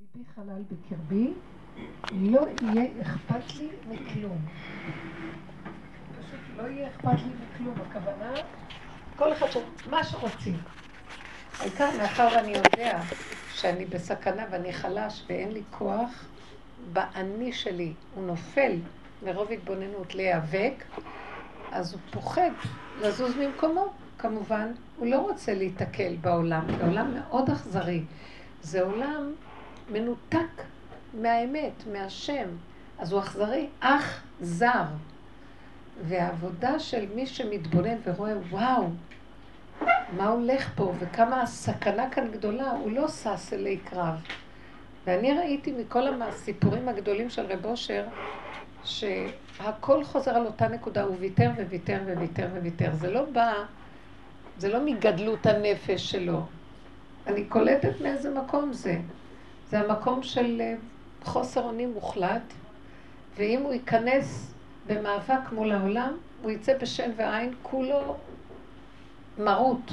ליבי חלל בקרבי, לא יהיה אכפת לי מכלום. פשוט לא יהיה אכפת לי מכלום. הכוונה, כל אחד מה שרוצים. העיקר מאחר ואני יודע שאני בסכנה ואני חלש ואין לי כוח, באני שלי הוא נופל מרוב התבוננות להיאבק, אז הוא פוחד לזוז ממקומו. כמובן, הוא לא רוצה להתקל בעולם, זה עולם מאוד אכזרי. זה עולם מנותק מהאמת, מהשם. אז הוא אכזרי, אך זר. והעבודה של מי שמתבונן ורואה, וואו, מה הולך פה וכמה הסכנה כאן גדולה, הוא לא שש אלי קרב. ואני ראיתי מכל הסיפורים הגדולים של רב אושר, שהכל חוזר על אותה נקודה, הוא ויתר וויתר וויתר וויתר. זה לא מגדלות הנפש שלו. אני קולטת מאיזה מקום זה. זה המקום של חוסר אונים מוחלט, ואם הוא ייכנס במאבק מול העולם, הוא יצא בשן ועין, כולו מרות.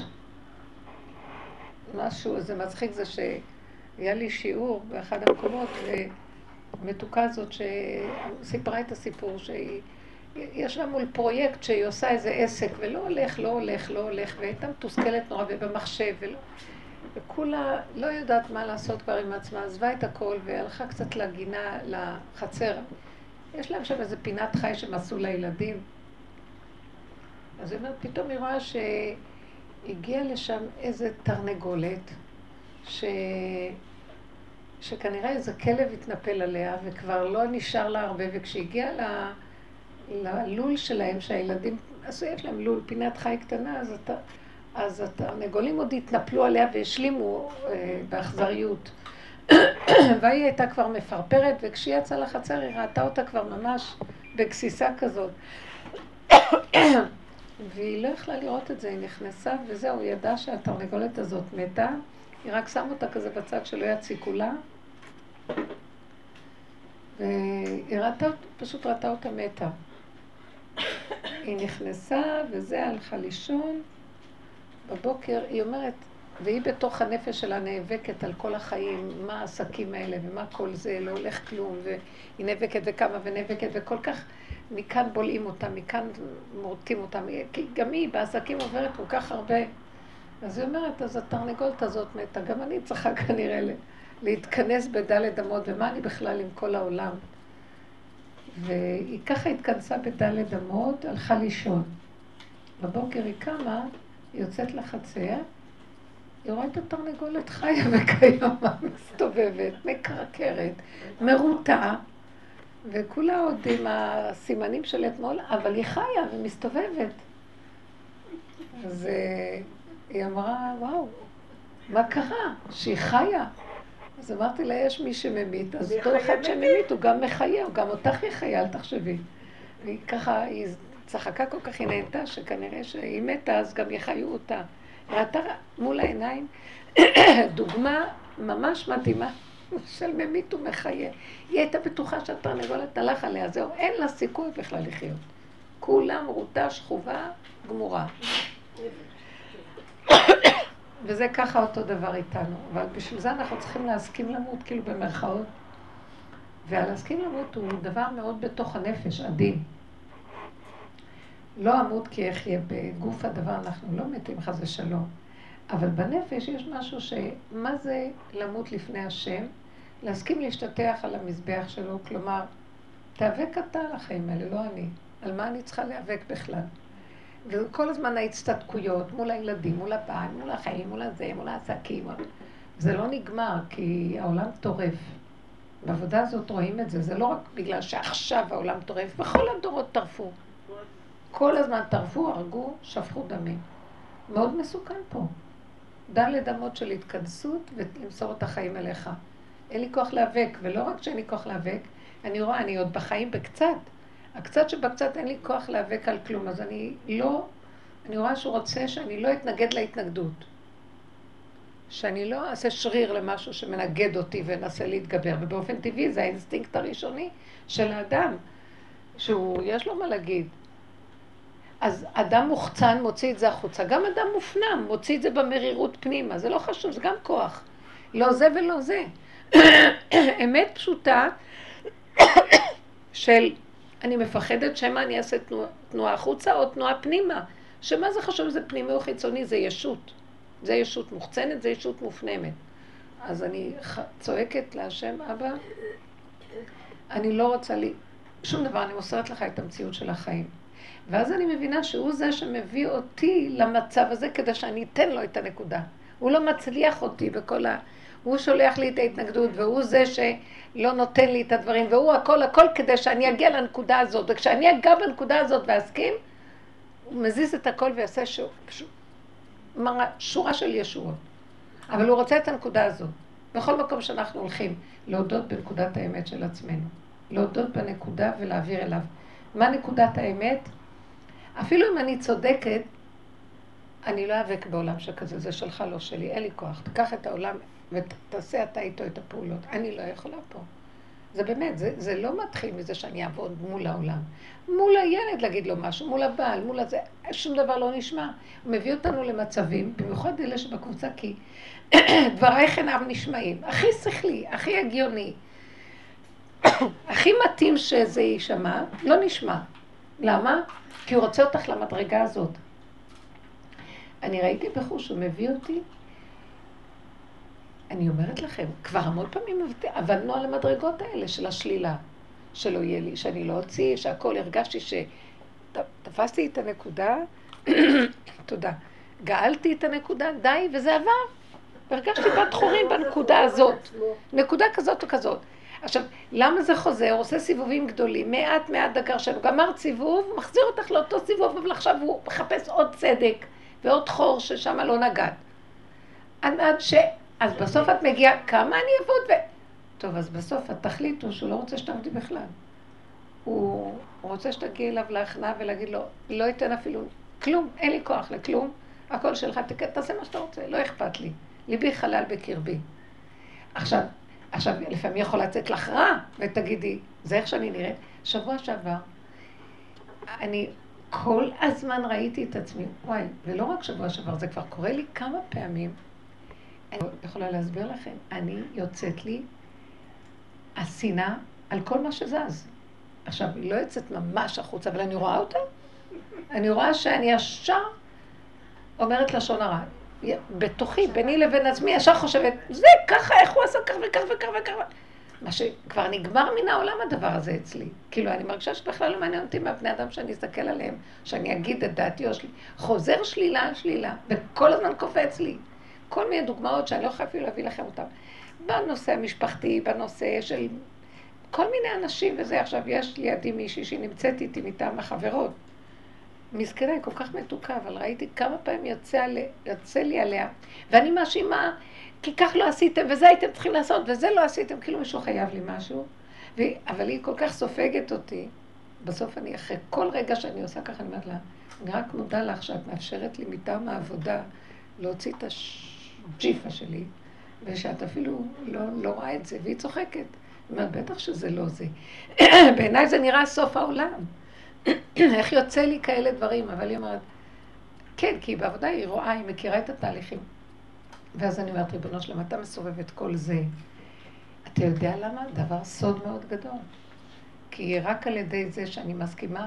משהו, זה מצחיק זה שהיה לי שיעור באחד המקומות, ומתוקה הזאת שסיפרה את הסיפור, שיש לה מול פרויקט שהיא עושה איזה עסק, ולא הולך, לא הולך, לא הולך, והייתה מתוסכלת נורא ובמחשב, וכולה לא יודעת מה לעשות כבר עם עצמה, עזבה את הכל והלכה קצת לגינה, לחצר. יש להם שם איזה פינת חי שהם עשו לילדים. אז היא אומרת, פתאום היא רואה שהגיעה לשם איזה תרנגולת, שכנראה איזה כלב התנפל עליה וכבר לא נשאר לה הרבה, וכשהגיעה ללול שלהם, שהילדים, אז יש להם לול, פינת חי קטנה, אז התרנגולים עוד התנפלו עליה והשלימו באכזריות. והיא הייתה כבר מפרפרת, וכשהיא יצאה לחצר היא ראתה אותה כבר ממש בגסיסה כזאת. והיא לא יכלה לראות את זה, היא נכנסה וזהו, היא ידעה שהתרנגולת הזאת מתה, היא רק שם אותה כזה בצד שלא יציקו לה, והיא פשוט ראתה אותה מתה. היא נכנסה וזה, הלכה לישון, בבוקר היא אומרת, והיא בתוך הנפש שלה נאבקת על כל החיים, מה העסקים האלה ומה כל זה, לא הולך כלום, והיא נאבקת וכמה ונאבקת, וכל כך מכאן בולעים אותה, מכאן מורטים אותה, כי גם היא בעסקים עוברת כל כך הרבה. אז היא אומרת, אז התרנגולת הזאת מתה, גם אני צריכה כנראה להתכנס בדלת אמות, ומה אני בכלל עם כל העולם. והיא ככה התכנסה בדלת אמות, הלכה לישון. בבוקר היא קמה, היא יוצאת לחצר, היא רואה את התרנגולת חיה וקיימה, מסתובבת, מקרקרת, מרוטה, וכולה עוד עם הסימנים של אתמול, אבל היא חיה ומסתובבת. אז היא אמרה, וואו, מה קרה? שהיא חיה. אז אמרתי לה, יש מי שממית, אז אותו אחד שממית הוא גם מחיה, הוא גם אותך יחיה, אל תחשבי. והיא ככה, היא צחקה כל כך, היא נהנתה, שכנראה שהיא מתה, אז גם יחיו אותה. ראתה מול העיניים דוגמה ממש מדהימה של ממית ומחיה. היא הייתה בטוחה שהתרנגולת הלך עליה, זהו, אין לה סיכוי בכלל לחיות. כולם רוטה, שכובה, גמורה. וזה ככה אותו דבר איתנו. אבל בשביל זה אנחנו צריכים להסכים למות, כאילו במרכאות. והלהסכים למות הוא דבר מאוד בתוך הנפש, עדין. לא אמות כי אחיה בגוף הדבר, אנחנו לא מתים חס ושלום. אבל בנפש יש משהו מה זה למות לפני השם? להסכים להשתתח על המזבח שלו, כלומר, תאבק אתה על החיים האלה, לא אני. על מה אני צריכה להיאבק בכלל? וכל הזמן ההצטדקויות מול הילדים, מול הבעל, מול החיים, מול הזה, מול העסקים. זה לא נגמר, כי העולם טורף. בעבודה הזאת רואים את זה. זה לא רק בגלל שעכשיו העולם טורף, בכל הדורות טרפו. כל הזמן טרפו, הרגו, שפכו דמים. מאוד מסוכן פה. דלת אמות של התכנסות ולמסור את החיים אליך. אין לי כוח להיאבק, ולא רק שאין לי כוח להיאבק, אני רואה, אני עוד בחיים בקצת. הקצת שבקצת אין לי כוח להיאבק על כלום, אז אני רואה שהוא רוצה שאני לא אתנגד להתנגדות. שאני לא אעשה שריר למשהו שמנגד אותי ונסה להתגבר, ובאופן טבעי זה האינסטינקט הראשוני של האדם, יש לו מה להגיד. אז אדם מוחצן מוציא את זה החוצה, גם אדם מופנם מוציא את זה במרירות פנימה, זה לא חשוב, זה גם כוח. לא זה ולא זה. אמת פשוטה של אני מפחדת שמה אני אעשה תנועה החוצה או תנועה פנימה. שמה זה חשוב, זה פנימי או חיצוני, זה ישות. זה ישות מוחצנת, זה ישות מופנמת. אז אני צועקת להשם, אבא, אני לא רוצה לי שום דבר, אני מוסרת לך את המציאות של החיים. ואז אני מבינה שהוא זה שמביא אותי למצב הזה כדי שאני אתן לו את הנקודה. הוא לא מצליח אותי בכל הוא שולח לי את ההתנגדות, והוא זה שלא נותן לי את הדברים, והוא הכל כדי שאני אגיע לנקודה הזאת. וכשאני אגע בנקודה הזאת ואסכים, הוא מזיז את הכל ויעשה שורה של ישועות. אבל הוא רוצה את הנקודה הזאת. בכל מקום שאנחנו הולכים, להודות בנקודת האמת של עצמנו. להודות בנקודה ולהעביר אליו. מה נקודת האמת? אפילו אם אני צודקת, אני לא אאבק בעולם שכזה, זה שלך, לא שלי, אין לי כוח. תקח את העולם ותעשה אתה איתו את הפעולות. אני לא יכולה פה. זה באמת, זה לא מתחיל מזה שאני אעבוד מול העולם. מול הילד להגיד לו משהו, מול הבעל, מול הזה, שום דבר לא נשמע. הוא מביא אותנו למצבים, במיוחד אלה שבקבוצה, כי דברייך אינם נשמעים. הכי שכלי, הכי הגיוני, הכי מתאים שזה יישמע, לא נשמע. למה? כי הוא רוצה אותך למדרגה הזאת. אני ראיתי בחוש, הוא מביא אותי, אני אומרת לכם, כבר המון פעמים עבדנו על המדרגות האלה של השלילה, שלא יהיה לי, שאני לא אוציא, שהכל הרגשתי שתפסתי את הנקודה, תודה, גאלתי את הנקודה, די, וזה עבר. הרגשתי בת חורים בנקודה הזאת, נקודה כזאת או כזאת. עכשיו, למה זה חוזר? עושה סיבובים גדולים, מעט דקר שלנו, גמר סיבוב, מחזיר אותך לאותו סיבוב, אבל עכשיו הוא מחפש עוד צדק ועוד חור ששם לא נגד. אז בסוף את מגיעה, כמה אני אעבוד טוב, אז בסוף התכלית הוא שהוא לא רוצה שתעבדי בכלל. הוא רוצה שתגיע אליו להכנעה ולהגיד לו, לא ייתן אפילו כלום, אין לי כוח לכלום, הכל שלך, תעשה מה שאתה רוצה, לא אכפת לי. ליבי חלל בקרבי. עכשיו, לפעמים יכול לצאת לך רע, ותגידי, זה איך שאני נראית. שבוע שעבר, אני כל הזמן ראיתי את עצמי, וואי, ולא רק שבוע שעבר, זה כבר קורה לי כמה פעמים. אני יכולה להסביר לכם, אני יוצאת לי השנאה על כל מה שזז. עכשיו, היא לא יוצאת ממש החוצה, אבל אני רואה אותה. אני רואה שאני ישר אומרת לשון הרע. בתוכי, ביני לבין עצמי, ישר חושבת, זה ככה, איך הוא עשה כך וכך וכך וכך. מה שכבר נגמר מן העולם הדבר הזה אצלי. כאילו, אני מרגישה שבכלל לא מעניין אותי מהבני אדם שאני אסתכל עליהם, שאני אגיד את דעתי או חוזר שלילה על שלילה, וכל הזמן קופץ לי. כל מיני דוגמאות שאני לא יכולה אפילו להביא לכם אותם. בנושא המשפחתי, בנושא של כל מיני אנשים וזה. עכשיו, יש לידי מישהי שנמצאת איתי מטעם החברות. מזכירה, היא כל כך מתוקה, אבל ראיתי כמה פעמים יוצא לי עליה, ואני מאשימה, כי כך לא עשיתם, וזה הייתם צריכים לעשות, וזה לא עשיתם, כאילו מישהו חייב לי משהו, אבל היא כל כך סופגת אותי, בסוף אני, אחרי כל רגע שאני עושה ככה, אני אומרת לה, אני רק מודה לך שאת מאפשרת לי מטעם העבודה, להוציא את הג'יפה שלי, ושאת אפילו לא רואה את זה, והיא צוחקת. היא אומרת, בטח שזה לא זה. בעיניי זה נראה סוף העולם. איך יוצא לי כאלה דברים, אבל היא אומרת, כן, כי בעבודה היא רואה, היא מכירה את התהליכים. ואז אני אומרת, ריבונו שלמה, אתה מסובב את כל זה. אתה יודע למה? דבר סוד מאוד גדול. כי רק על ידי זה שאני מסכימה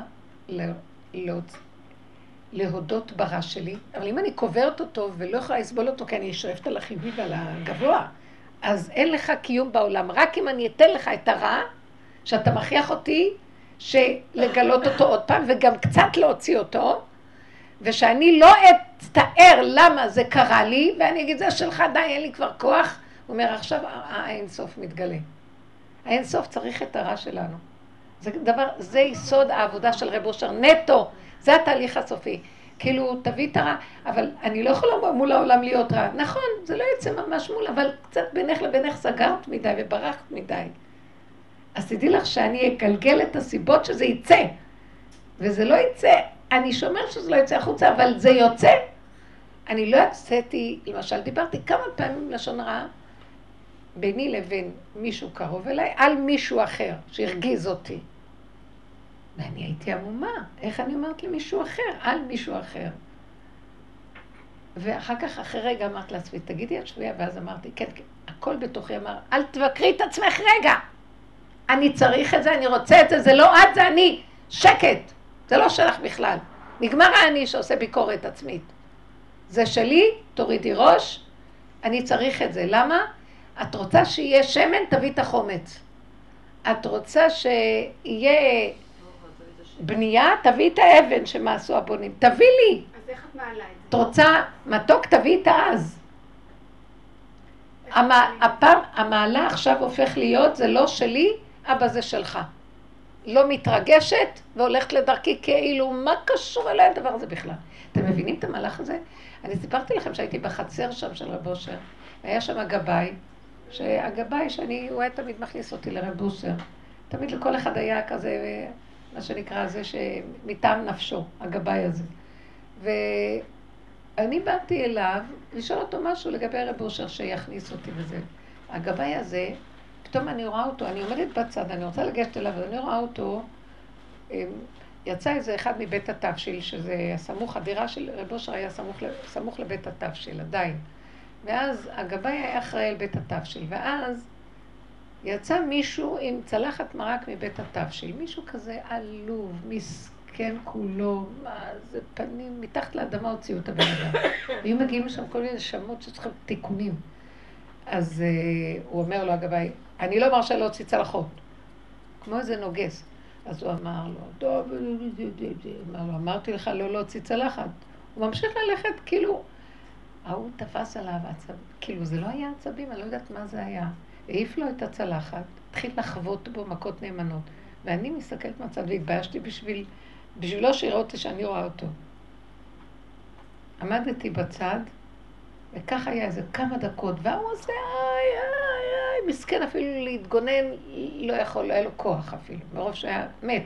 להודות ברע שלי, אבל אם אני קוברת אותו ולא יכולה לסבול אותו, כי אני שואפת על החיובי ועל הגבוה, אז אין לך קיום בעולם. רק אם אני אתן לך את הרע, שאתה מכריח אותי, שלגלות אותו עוד פעם, וגם קצת להוציא אותו, ושאני לא אתאר למה זה קרה לי, ואני אגיד, זה שלך, די, אין לי כבר כוח. הוא אומר, עכשיו האינסוף מתגלה. האינסוף צריך את הרע שלנו. זה יסוד העבודה של רב אושר, נטו, זה התהליך הסופי. כאילו, תביא את הרע, אבל אני לא יכולה מול העולם להיות רע. נכון, זה לא יצא ממש מול, אבל קצת בינך לבינך סגרת מדי וברחת מדי. אז תדעי לך שאני אגלגל את הסיבות שזה יצא, וזה לא יצא, אני שומר שזה לא יצא החוצה, אבל זה יוצא. אני לא יצאתי, למשל, דיברתי כמה פעמים לשון רע, ביני לבין מישהו קרוב אליי, על מישהו אחר, שהרגיז אותי. ואני הייתי עמומה, איך אני אומרת למישהו אחר? על מישהו אחר. ואחר כך, אחרי רגע אמרת לעצמי, תגידי את שוויה, ואז אמרתי, כן, הכל בתוכי אמר, אל תבקרי את עצמך רגע. אני צריך את זה, אני רוצה את זה, זה לא את, זה אני. שקט. זה לא שלך בכלל. נגמר אני שעושה ביקורת עצמית. זה שלי, תורידי ראש, אני צריך את זה. למה? את רוצה שיהיה שמן, תביא את החומץ. את רוצה שיהיה בנייה, תביא את האבן שמעשו הבונים. תביא לי. אז איך את מעלה את זה? את רוצה מתוק, תביא את העז. הפעם, המעלה עכשיו הופך להיות, זה לא שלי, אבא זה שלך. לא מתרגשת והולכת לדרכי כאילו, מה קשור אליי הדבר הזה בכלל? אתם מבינים את המהלך הזה? אני סיפרתי לכם שהייתי בחצר שם של רב אושר, היה שם הגבאי, שהגבאי הוא היה תמיד מכניס אותי לרב אושר. תמיד לכל אחד היה כזה, מה שנקרא זה שמטעם נפשו, הגבאי הזה. ואני באתי אליו לשאול אותו משהו לגבי רב אושר שיכניס אותי וזה. הגבאי הזה, פתאום אני רואה אותו, אני עומדת בצד, אני רוצה לגשת אליו, ואני רואה אותו, יצא איזה אחד מבית התבשיל, שזה הסמוך, הדירה של רב אושר היה סמוך לבית התבשיל, עדיין. ואז הגבאי היה אחראי על בית התבשיל, ואז יצא מישהו עם צלחת מרק מבית התבשיל, מישהו כזה עלוב, מסכן כולו, מה זה פנים, מתחת לאדמה הוציאו את הבן אדם. היו מגיעים לשם כל מיני שמות שצריכים תיקונים. אז הוא אומר לו, הגבאי, אני לא מרשה להוציא צלחות, כמו איזה נוגס. אז הוא אמר לו, טוב, אמרתי לך לא להוציא צלחת. הוא ממשיך ללכת, כאילו, הוא תפס עליו עצבים, כאילו זה לא היה עצבים, אני לא יודעת מה זה היה. העיף לו את הצלחת, התחיל לחוות בו מכות נאמנות, ואני מסתכלת מהצד והתביישתי בשבילו שיראה אותי שאני רואה אותו. עמדתי בצד, וכך היה איזה כמה דקות, והוא עושה, מסכן אפילו להתגונן, לא יכול, לא היה לו כוח אפילו, מרוב שהיה מת.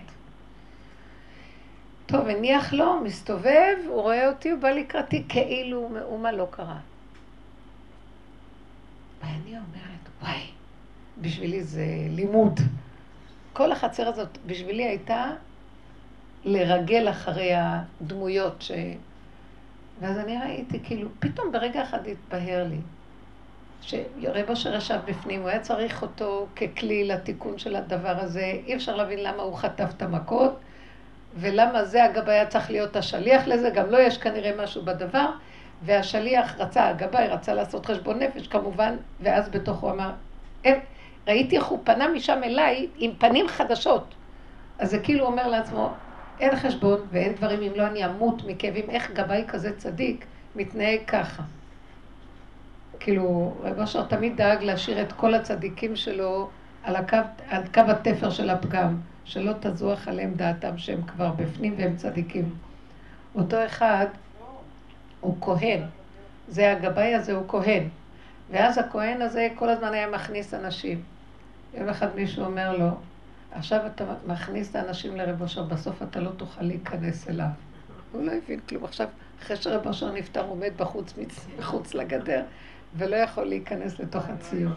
טוב, הניח לו, מסתובב, הוא רואה אותי, הוא בא לקראתי כאילו מאומה לא קרה. ואני אומרת, וואי, בשבילי זה לימוד. כל החצר הזאת בשבילי הייתה לרגל אחרי הדמויות ואז אני ראיתי, כאילו, פתאום ברגע אחד התבהר לי, שרב אושר ישב בפנים, הוא היה צריך אותו ככלי לתיקון של הדבר הזה, אי אפשר להבין למה הוא חטף את המכות, ולמה זה הגבאי היה צריך להיות השליח לזה, גם לא יש כנראה משהו בדבר, והשליח רצה, הגבאי רצה לעשות חשבון נפש כמובן, ואז בתוך הוא אמר, ראיתי איך הוא פנה משם אליי עם פנים חדשות, אז זה כאילו אומר לעצמו, אין חשבון ואין דברים אם לא אני אמות מכאבים, איך גבאי כזה צדיק מתנהג ככה. כאילו, רב אושר תמיד דאג להשאיר את כל הצדיקים שלו על קו התפר של הפגם, שלא תזוח עליהם דעתם שהם כבר בפנים והם צדיקים. אותו אחד הוא כהן, זה הגבאי הזה הוא כהן, ואז הכהן הזה כל הזמן היה מכניס אנשים. יום אחד מישהו אומר לו, עכשיו אתה מכניס את האנשים לרב אושר, בסוף אתה לא תוכל להיכנס אליו. הוא לא הבין כלום. עכשיו, אחרי שרב אושר נפטר, הוא עומד בחוץ לגדר, ולא יכול להיכנס לתוך הציון.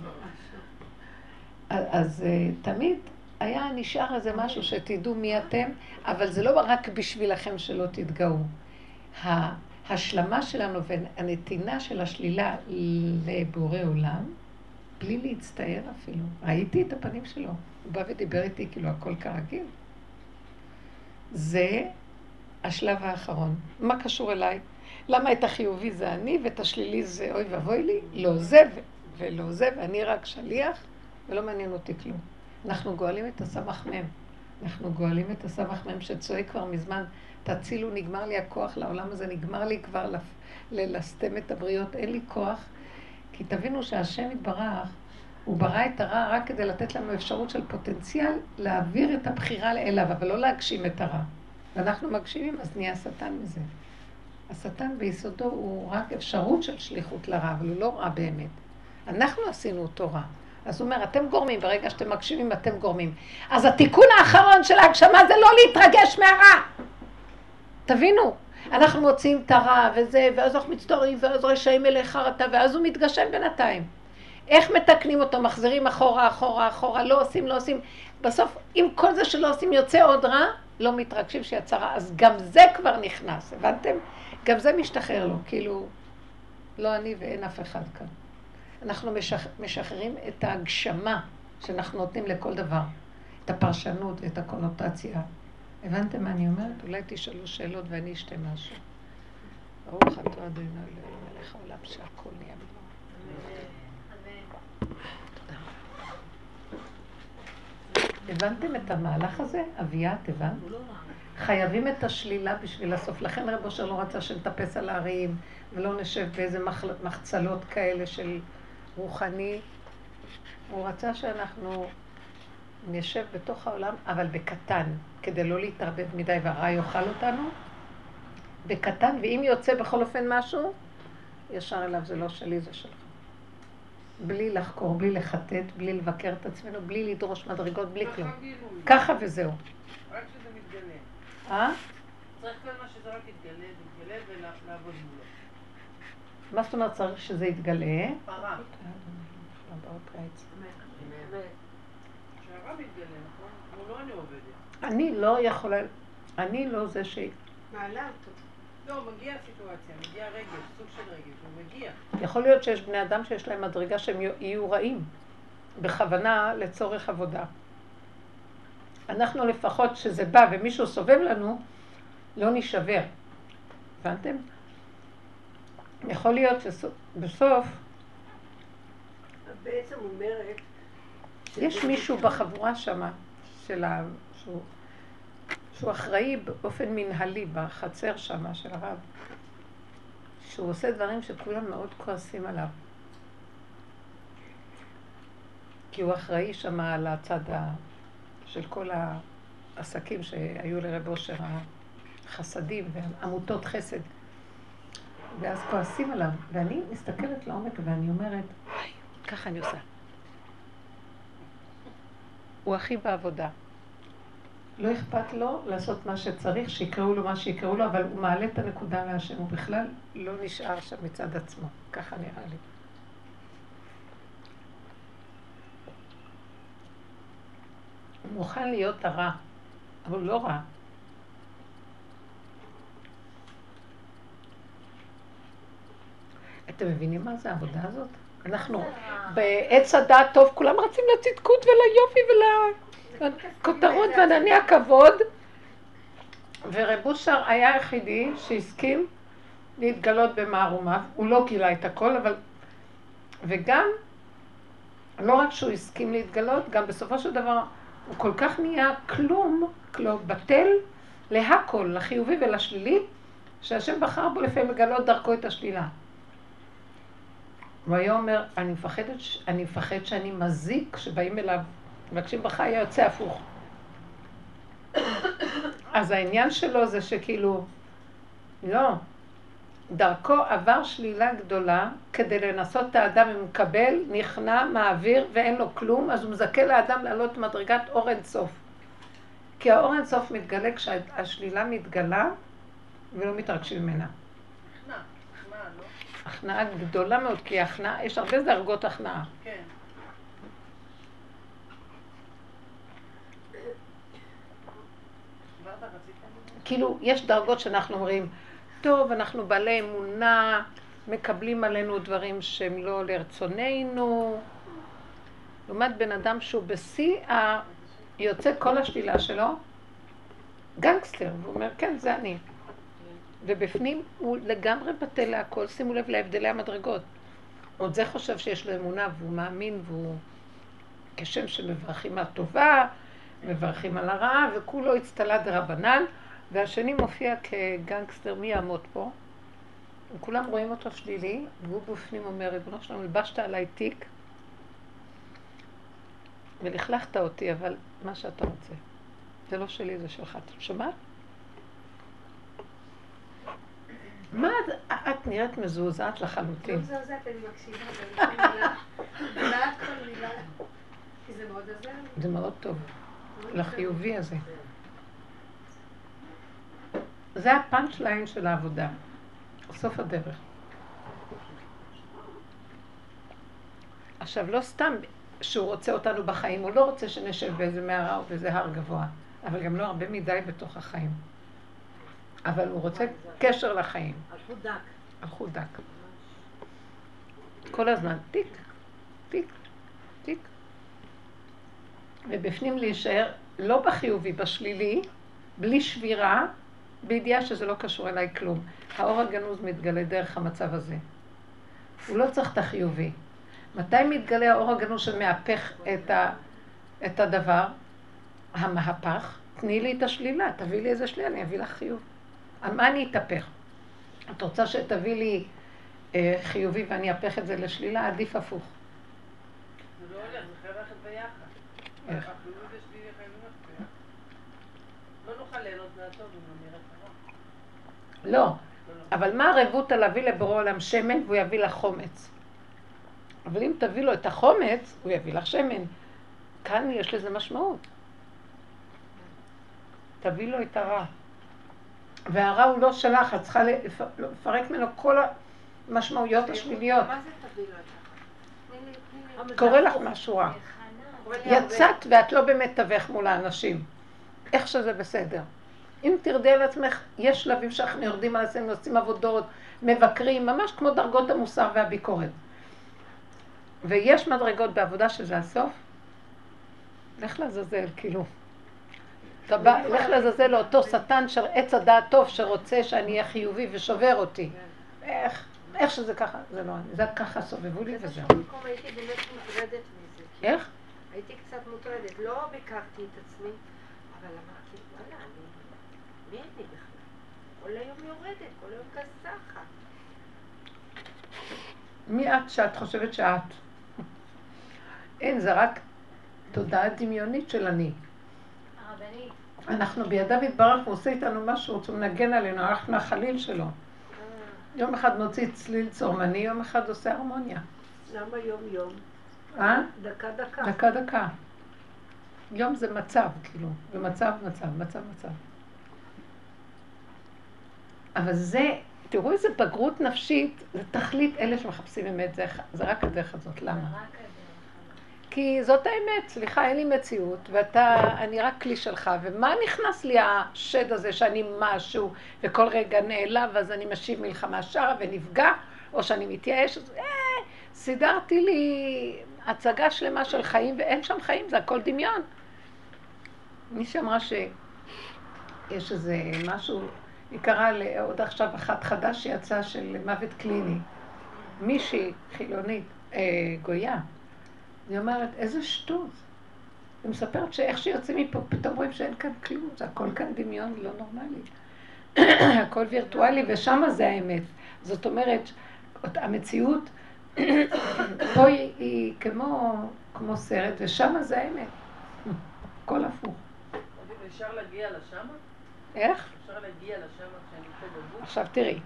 אז תמיד היה נשאר איזה משהו שתדעו מי אתם, אבל זה לא רק בשבילכם שלא תתגאו. ההשלמה שלנו והנתינה של השלילה לבורא עולם, בלי להצטער אפילו. ראיתי את הפנים שלו. הוא בא ודיבר איתי כאילו הכל כרגיל. זה השלב האחרון. מה קשור אליי? למה את החיובי זה אני ואת השלילי זה אוי ואבוי לי? לא זה ולא זה, ואני רק שליח ולא מעניין אותי כלום. אנחנו גואלים את הסמך מם. אנחנו גואלים את הסמך מם שצועק כבר מזמן, תצילו, נגמר לי הכוח לעולם הזה, נגמר לי כבר לסתם את הבריות, אין לי כוח. כי תבינו שהשם יתברך, הוא ברא את הרע רק כדי לתת לנו אפשרות של פוטנציאל להעביר את הבחירה אליו, אבל לא להגשים את הרע. ואנחנו מגשימים, אז נהיה השטן מזה. השטן ביסודו הוא רק אפשרות של שליחות לרע, אבל הוא לא רע באמת. אנחנו עשינו אותו רע. אז הוא אומר, אתם גורמים, ברגע שאתם מגשימים, אתם גורמים. אז התיקון האחרון של ההגשמה זה לא להתרגש מהרע. תבינו, אנחנו מוצאים את הרע וזה, ואז אנחנו מצטערים, ואז רשעים אלי חרטה, ואז הוא מתגשם בינתיים. איך מתקנים אותו? מחזירים אחורה, אחורה, אחורה, לא עושים, לא עושים. בסוף, עם כל זה שלא עושים יוצא עוד רע, לא מתרגשים שיצא רע. אז גם זה כבר נכנס, הבנתם? גם זה משתחרר לו, כאילו, לא אני ואין אף אחד כאן. אנחנו משחררים את ההגשמה שאנחנו נותנים לכל דבר. את הפרשנות ואת הקונוטציה. הבנתם מה אני אומרת? אולי תשאלו שאלות ואני אשתה משהו. ברוך אתה אדוני אלוהים מלך העולם שהכל נהיה בדברו. תודה. הבנתם את המהלך הזה? אביית, הבנת? חייבים את השלילה בשביל הסוף. לכן רב אושר לא רצה שנטפס על הערים ולא נשב באיזה מחצלות כאלה של רוחני. הוא רצה שאנחנו נשב בתוך העולם, אבל בקטן, כדי לא להתערבב מדי והרע יאכל אותנו. בקטן, ואם יוצא בכל אופן משהו, ישר אליו זה לא שלי, זה שלך. בלי לחקור, בלי לחטט, בלי לבקר את עצמנו, בלי לדרוש מדרגות, בלי כלום. ככה וזהו. רק שזה מתגלה. צריך כל מה שזה רק יתגלה ולעבוד מולו. מה זאת אומרת צריך שזה יתגלה? פרה. שהרב יתגלה, נכון? מולו אני עובדת. אני לא יכולה, אני לא זה מעלה אותו. לא, מגיע סיטואציה, מגיע רגש, סוג של רגש, הוא מגיע. יכול להיות שיש בני אדם שיש להם מדרגה שהם יהיו רעים, בכוונה לצורך עבודה. אנחנו לפחות שזה בא ומישהו סובב לנו, לא נשבר. הבנתם? יכול להיות שבסוף בעצם אומרת יש מישהו בחבורה שמה, שהוא אחראי באופן מנהלי בחצר שמה של הרב, שהוא עושה דברים שכולם מאוד כועסים עליו. כי הוא אחראי שמה על הצד של כל העסקים שהיו לרב אושר, החסדים ועמותות חסד. ואז כועסים עליו, ואני מסתכלת לעומק ואני אומרת, ככה אני עושה. הוא הכי בעבודה. לא אכפת לו לעשות מה שצריך, שיקראו לו מה שיקראו לו, אבל הוא מעלה את הנקודה להשם, הוא בכלל לא נשאר שם מצד עצמו. ככה נראה לי. הוא מוכן להיות הרע, אבל הוא לא רע. אתם מבינים מה זה העבודה הזאת? אנחנו בעץ הדעת טוב, כולם רצים לצדקות וליופי ולכותרות וענני הכבוד. ורב אושר היה היחידי שהסכים להתגלות במערומיו. הוא לא גילה את הכל, אבל... וגם, לא רק שהוא הסכים להתגלות, גם בסופו של דבר הוא כל כך נהיה כלום, בטל להכל, לחיובי ולשלילי, שהשם בחר בו לפעמים לגלות דרכו את השלילה. הוא היה אומר, אני מפחד שאני מזיק, שבאים אליו, מבקשים בך, היה יוצא הפוך. אז העניין שלו זה שכאילו, לא, דרכו עבר שלילה גדולה, כדי לנסות את האדם, אם הוא מקבל, נכנע, מעביר, ואין לו כלום, אז הוא מזכה לאדם לעלות מדרגת אור אין סוף. כי האור אין סוף מתגלה כשהשלילה מתגלה, ולא מתרגשים ממנה. הכנעה גדולה מאוד, כי הכנעה, יש הרבה דרגות הכנעה. כן. כאילו, יש דרגות שאנחנו אומרים, טוב, אנחנו בעלי אמונה, מקבלים עלינו דברים שהם לא לרצוננו. לעומת בן אדם שהוא בשיא, יוצא כל השלילה שלו, גנגסטר, הוא אומר, כן, זה אני. ובפנים הוא לגמרי בטל להכל, שימו לב להבדלי המדרגות. עוד זה חושב שיש לו אמונה והוא מאמין והוא כשם שמברכים על טובה, מברכים על הרעה וכולו הצטלה דרבנן, והשני מופיע כגנגסטר, מי יעמוד פה? וכולם רואים אותו שלילי, והוא בפנים אומר, ריבונו שלנו, הלבשת עליי תיק ולכלכת אותי, אבל מה שאתה רוצה. זה לא שלי, זה שלך. אתה שומעת? מה את נראית מזועזעת לחלוטין? לא מזועזעת, אני מקשיבה, ואני מילה, ולעת כל מילה, כי זה מאוד עזר. זה מאוד טוב, לחיובי הזה. זה הפאנץ' ליין של העבודה, סוף הדרך. עכשיו, לא סתם שהוא רוצה אותנו בחיים, הוא לא רוצה שנשב באיזה מערה או באיזה הר גבוה, אבל גם לא הרבה מדי בתוך החיים. אבל הוא רוצה קשר לחיים. על חוד דק. על חוד דק. כל הזמן, תיק, מספיק, מספיק. ובפנים להישאר לא בחיובי, בשלילי, בלי שבירה, בידיעה שזה לא קשור אליי כלום. האור הגנוז מתגלה דרך המצב הזה. הוא לא צריך את החיובי. מתי מתגלה האור הגנוז שמהפך את הדבר? המהפך, תני לי את השלילה, תביא לי איזה שלילה, אני אביא לך חיוב. על מה אני אתהפך? את רוצה שתביא לי חיובי ואני אהפך את זה לשלילה? עדיף הפוך. זה לא הולך, זה חייב ללכת ביחד. איך? החיובי ושלילי חייבים ללכת ביחד. לא נוכל ליהנות מהטוב אם נראה את הרע. לא, אבל מה הרבותא להביא לבורא עולם שמן והוא יביא לך חומץ? אבל אם תביא לו את החומץ, הוא יביא לך שמן. כאן יש לזה משמעות. תביא לו את הרע. והרע הוא לא שלך, את צריכה לפרק ממנו כל המשמעויות השליליות. מה זה תביא לו את הרע? קורה לך משהו רע. יצאת ואת לא באמת תווך מול האנשים. איך שזה בסדר. אם תרדי על עצמך, יש שלבים שאנחנו יורדים על עצמנו, עושים עבודות, מבקרים, ממש כמו דרגות המוסר והביקורת. ויש מדרגות בעבודה שזה הסוף. לך לזזל, כאילו. לך לזזל לאותו שטן של עץ הדעת טוב שרוצה שאני אהיה חיובי ושובר אותי. איך שזה ככה, זה לא, זה ככה סובבו לי וזהו. במקום הייתי באמת מוטרדת מזה. איך? הייתי קצת מוטרדת, לא ביקרתי את עצמי, אבל אמרתי, וואלה, מי אני בכלל? כל היום יורדת, כל היום כסחה. מי את שאת חושבת שאת? אין, זה רק תודעה דמיונית של אני. הרבנית. אנחנו בידיו יתברך, הוא עושה איתנו משהו, הוא מנגן עלינו, אנחנו מהחליל שלו. יום אחד מוציא צליל צורמני, יום אחד עושה הרמוניה. למה יום? דקה. דקה. יום זה מצב, כאילו, ומצב. אבל זה, תראו איזה בגרות נפשית, זה תכלית אלה שמחפשים אמת, זה רק הדרך הזאת, למה? כי זאת האמת, סליחה, אין לי מציאות, אני רק כלי שלך, ומה נכנס לי השד הזה שאני משהו, וכל רגע נעלב, אז אני משיב מלחמה שרה ונפגע, או שאני מתייאש, אז סידרתי לי הצגה שלמה של חיים, ואין שם חיים, זה הכל דמיון. מי שאמרה שיש איזה משהו, היא קראה לעוד עכשיו אחת חדש שיצאה של מוות קליני, מישהי חילונית, גויה, היא אומרת, איזה שטות. היא מספרת שאיך שיוצאים מפה, פתאום רואים שאין כאן כלום, זה הכל כאן דמיון לא נורמלי. הכל וירטואלי, ושם זה האמת. זאת אומרת, המציאות פה היא כמו סרט, ושם זה האמת. הכל הפוך. אפשר להגיע לשם? איך? אפשר להגיע לשם כשאני פה בגוף? עכשיו תראי,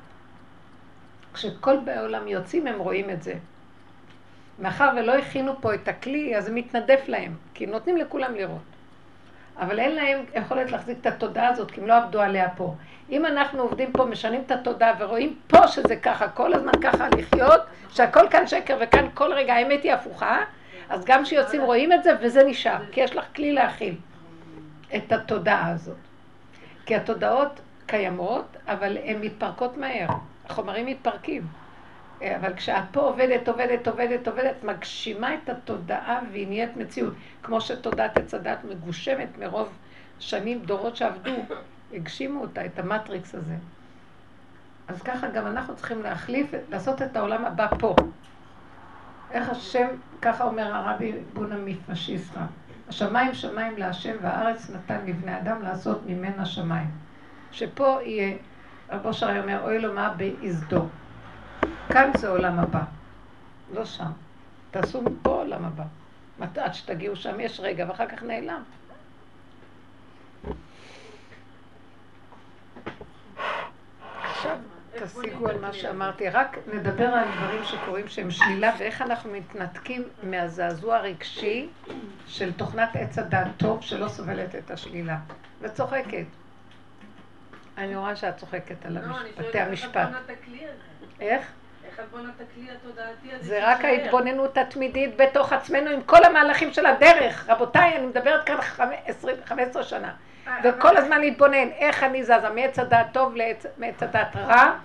כשכל בעולם יוצאים הם רואים את זה. מאחר ולא הכינו פה את הכלי, אז זה מתנדף להם, כי נותנים לכולם לראות. אבל אין להם יכולת להחזיק את התודעה הזאת, כי הם לא עבדו עליה פה. אם אנחנו עובדים פה, משנים את התודעה ורואים פה שזה ככה, כל הזמן ככה לחיות, שהכל כאן שקר וכאן כל רגע האמת היא הפוכה, אז גם שיוצאים רואים את זה וזה נשאר, כי יש לך כלי להכיל את התודעה הזאת. כי התודעות קיימות, אבל הן מתפרקות מהר, החומרים מתפרקים. אבל כשאת פה עובדת, מגשימה את התודעה והיא נהיית מציאות. כמו שתודעת עץ הדת מגושמת מרוב שנים, דורות שעבדו, הגשימו אותה, את המטריקס הזה. אז ככה גם אנחנו צריכים להחליף, לעשות את העולם הבא פה. איך השם, ככה אומר הרבי בונה מפשיסטרה, השמיים שמיים להשם והארץ נתן לבני אדם לעשות ממנה שמיים. שפה יהיה, רבו שרי אומר, אוי לו מה בהזדו. כאן זה עולם הבא, לא שם. תעשו פה עולם הבא. עד שתגיעו שם יש רגע ואחר כך נעלם. עכשיו תשיגו על מה שאמרתי, רק נדבר על דברים שקורים שהם שלילה ואיך אנחנו מתנתקים מהזעזוע הרגשי של תוכנת עץ הדעת טוב שלא סובלת את השלילה וצוחקת. אני רואה שאת צוחקת על בתי המשפט. איך? איך את בונה את הכלי התודעתי הזה? זה רק ההתבוננות התמידית בתוך עצמנו עם כל המהלכים של הדרך. רבותיי, אני מדברת כאן 15 שנה. וכל הזמן להתבונן איך אני זזה מעץ הדעת טוב לעץ הדעת רע,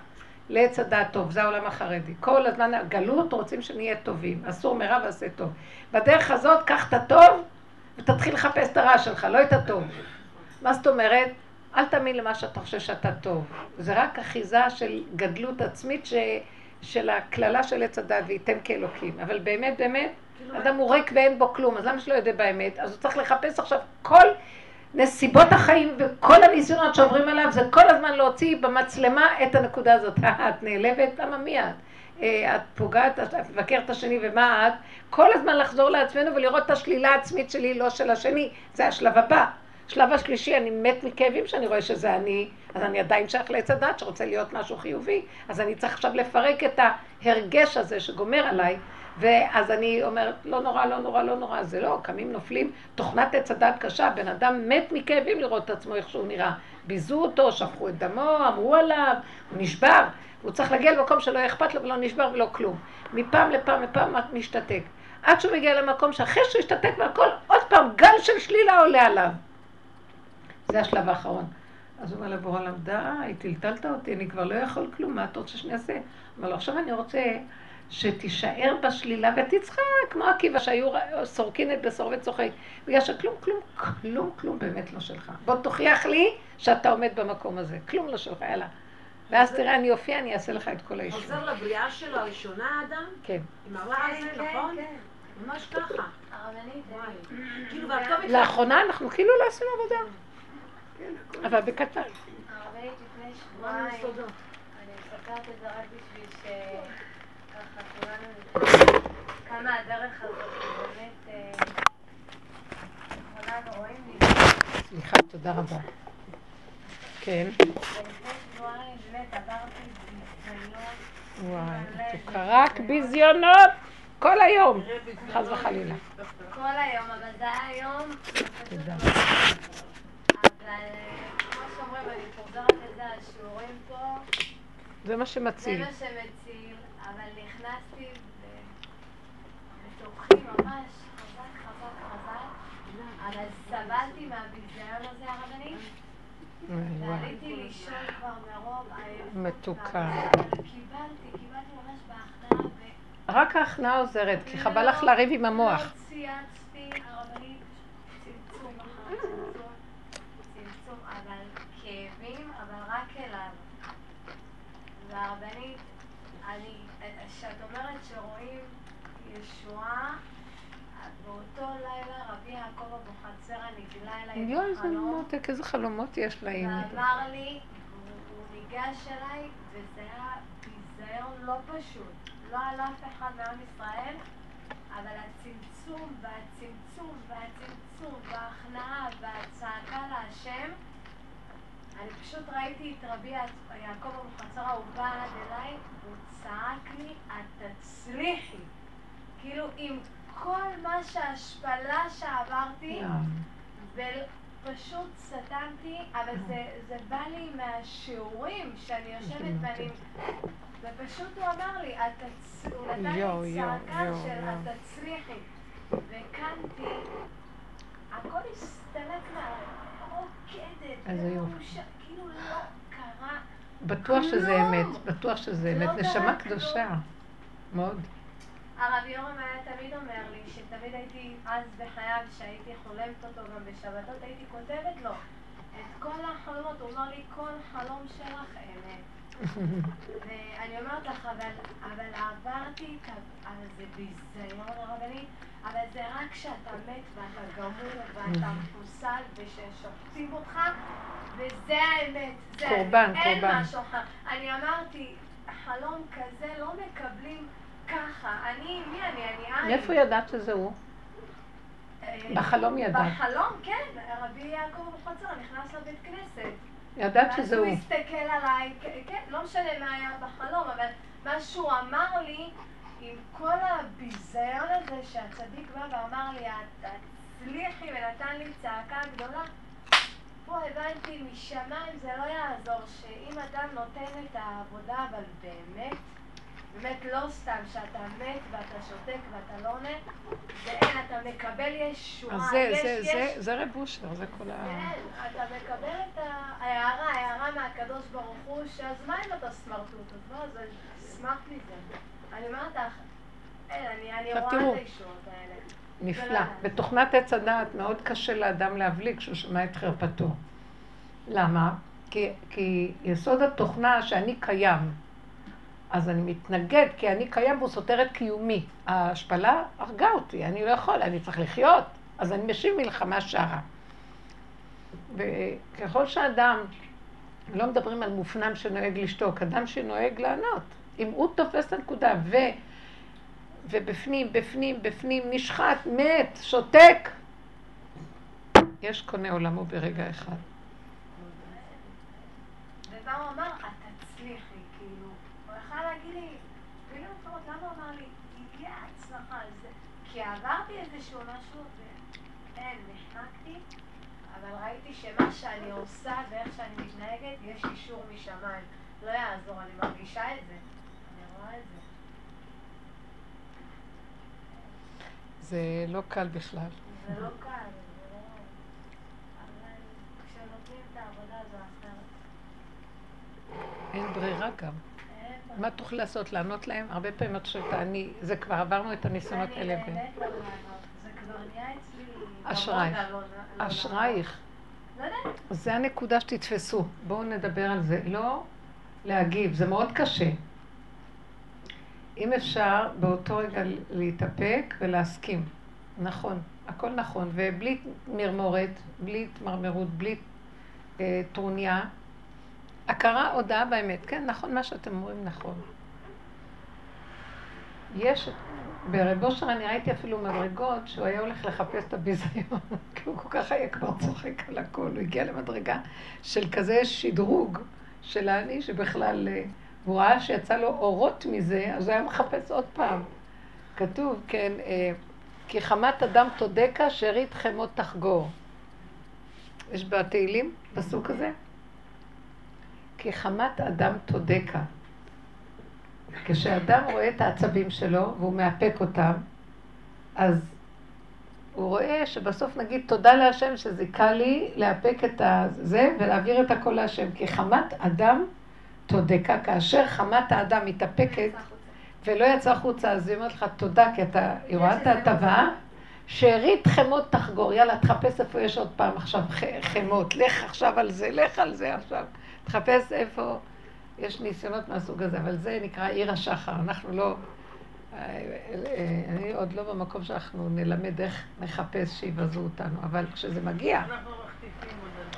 לעץ הדעת טוב, זה העולם החרדי. כל הזמן הגלות רוצים שנהיה טובים, אסור מרע ועשה טוב. בדרך הזאת, קח את הטוב ותתחיל לחפש את הרע שלך, לא את הטוב. מה זאת אומרת? אל תאמין למה שאתה חושב שאתה טוב. זה רק אחיזה של גדלות עצמית של הכללה של עץ הדעת, וייתם כאלוקים. אבל באמת, באמת, אדם הוא ריק ואין בו כלום, אז למה שלא יודע באמת? אז הוא צריך לחפש עכשיו כל נסיבות החיים וכל הניסיונות שעוברים עליו, זה כל הזמן להוציא במצלמה את הנקודה הזאת. את נעלבת? למה מי את? את פוגעת, את מבקרת את השני, ומה את? כל הזמן לחזור לעצמנו ולראות את השלילה העצמית שלי, לא של השני. זה השלב הבא. שלב השלישי, אני מת מכאבים שאני רואה שזה אני, אז אני עדיין שייך לעץ הדת שרוצה להיות משהו חיובי, אז אני צריך עכשיו לפרק את ההרגש הזה שגומר עליי, ואז אני אומרת, לא נורא, לא נורא, לא נורא, זה לא, קמים נופלים, תוכנת עץ הדת קשה, בן אדם מת מכאבים לראות את עצמו איך שהוא נראה, ביזו אותו, שפכו את דמו, אמרו עליו, הוא נשבר, הוא צריך להגיע למקום שלא אכפת לו ולא נשבר ולא כלום. מפעם לפעם משתתק. עד שהוא מגיע למקום שאחרי שהוא השתתק והכל, עוד פעם גל של שלילה עולה עליו. זה השלב האחרון. אז הוא אומר לבורא עולם, די, טלטלת אותי, אני כבר לא יכול כלום, מה אתה רוצה שאני אעשה? אבל עכשיו אני רוצה שתישאר בשלילה ותצחק, כמו עקיבא שהיו סורקין את בשור וצוחק. בגלל שכלום, כלום, כלום, כלום באמת לא שלך. בוא תוכיח לי שאתה עומד במקום הזה. כלום לא שלך, יאללה. ואז תראה, אני אופיע, אני אעשה לך את כל האישור. חוזר לבריאה שלו הראשונה, האדם? כן. עם הרע הזה, נכון? ממש ככה. הרבנית, כאילו, והכתובת... לאחרונה אנחנו כאילו לא עשינו עבודה. אבל בקטן. הרבנית לפני שבועיים, אני מספרת את זה רק בשביל שככה כולנו נתחיל כמה הדרך הזאת באמת כולנו רואים לי. סליחה, תודה רבה. כן. ולפני שבועיים באמת עברתי ביזיונות. וואי, רק ביזיונות כל היום, חס וחלילה. כל היום, אבל זה היה יום. תודה. אבל כמו שאומרים, אני חוזרת לזה, השיעורים פה, זה מה שמציל. זה מה שמציל, אבל נכנסתי בתוכי ממש חזק, אבל סבלתי מהביזיון הזה הרבנית, ועליתי לישון כבר מרוב עייפות. מתוקה. קיבלתי ממש בהכנעה. רק ההכנעה עוזרת, כי חבל לך לריב עם המוח. לא צייצתי, הרבנית, צמצום אחר צמצום, אבל כאבים, אבל רק אליו. והרבנית, שאת אומרת שרואים ישועה, באותו לילה רבי יעקב אבוחצירא נגלה אליי יואי, איזה בחלום, מותק, איזה חלומות יש להם. ואמר לי, הוא ניגש אליי, וזה היה ביזיון לא פשוט. לא על אף אחד מעם ישראל, אבל הצמצום והצמצום והצמצום וההכנעה והצעקה להשם, אני פשוט ראיתי את רבי יעקב אבוחצירא, הוא בא עד אליי, הוא צעק לי, את תצליחי. כאילו עם כל מה שההשפלה שעברתי, ופשוט סתמתי, אבל זה בא לי מהשיעורים שאני יושבת ואני... ופשוט הוא אמר לי, הוא נתן לי צעקה של את תצליחי. וקמתי, הכל הסתלק מהרוקדת, כאילו לא קרה. בטוח שזה אמת, בטוח שזה אמת, נשמה קדושה. מאוד. הרב יורם היה תמיד אומר לי, שתמיד הייתי אז בחייו, שהייתי חולמת אותו גם בשבתות, הייתי כותבת לו את כל החלומות, הוא אומר לי, כל חלום שלך אמת. ואני אומרת לך, אבל עברתי, אבל זה ביזיון הרבנית, אבל זה רק כשאתה מת ואתה גמור ואתה מחוסל וששופטים אותך, וזה האמת, זה קורבן, אין קורבן. משהו אחר. אני אמרתי, חלום כזה לא מקבלים ככה, מי אני עין. איפה ידעת שזה הוא? בחלום ידעת. בחלום, כן, רבי יעקב אבוחצירא נכנס לבית כנסת. ידעת שזה הוא. הוא הסתכל עליי, כן, לא משנה מה היה בחלום, אבל מה שהוא אמר לי, עם כל הביזיון הזה שהצדיק בא ואמר לי, את תצליחי, ונתן לי צעקה גדולה, פה הבנתי משמיים, זה לא יעזור, שאם אדם נותן את העבודה, אבל באמת, באמת לא סתם שאתה מת ואתה שותק ואתה לא עונה, זה אין, אתה מקבל ישועה. אז זה רב אושר, זה כל ה... כן, אתה מקבל את ההערה מהקדוש ברוך הוא, שאז מה אם אתה סמרטוט? אז מה, זה סמך מזה. אני אומרת לך, אני רואה את הישועות האלה. נפלא. בתוכנת עץ הדעת מאוד קשה לאדם להבליג כשהוא שומע את חרפתו. למה? כי יסוד התוכנה שאני קיים, אז אני מתנגד כי אני קיים והוא סותר את קיומי. ההשפלה הרגה אותי, אני לא יכול, אני צריך לחיות, אז אני משיב מלחמה שרה. וככל שאדם, לא מדברים על מופנם שנוהג לשתוק, אדם שנוהג לענות, אם הוא תופס את הנקודה ובפנים, נשחט, מת, שותק, יש קונה עולמו ברגע אחד. ומה הוא אמר? את תצליחי, כאילו. הוא יכול להגיד לי, בלי המחרות, למה הוא אמר לי, תהיה הצלחה על זה? כי עברתי איזשהו משהו ואין, נחנקתי, אבל ראיתי שמה שאני עושה ואיך שאני מתנהגת, יש אישור משמיים. לא יעזור, אני מרגישה את זה. אני רואה את זה. זה לא קל בכלל. זה לא קל, זה לא... אבל כשנותנים את העבודה הזו אחרת. אין ברירה גם. מה תוכל לעשות? לענות להם? הרבה פעמים את חושבת, זה כבר עברנו את הניסיונות האלה. אני נהנית לא לענות. זה כבר נהיה אצלי... אשרייך. אשרייך. לא יודעת. זה הנקודה שתתפסו. בואו נדבר על זה. לא להגיב, זה מאוד קשה. אם אפשר באותו רגע להתאפק ולהסכים. נכון, הכל נכון. ובלי מרמורת, בלי התמרמרות, בלי טרוניה. הכרה, הודעה באמת. כן, נכון, מה שאתם אומרים נכון. יש, ברב אושר אני ראיתי אפילו מדרגות שהוא היה הולך לחפש את הביזיון, כי הוא כל כך היה כבר צוחק על הכל. הוא הגיע למדרגה של כזה שדרוג של האני שבכלל, הוא ראה שיצא לו אורות מזה, אז הוא היה מחפש עוד פעם. כתוב, כן, כי חמת אדם תודקה שארית חמות תחגור. יש בתהילים פסוק הזה? כי חמת אדם תודקה. כשאדם רואה את העצבים שלו והוא מאפק אותם, אז הוא רואה שבסוף נגיד תודה להשם שזיכה לי לאפק את זה ולהעביר את הכל להשם. כי חמת אדם תודקה, כאשר חמת האדם מתאפקת ולא יצא חוצה, אז היא אומרת לך תודה, כי אתה רואה את ההטבה, שארית חמות תחגור. יאללה, תחפש איפה יש עוד פעם עכשיו חמות, לך עכשיו על זה, לך על זה עכשיו. תחפש איפה יש ניסיונות מהסוג הזה, אבל זה נקרא עיר השחר. אנחנו לא, אני עוד לא במקום שאנחנו נלמד איך נחפש שיבזו אותנו, אבל כשזה מגיע... אנחנו מחטיפים עוד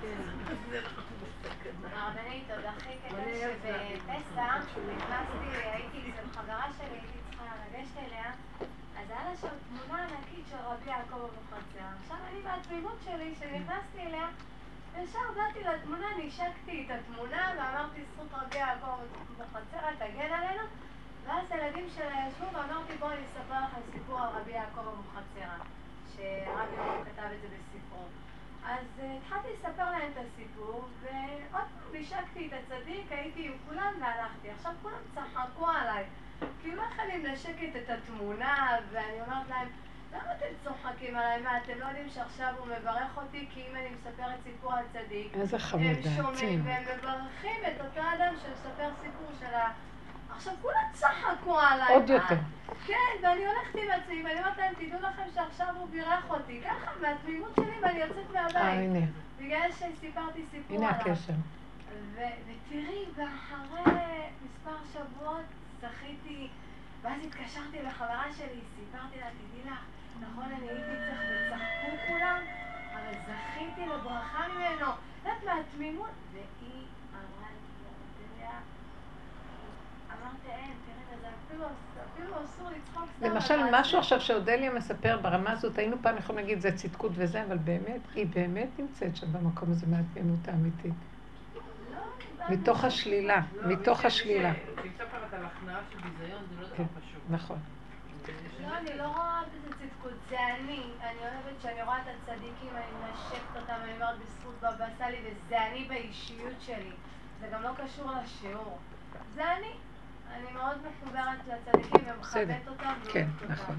הרבנית, עוד הכי כדי שבפסח נכנסתי, הייתי אצל חברה שלי, הייתי צריכה לגשת אליה, אז היה לה שם תמונה ענקית של רבי יעקב אבוחצירא. עכשיו אני בתמימות שלי, שנכנסתי אליה, ישר באתי לתמונה, נשקתי את התמונה ואמרתי זכות רבי יעקב אבוחצירא תגן עלינו, ואז הילדים שלה ישבו ואמרתי בואו אני אספר לכם סיפור על רבי יעקב אבוחצירא, שרבי יעקב כתב את זה בספרו. אז התחלתי לספר להם את הסיפור, ועוד פעם נשקתי את הצדיק, הייתי עם כולם והלכתי. עכשיו כולם צחקו עליי, כי לא יכולים לשקט את התמונה, ואני אומרת להם, למה אתם צוחקים עליי? מה, אתם לא יודעים שעכשיו הוא מברך אותי? כי אם אני מספרת סיפור על צדיק, איזה חמודה, הם שומעים והם מברכים את אותו אדם שמספר סיפור של ה... עכשיו כולם צחקו עליי. עוד יותר. כן, ואני הולכת עם עצמי, ואני אומרת להם, תדעו לכם שעכשיו הוא בירך אותי. ככה, מהתמימות שלי, ואני יוצאת מהבית. הנה. בגלל שסיפרתי סיפור הנה עליו. הקשר. ותראי, ואחרי מספר שבועות זכיתי, ואז התקשרתי לחברה שלי, סיפרתי לה, תדעי לך, נכון, אני הייתי צריך וצחקו כולם, אבל זכיתי לברכה ממנו. יודעת, מהתמימות. והיא אמרה לי, לא יודע, אמרתי, אין, תראי, זה אפילו אסור לצחוק סתם. למשל, משהו עכשיו שאודליה מספר ברמה הזאת, היינו פעם יכולים להגיד זה צדקות וזה, אבל באמת, היא באמת נמצאת שם במקום הזה מהתמימות האמיתית. מתוך השלילה, מתוך השלילה. כשהיא מספרת על הכנעה של ביזיון, זה לא דבר פשוט. נכון. לא, אני לא רואה בזה צדקות, זה אני אוהבת שאני רואה את הצדיקים, אני מנשקת אותם, אני אומרת בזכות בבא סאלי, וזה אני באישיות שלי. זה גם לא קשור לשיעור. זה אני אני מאוד מחוברת לצדיקים ומכבדת אותם. כן, נכון.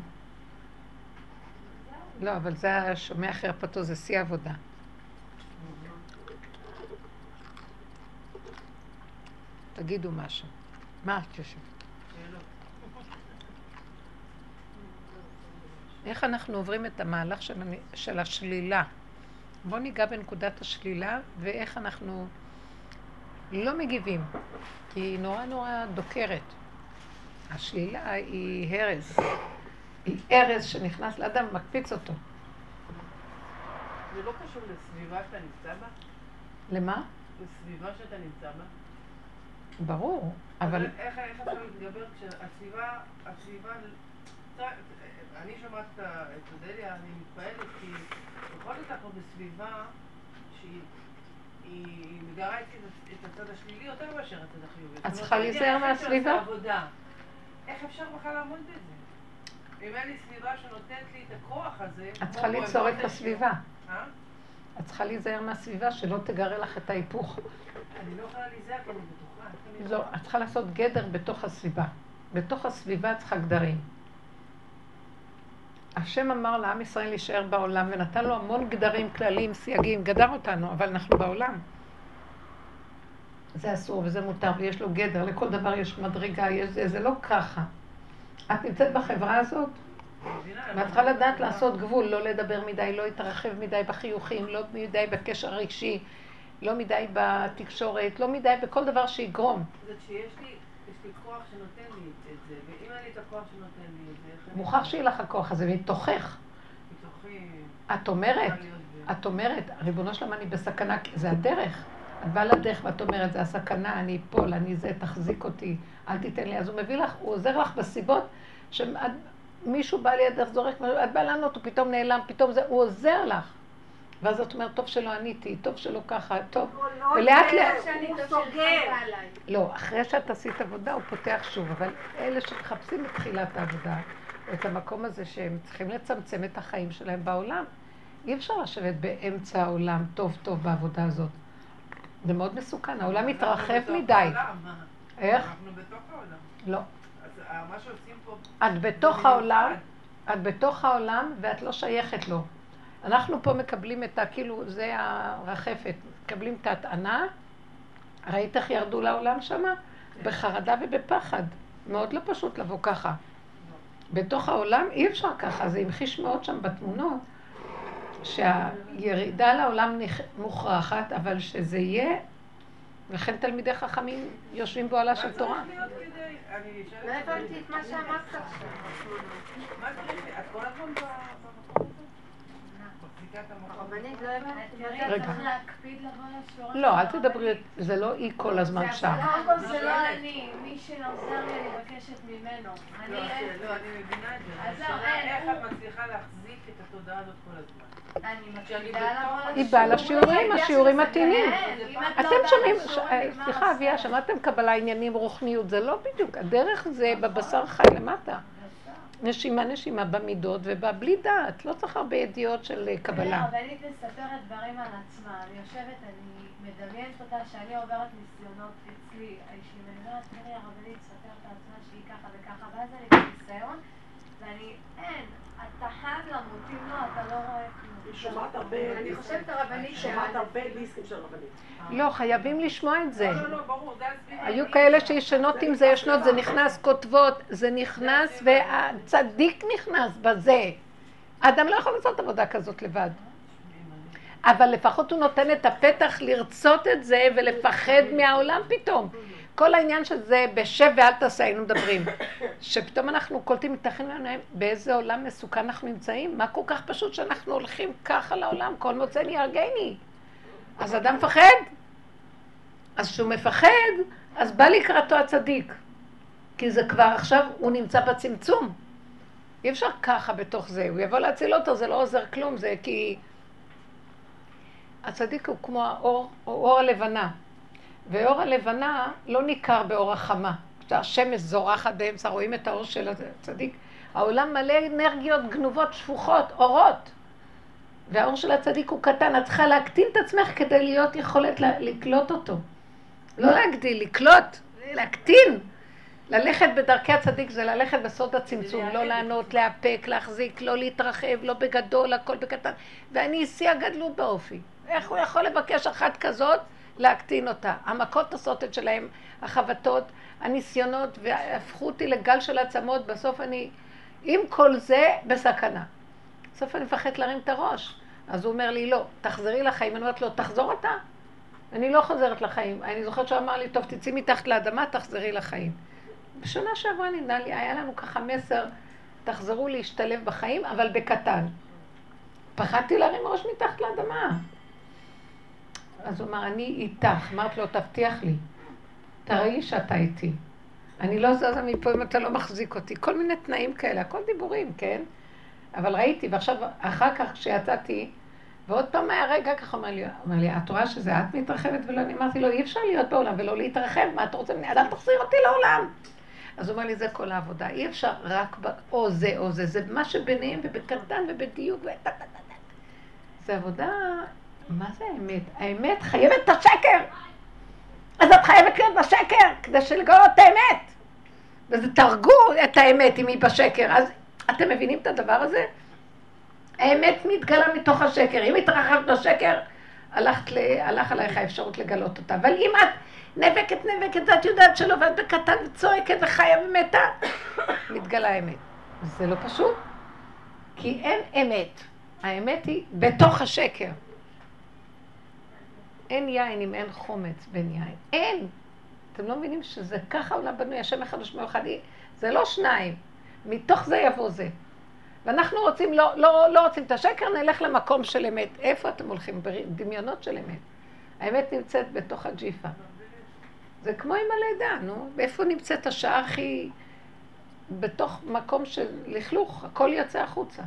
לא, אבל זה השומע חרפתו, זה שיא עבודה. תגידו משהו. מה את יושבת? איך אנחנו עוברים את המהלך של השלילה? בואו ניגע בנקודת השלילה ואיך אנחנו לא מגיבים, כי היא נורא נורא דוקרת. השלילה היא הרס. היא הרס שנכנס לאדם ומקפיץ אותו. זה לא קשור לסביבה שאתה נמצא בה? למה? לסביבה שאתה נמצא בה? ברור, אבל... איך אפשר להתגבר כשהסביבה... אני שומעת את אודליה, אני מתפעלת, כי בכל זאת אנחנו בסביבה שהיא מגרה את הצד השלילי יותר מאשר הצד החיובי. את צריכה להיזהר מהסביבה? איך אפשר בכלל לעמוד בזה? אם אין לי סביבה שנותנת לי את הכוח הזה... את צריכה ליצור את הסביבה. את צריכה להיזהר מהסביבה שלא תגרה לך את ההיפוך. אני לא יכולה להיזהר כי אני בטוחה. לא, את צריכה לעשות גדר בתוך הסביבה. בתוך הסביבה את צריכה גדרים. השם אמר לעם ישראל להישאר בעולם ונתן לו המון גדרים כלליים, סייגים, גדר אותנו, אבל אנחנו בעולם. זה אסור וזה מותר ויש לו גדר, לכל דבר יש מדרגה, זה לא ככה. את נמצאת בחברה הזאת ואת צריכה לדעת לעשות גבול, לא לדבר מדי, לא להתרחב מדי בחיוכים, לא מדי בקשר רגשי, לא מדי בתקשורת, לא מדי בכל דבר שיגרום. זאת שיש לי כוח שנותן לי את זה, ואם אין לי את הכוח שנותן לי את זה... מוכרח שיהיה לך הכוח הזה, מתוכך. מתוכי... את אומרת, ריבונו שלמה, אני בסכנה, זה הדרך. את באה לדרך ואת אומרת, זה הסכנה, אני אפול, אני זה, תחזיק אותי, אל תיתן לי. אז הוא מביא לך, הוא עוזר לך בסיבות, שמישהו בא לידך זורק, את באה לענות, הוא פתאום נעלם, פתאום זה, הוא עוזר לך. ואז את אומרת, טוב שלא עניתי, טוב שלא ככה, טוב. ולאט לאט... הוא סוגר. לא, אחרי שאת עשית עבודה הוא פותח שוב, אבל אלה שמחפשים את תחילת העבודה, את המקום הזה שהם צריכים לצמצם את החיים שלהם בעולם, אי אפשר לשבת באמצע העולם טוב טוב בעבודה הזאת. זה מאוד מסוכן, העולם מתרחב מדי. איך? אנחנו בתוך העולם. לא. אז מה שעושים פה... את בתוך העולם ואת לא שייכת לו. אנחנו פה מקבלים את כאילו, זה הרחפת, מקבלים את ההטענה, ראית איך ירדו לעולם שמה? בחרדה ובפחד. מאוד לא פשוט לבוא ככה. בתוך העולם אי אפשר ככה, זה המחיש מאוד שם בתמונות, שהירידה לעולם מוכרחת, אבל שזה יהיה, לכן תלמידי חכמים יושבים באוהלה של תורה. לא הבנתי את מה שאמרת עכשיו. מה צריך לי? את כל הזמן במקום הזה? הרבנית, לא הבנתי. רגע. צריך להקפיד לבוא לשיעורים. לא, אל תדברי, זה לא היא כל הזמן שם. קודם כל זה לא אני, מי שעוזר לי אני מבקשת ממנו. לא, אני מבינה את זה. אז זהו, איך את מצליחה להחזיק את התודעה הזאת כל הזמן? אני מקפידה לבוא לשיעורים. היא באה לשיעורים, השיעורים מתאימים. אם את לא אתם באה שומעים, לשיעורים, נגמר סליחה אביה, השיעור. שמעתם קבלה עניינים רוחניות, זה לא בדיוק, הדרך זה בבשר חי למטה. נשימה במידות ובלי דעת, לא צריך הרבה ידיעות של קבלה. הרבנית מספרת דברים על עצמה, אני יושבת, אני מדמיינת אותה שאני עוברת ניסיונות אצלי, שהיא מדברת, תראי הרבנית מספרת על עצמה שהיא ככה וככה, ואז אני בניסיון, ואני, אין, אתה חייב למות, אם לא, אתה לא רואה כלום. היא שומעת הרבה... אני חושבת הרבנית שומעת הרבה דיסקים של הרבנית. לא, חייבים לשמוע את זה. לא, ברור, זה הסביבה. היו כאלה שישנות עם זה, ישנות, זה נכנס, כותבות, זה נכנס, והצדיק נכנס בזה. האדם לא יכול לעשות עבודה כזאת לבד. אבל לפחות הוא נותן את הפתח לרצות את זה ולפחד מהעולם פתאום. כל העניין שזה בשב ואל תעשה, היינו מדברים. שפתאום אנחנו קולטים מתחים לנו באיזה עולם מסוכן אנחנו נמצאים. מה כל כך פשוט שאנחנו הולכים ככה לעולם, כל מוצאני יהרגני. אז אדם מפחד. אז כשהוא מפחד, אז בא לקראתו הצדיק. כי זה כבר עכשיו, הוא נמצא בצמצום. אי אפשר ככה בתוך זה. הוא יבוא להציל אותו, זה לא עוזר כלום. זה כי... הצדיק הוא כמו האור, אור הלבנה. ואור הלבנה לא ניכר באור החמה. כשהשמש זורחת באמצע, רואים את האור של הצדיק. העולם מלא אנרגיות גנובות, שפוכות, אורות. והאור של הצדיק הוא קטן, את צריכה להקטין את עצמך כדי להיות יכולת לקלוט אותו. לא להגדיל, לקלוט, להקטין. ללכת בדרכי הצדיק זה ללכת בסוד הצמצום, לא לענות, להפק, להחזיק, לא להתרחב, לא בגדול, הכל בקטן. ואני אשיא הגדלות באופי. איך הוא יכול לבקש אחת כזאת? להקטין אותה. המכות הסוטת שלהם, החבטות, הניסיונות, והפכו אותי לגל של עצמות, בסוף אני, עם כל זה, בסכנה. בסוף אני מפחד להרים את הראש. אז הוא אומר לי, לא, תחזרי לחיים. אני אומרת לו, תחזור אתה. אני לא חוזרת לחיים. אני זוכרת שהוא אמר לי, טוב, תצאי מתחת לאדמה, תחזרי לחיים. בשנה שעברה נדע לי, היה לנו ככה מסר, תחזרו להשתלב בחיים, אבל בקטן. פחדתי להרים ראש מתחת לאדמה. אז הוא אמר, אני איתך. אמרת לו, תבטיח לי. תראי לי שאתה איתי. אני לא זזה מפה אם אתה לא מחזיק אותי. כל מיני תנאים כאלה, הכל דיבורים, כן? אבל ראיתי, ועכשיו, אחר כך כשיצאתי, ועוד פעם היה רגע ככה, אומר לי, את רואה שזה את מתרחבת ולא, אני אמרתי לו, אי אפשר להיות בעולם ולא להתרחב, מה אתה רוצה ממני? אל תחזיר אותי לעולם. אז הוא אומר לי, זה כל העבודה, אי אפשר רק או זה או זה, זה מה שביניהם ובקטן ובדיוק זה עבודה, מה זה האמת? האמת חייבת את השקר. אז את חייבת להיות בשקר, כדי שלגלות את האמת. וזה תרגו את האמת אם היא בשקר. אז אתם מבינים את הדבר הזה? האמת מתגלה מתוך השקר. אם התרחבת בשקר, הלך עלייך האפשרות לגלות אותה. אבל אם את נאבקת, את יודעת שלא, ואת בקטן וצועקת וחיה ומתה, מתגלה האמת. זה לא פשוט, כי אין אמת. האמת היא בתוך השקר. אין יין אם אין חומץ בין יין. אין. אתם לא מבינים שזה ככה עולם בנוי, השם אחד ושמו אחד. זה לא שניים. מתוך זה יבוא זה. ואנחנו רוצים, לא רוצים את השקר, נלך למקום של אמת. איפה אתם הולכים? בדמיונות של אמת. האמת נמצאת בתוך הג'יפה. זה כמו עם הלידה, נו. איפה נמצאת השעה הכי... בתוך מקום של לכלוך, הכל יוצא החוצה.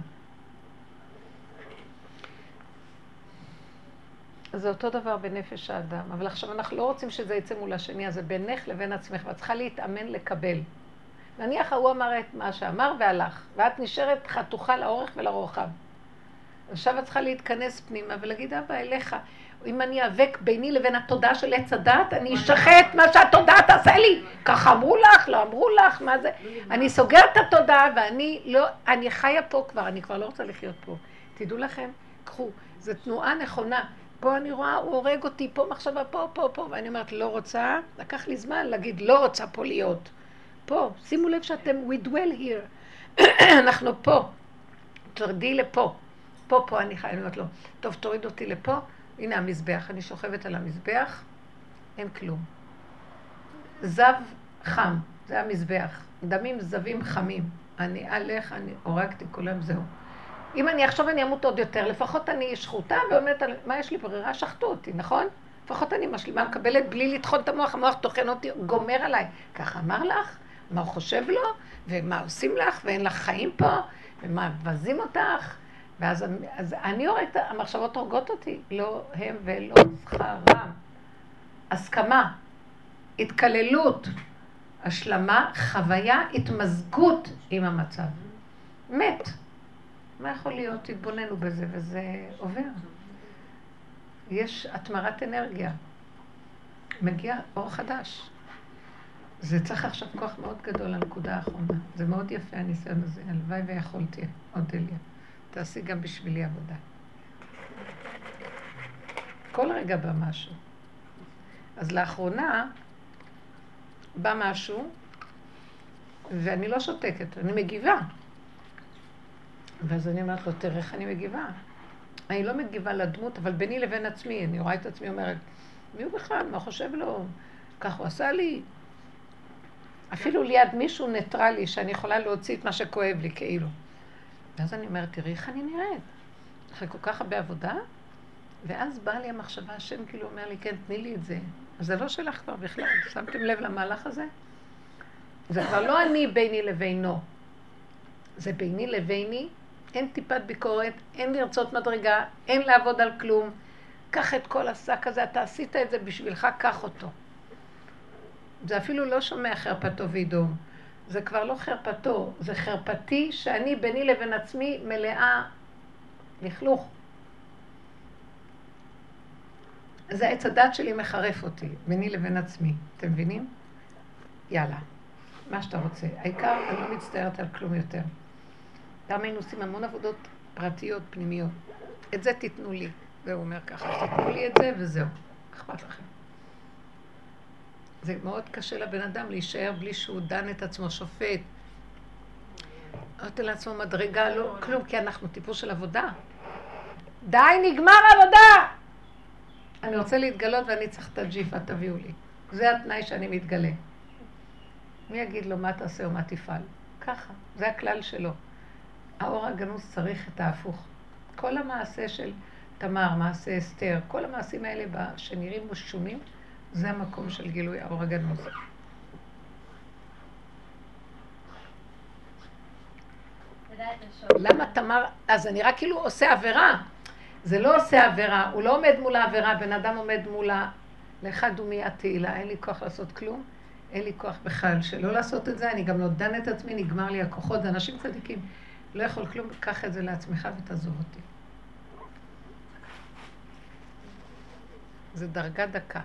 זה אותו דבר בנפש האדם, אבל עכשיו אנחנו לא רוצים שזה יצא מול השני, אז זה בינך לבין עצמך, ואת צריכה להתאמן לקבל. נניח הוא אמר את מה שאמר והלך, ואת נשארת חתוכה לאורך ולרוחב. עכשיו את צריכה להתכנס פנימה ולהגיד, אבא, אליך, אם אני אאבק ביני לבין התודעה של עץ הדת, אני אשחט מה שהתודעה תעשה לי. כך אמרו לך, לא אמרו לך, מה זה? אני סוגרת את התודעה ואני לא, אני חיה פה כבר, אני כבר לא רוצה לחיות פה. תדעו לכם, קחו, זו תנועה נכונה. פה אני רואה, הוא הורג אותי, פה מחשבה, פה, ואני אומרת, לא רוצה, לקח לי זמן להגיד, לא רוצה פה להיות. פה, שימו לב שאתם, we dwell here. אנחנו פה, תרדי לפה. פה אני חייבת, אני אומרת לו, טוב, תוריד אותי לפה, הנה המזבח, אני שוכבת על המזבח, אין כלום. זב חם, זה המזבח, דמים זבים חמים, אני הלך, אני הורגתי כולם, זהו. אם אני עכשיו אני אמות עוד יותר, לפחות אני שחוטה ואומרת, מה יש לי ברירה? שחטו אותי, נכון? לפחות אני משלימה, מקבלת בלי לטחון את המוח, המוח טוחן אותי, גומר עליי. ככה אמר לך, מה הוא חושב לו, ומה עושים לך, ואין לך חיים פה, ומה מבזים אותך, ואז אני הורגת, המחשבות הורגות אותי, לא הם ולא זכרם. הסכמה, התקללות, השלמה, חוויה, התמזגות עם המצב. מת. מה יכול להיות? תתבוננו בזה, וזה עובר. יש התמרת אנרגיה. מגיע אור חדש. זה צריך עכשיו כוח מאוד גדול לנקודה האחרונה. זה מאוד יפה הניסיון הזה. הלוואי ויכולתי, אודליה. תעשי גם בשבילי עבודה. כל רגע בא משהו. אז לאחרונה בא משהו, ואני לא שותקת, אני מגיבה. ואז אני אומרת לו, תראה איך אני מגיבה. אני לא מגיבה לדמות, אבל ביני לבין עצמי, אני רואה את עצמי אומרת, מי הוא בכלל? מה חושב לו? כך הוא עשה לי. אפילו ליד מישהו ניטרלי, שאני יכולה להוציא את מה שכואב לי, כאילו. ואז אני אומרת, תראי איך אני נראית. אחרי כל כך הרבה עבודה, ואז באה לי המחשבה, השם כאילו אומר לי, כן, תני לי את זה. אז זה לא שלך כבר בכלל. שמתם לב למהלך הזה? זה כבר לא אני ביני לבינו. זה ביני לביני, אין טיפת ביקורת, אין לרצות מדרגה, אין לעבוד על כלום. קח את כל השק הזה, אתה עשית את זה בשבילך, קח אותו. זה אפילו לא שומע חרפתו וידום. זה כבר לא חרפתו, זה חרפתי שאני ביני לבין עצמי מלאה לכלוך. זה עץ הדת שלי מחרף אותי, ביני לבין עצמי. אתם מבינים? יאללה. מה שאתה רוצה. העיקר, אני לא מצטערת על כלום יותר. גם היינו עושים המון עבודות פרטיות, פנימיות. את זה תיתנו לי. והוא אומר ככה, תיתנו לי את זה וזהו. אכפת לכם. זה מאוד קשה לבן אדם להישאר בלי שהוא דן את עצמו, שופט. נותן לעצמו מדרגה, לא כלום, כי אנחנו טיפוס של עבודה. די, נגמר עבודה! אני רוצה להתגלות ואני צריך את הג'יפה, תביאו לי. זה התנאי שאני מתגלה. מי יגיד לו מה תעשה או מה תפעל? ככה, זה הכלל שלו. האור הגנוז צריך את ההפוך. כל המעשה של תמר, מעשה אסתר, כל המעשים האלה שנראים משונים, זה המקום של גילוי האור הגנוז. למה תמר? אז אני רק כאילו עושה עבירה. זה לא עושה עבירה, הוא לא עומד מול העבירה, בן אדם עומד מולה, לאחד הוא מיד תהילה, אין לי כוח לעשות כלום, אין לי כוח בכלל שלא לעשות את זה, אני גם לא דן את עצמי, נגמר לי הכוחות, זה אנשים צדיקים, לא יכול כלום, קח את זה לעצמך ותעזוב אותי. זה דרגה דקה.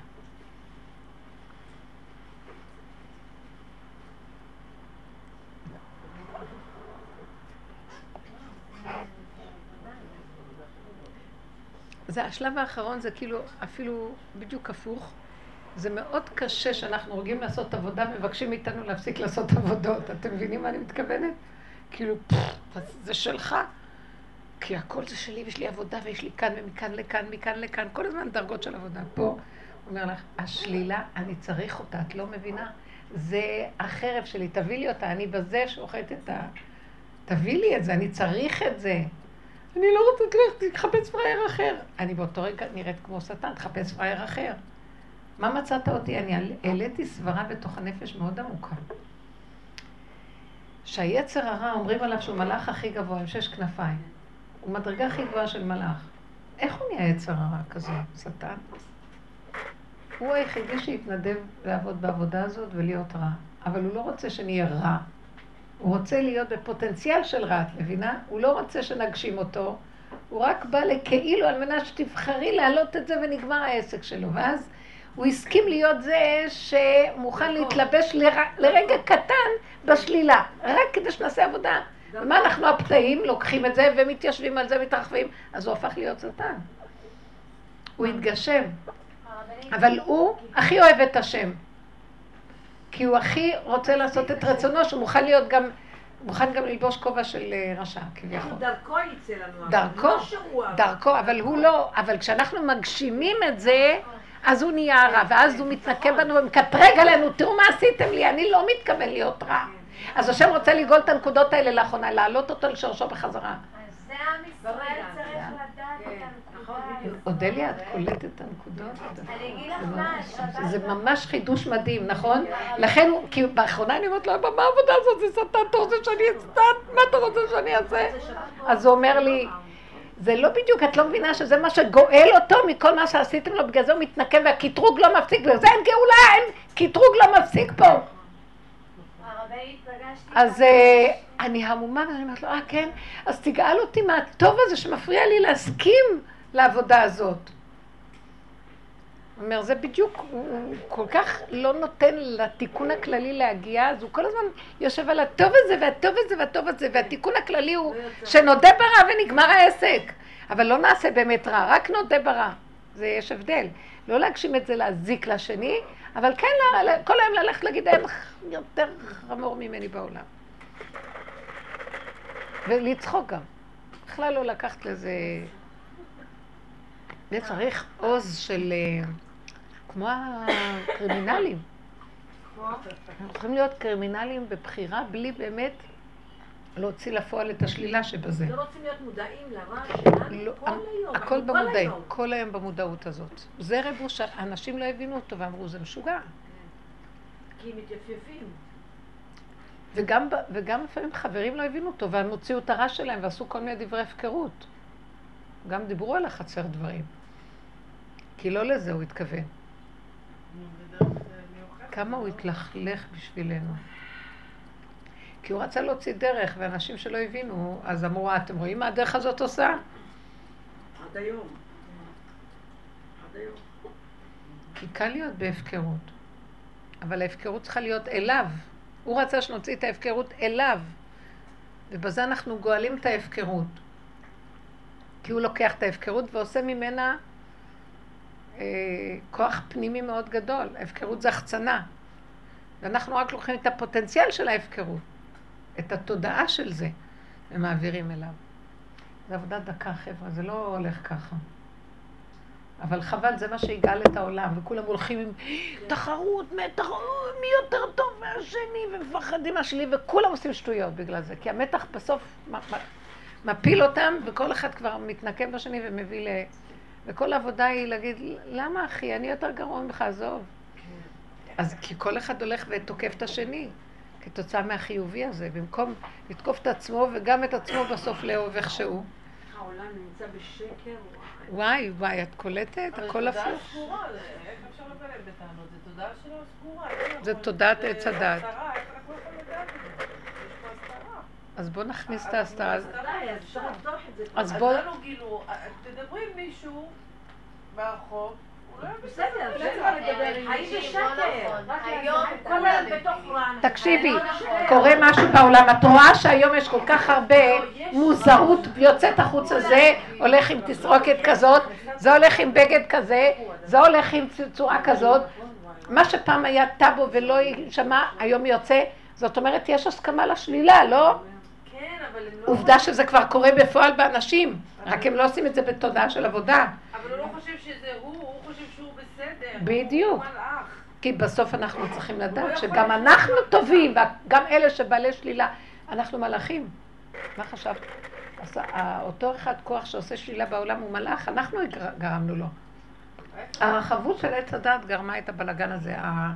זה השלב האחרון, זה כאילו אפילו בדיוק הפוך. זה מאוד קשה שאנחנו רוגעים לעשות עבודה, מבקשים מאיתנו להפסיק לעשות עבודות. אתם מבינים מה אני מתכוונת? כאילו, זה שלך. כי הכל זה שלי, ויש לי עבודה, ויש לי כאן ומכאן לכאן, מכאן לכאן, כל הזמן דרגות של עבודה. פה הוא אומר לך, השלילה, אני צריך אותה, את לא מבינה? זה החרב שלי, תביא לי אותה, אני בזה שוחט את ה... תביא לי את זה, אני צריך את זה. אני לא רוצה לחפש פרייר אחר. אני באותו רגע נראית כמו שטן, תחפש פרייר אחר. מה מצאת אותי? אני העליתי סברה בתוך הנפש מאוד עמוקה. שהיצר הרע אומרים עליו שהוא מלאך הכי גבוה, עם 6 כנפיים. הוא מדרגה הכי גבוהה של מלאך. איך הוא נהיה יצר הרע כזה, שטן? הוא היחידי שהתנדב לעבוד בעבודה הזאת ולהיות רע. אבל הוא לא רוצה שנהיה רע. הוא רוצה להיות בפוטנציאל של רע, את מבינה? הוא לא רוצה שנגשים אותו. הוא רק בא לכאילו על מנת שתבחרי להעלות את זה ונגמר העסק שלו. ואז הוא הסכים להיות זה שמוכן להתלבש לרגע קטן בשלילה. רק כדי שנעשה עבודה. ומה אנחנו הפתאים? לוקחים את זה ומתיישבים על זה ומתרחבים. אז הוא הפך להיות שטן. הוא התגשם. אבל הוא הכי אוהב את השם. כי הוא הכי רוצה לעשות את רצונו, שהוא מוכן להיות גם, מוכן גם ללבוש כובע של רשע, כביכול. דרכו יצא לנו. דרכו, אבל הוא לא, אבל כשאנחנו מגשימים את זה, אז הוא נהיה רע, ואז הוא מתנקם בנו ומקטרג עלינו, תראו מה עשיתם לי, אני לא מתכוון להיות רע. אז השם רוצה לגאול את הנקודות האלה לאחרונה, להעלות אותו לשורשו בחזרה. אז זה עם ישראל צריך לדעת את הנקודה. אודליה, את קולטת את הנקודות? אני אגיד לך מה, זה ממש חידוש מדהים, נכון? לכן, כי באחרונה אני אומרת לו, מה העבודה הזאת? זה שטן, אתה רוצה שאני אצטן? מה אתה רוצה שאני אעשה? אז הוא אומר לי, זה לא בדיוק, את לא מבינה שזה מה שגואל אותו מכל מה שעשיתם לו, בגלל זה הוא מתנקם והקטרוג לא מפסיק, בגלל זה אין גאולה, אין קטרוג לא מפסיק פה. אז אני המומה ואני אומרת לו, כן, אז תגאל אותי מהטוב הזה שמפריע לי להסכים לעבודה הזאת. הוא אומר, זה בדיוק, הוא כל כך לא נותן לתיקון הכללי להגיע, אז הוא כל הזמן יושב על הטוב הזה והטוב הזה והטוב הזה, והתיקון הכללי הוא שנודה ברע ונגמר העסק. אבל לא נעשה באמת רע, רק נודה ברע. זה יש הבדל. לא להגשים את זה להזיק לשני, אבל כן כל היום ללכת להגיד, אין יותר חמור ממני בעולם. ולצחוק גם. בכלל לא לקחת לזה... זה צריך עוז של... כמו הקרימינלים. אנחנו צריכים להיות קרימינלים בבחירה בלי באמת להוציא לפועל את השלילה שבזה. לא רוצים להיות מודעים לרע שלנו כל היום. הכל במודעים, כל היום במודעות הזאת. זה רבו שאנשים לא הבינו אותו ואמרו, זה משוגע. כי הם מתייפייפים. וגם לפעמים חברים לא הבינו אותו, והם הוציאו את הרע שלהם ועשו כל מיני דברי הפקרות. גם דיברו על החצר דברים. כי לא לזה הוא התכוון. כמה הוא התלכלך בשבילנו. כי הוא רצה להוציא דרך, ואנשים שלא הבינו, אז אמרו, אתם רואים מה הדרך הזאת עושה? עד היום. עד היום. כי קל להיות בהפקרות. אבל ההפקרות צריכה להיות אליו. הוא רצה שנוציא את ההפקרות אליו, ובזה אנחנו גואלים את ההפקרות. כי הוא לוקח את ההפקרות ועושה ממנה כוח פנימי מאוד גדול. ההפקרות זה החצנה. ואנחנו רק לוקחים את הפוטנציאל של ההפקרות, את התודעה של זה, ומעבירים אליו. זה עבודה דקה, חבר'ה, זה לא הולך ככה. אבל חבל, זה מה שיגאל את העולם, וכולם הולכים עם תחרות, מי יותר טוב מהשני, ומפחדים מהשני, וכולם עושים שטויות בגלל זה, כי המתח בסוף מפיל אותם, וכל אחד כבר מתנקם בשני ומביא וכל העבודה היא להגיד, למה אחי, אני יותר גרוע ממך, עזוב. אז כי כל אחד הולך ותוקף את השני, כתוצאה מהחיובי הזה, במקום לתקוף את עצמו וגם את עצמו בסוף לאהוב איכשהו. העולם נמצא בשקר. וואי, את קולטת? הכל הפוך. אבל זו תודעה סגורה, איך אפשר לבוא להם בטענות? זו תודעה שלו סגורה. זה תודעת עץ הדת. איך אנחנו יכולים לדעת את זה? יש פה הסתרה. אז בוא נכניס את ההסתרה. אפשר לפתוח את זה. אז אז בוא... לנו גילו, תדברי עם מישהו ברחוב, הוא לא בסדר, בסדר. זה כבר לדבר עם חיים מישהו. בשקר. היום כל היום בתוך רן. תקשיבי, קורה משהו בעולם. את רואה שהיום יש כל כך הרבה מוזרות יוצאת החוצה. זה הולך עם תסרוקת כזאת, זה הולך עם בגד כזה, זה הולך עם צורה כזאת. מה שפעם היה טאבו ולא שמע, היום יוצא. זאת אומרת, יש הסכמה לשלילה, לא? כן, אבל הם לא... עובדה שזה כבר קורה בפועל באנשים, רק הם לא עושים את זה בתודעה של עבודה. אבל הוא לא חושב שזה הוא חושב שהוא בסדר. בדיוק. הוא מלאך. כי בסוף אנחנו צריכים לדעת שגם אנחנו טובים, וגם אלה שבעלי שלילה, אנחנו מלאכים. מה חשבת? אותו אחד כוח שעושה שלילה בעולם הוא מלאך, אנחנו גרמנו לו. הרחבות של עץ הדת גרמה את הבלגן הזה,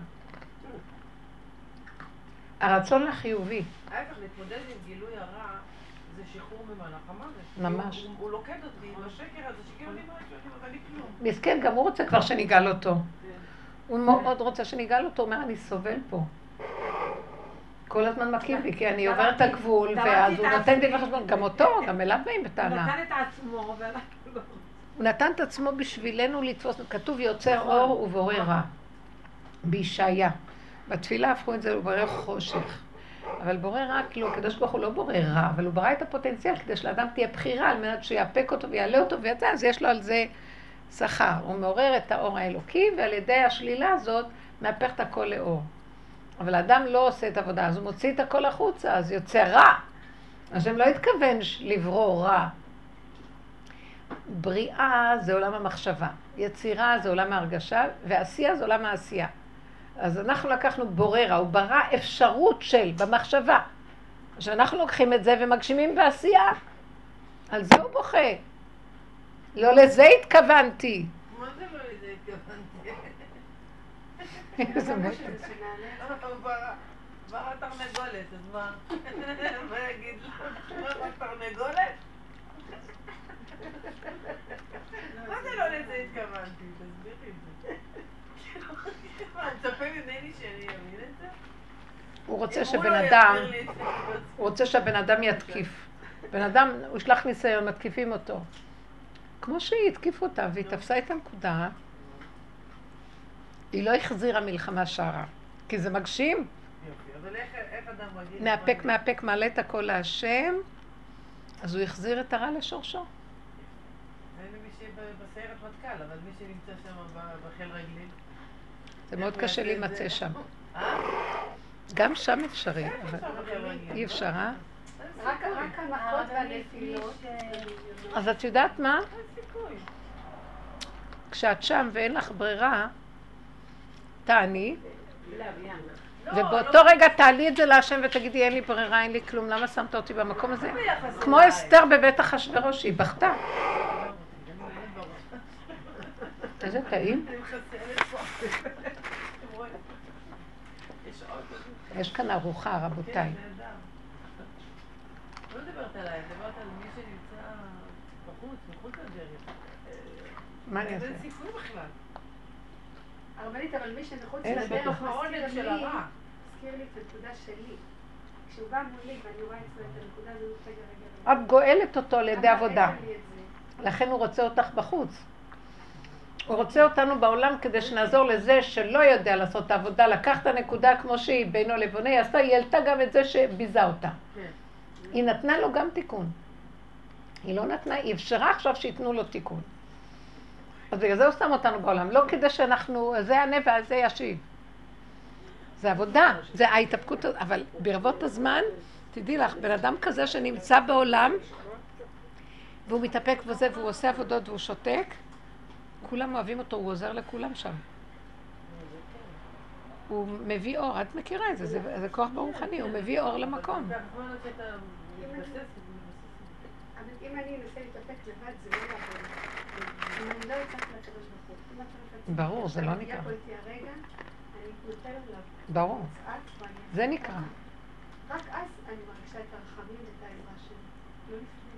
הרצון לחיובי. ההפך, להתמודד עם גילוי הרע זה שחרור ממלאך המוות. ממש. הוא לוקד אותי עם השקר הזה שכאילו אני ואני כלום. מסכן, גם הוא רוצה כבר שניגל אותו. הוא מאוד רוצה שניגל אותו, הוא אומר, אני סובל פה. כל הזמן מכים בי, כי אני עוברת את הגבול, ואז הוא נותן דין וחשבון, גם אותו, גם אליו באים בטענה. נתן את עצמו, ואנחנו לא... הוא נתן את עצמו בשבילנו לתפוס, כתוב יוצר אור ובורא רע, בישעיה. בתפילה הפכו את זה לבורא חושך. אבל בורא רע, כאילו, הקדוש ברוך הוא לא בורא רע, אבל הוא ברא את הפוטנציאל כדי שלאדם תהיה בחירה, על מנת שיאפק אותו ויעלה אותו ויצא, אז יש לו על זה שכר. הוא מעורר את האור האלוקי, ועל ידי השלילה הזאת מהפך את הכל לאור. אבל האדם לא עושה את העבודה, אז הוא מוציא את הכל החוצה, אז יוצא רע. השם לא התכוון לברוא רע. בריאה זה עולם המחשבה, יצירה זה עולם ההרגשה, ועשייה זה עולם העשייה. אז אנחנו לקחנו בורא רע, הוא ברא אפשרות של, במחשבה. שאנחנו לוקחים את זה ומגשימים בעשייה. על זה הוא בוכה. לא לזה התכוונתי. מה זה לא לזה התכוונתי? איזה מוטה. הוא ברא תרנגולת, אז מה? מה יגיד לו? מה תרנגולת? מה זה לא לזה התכוונתי? תסבירי את זה. מה, מצפה ממני שאני אבין את זה? הוא רוצה שבן אדם יתקיף. בן אדם, הוא שלח ניסיון, מתקיפים אותו. כמו שהיא התקיפו אותה, והיא תפסה את הנקודה, היא לא החזירה מלחמה שערה, כי זה מגשים. יופי, אבל איך אדם מגיע... מהפק, מעלה את הכל להשם, אז הוא החזיר את הרע לשורשו. אין מי שבסיירת מטכ"ל, אבל מי שנמצא שם בחיל רגלים... זה מאוד קשה להימצא שם. גם שם אפשרי, אבל אי אפשר, אה? רק המכות והנפילות. אז את יודעת מה? כשאת שם ואין לך ברירה, תעני, ובאותו רגע תעלי את זה להשם ותגידי, אין לי ברירה, אין לי כלום, למה שמת אותי במקום הזה? כמו אסתר בבית אחשוורוש, היא בכתה. איזה טעים? יש כאן ארוחה, רבותיי. לא דיברת עליי, דיברת על מי שנמצא מחוץ לדרך. מה אני אעשה? זה סיכוי בכלל. הרבנית, אבל מי שמחוץ אין לדרך בתוך העונג של הרע. מזכיר לי את הנקודה שלי. כשהוא בא מולי ואני רואה אצלו את הנקודה הזאת, רגע. את גואלת אותו לידי עבודה. אין לי את זה. לכן הוא רוצה אותך בחוץ. הוא רוצה אותנו בעולם כדי שנעזור לזה שלא יודע לעשות את העבודה, לקח את הנקודה כמו שהיא בינו לבינו, היא העלתה גם את זה שביזה אותה. היא נתנה לו גם תיקון. היא לא נתנה, היא אפשרה עכשיו שיתנו לו תיקון. אז בגלל זה הוא שם אותנו בעולם, לא כדי שאנחנו, זה יענה וזה ישיב. זה עבודה, זה ההתאפקות, אבל ברבות הזמן, תדעי לך, בן אדם כזה שנמצא בעולם, והוא מתאפק וזה, והוא עושה עבודות והוא שותק, כולם אוהבים אותו, הוא עוזר לכולם שם. הוא מביא אור, את מכירה את זה, זה כוח ברוחני, הוא מביא אור למקום. אבל אם אני אנסה להתאפק לבד, זה לא יעבור. אם אני לא אצטרך לקדוש ברוך הוא. ברור, זה לא נקרא. אני אתנתן עליו. ברור. זה נקרא. רק אז אני מרגישה את הרחמים ואת העזרה שלי. לא לפני.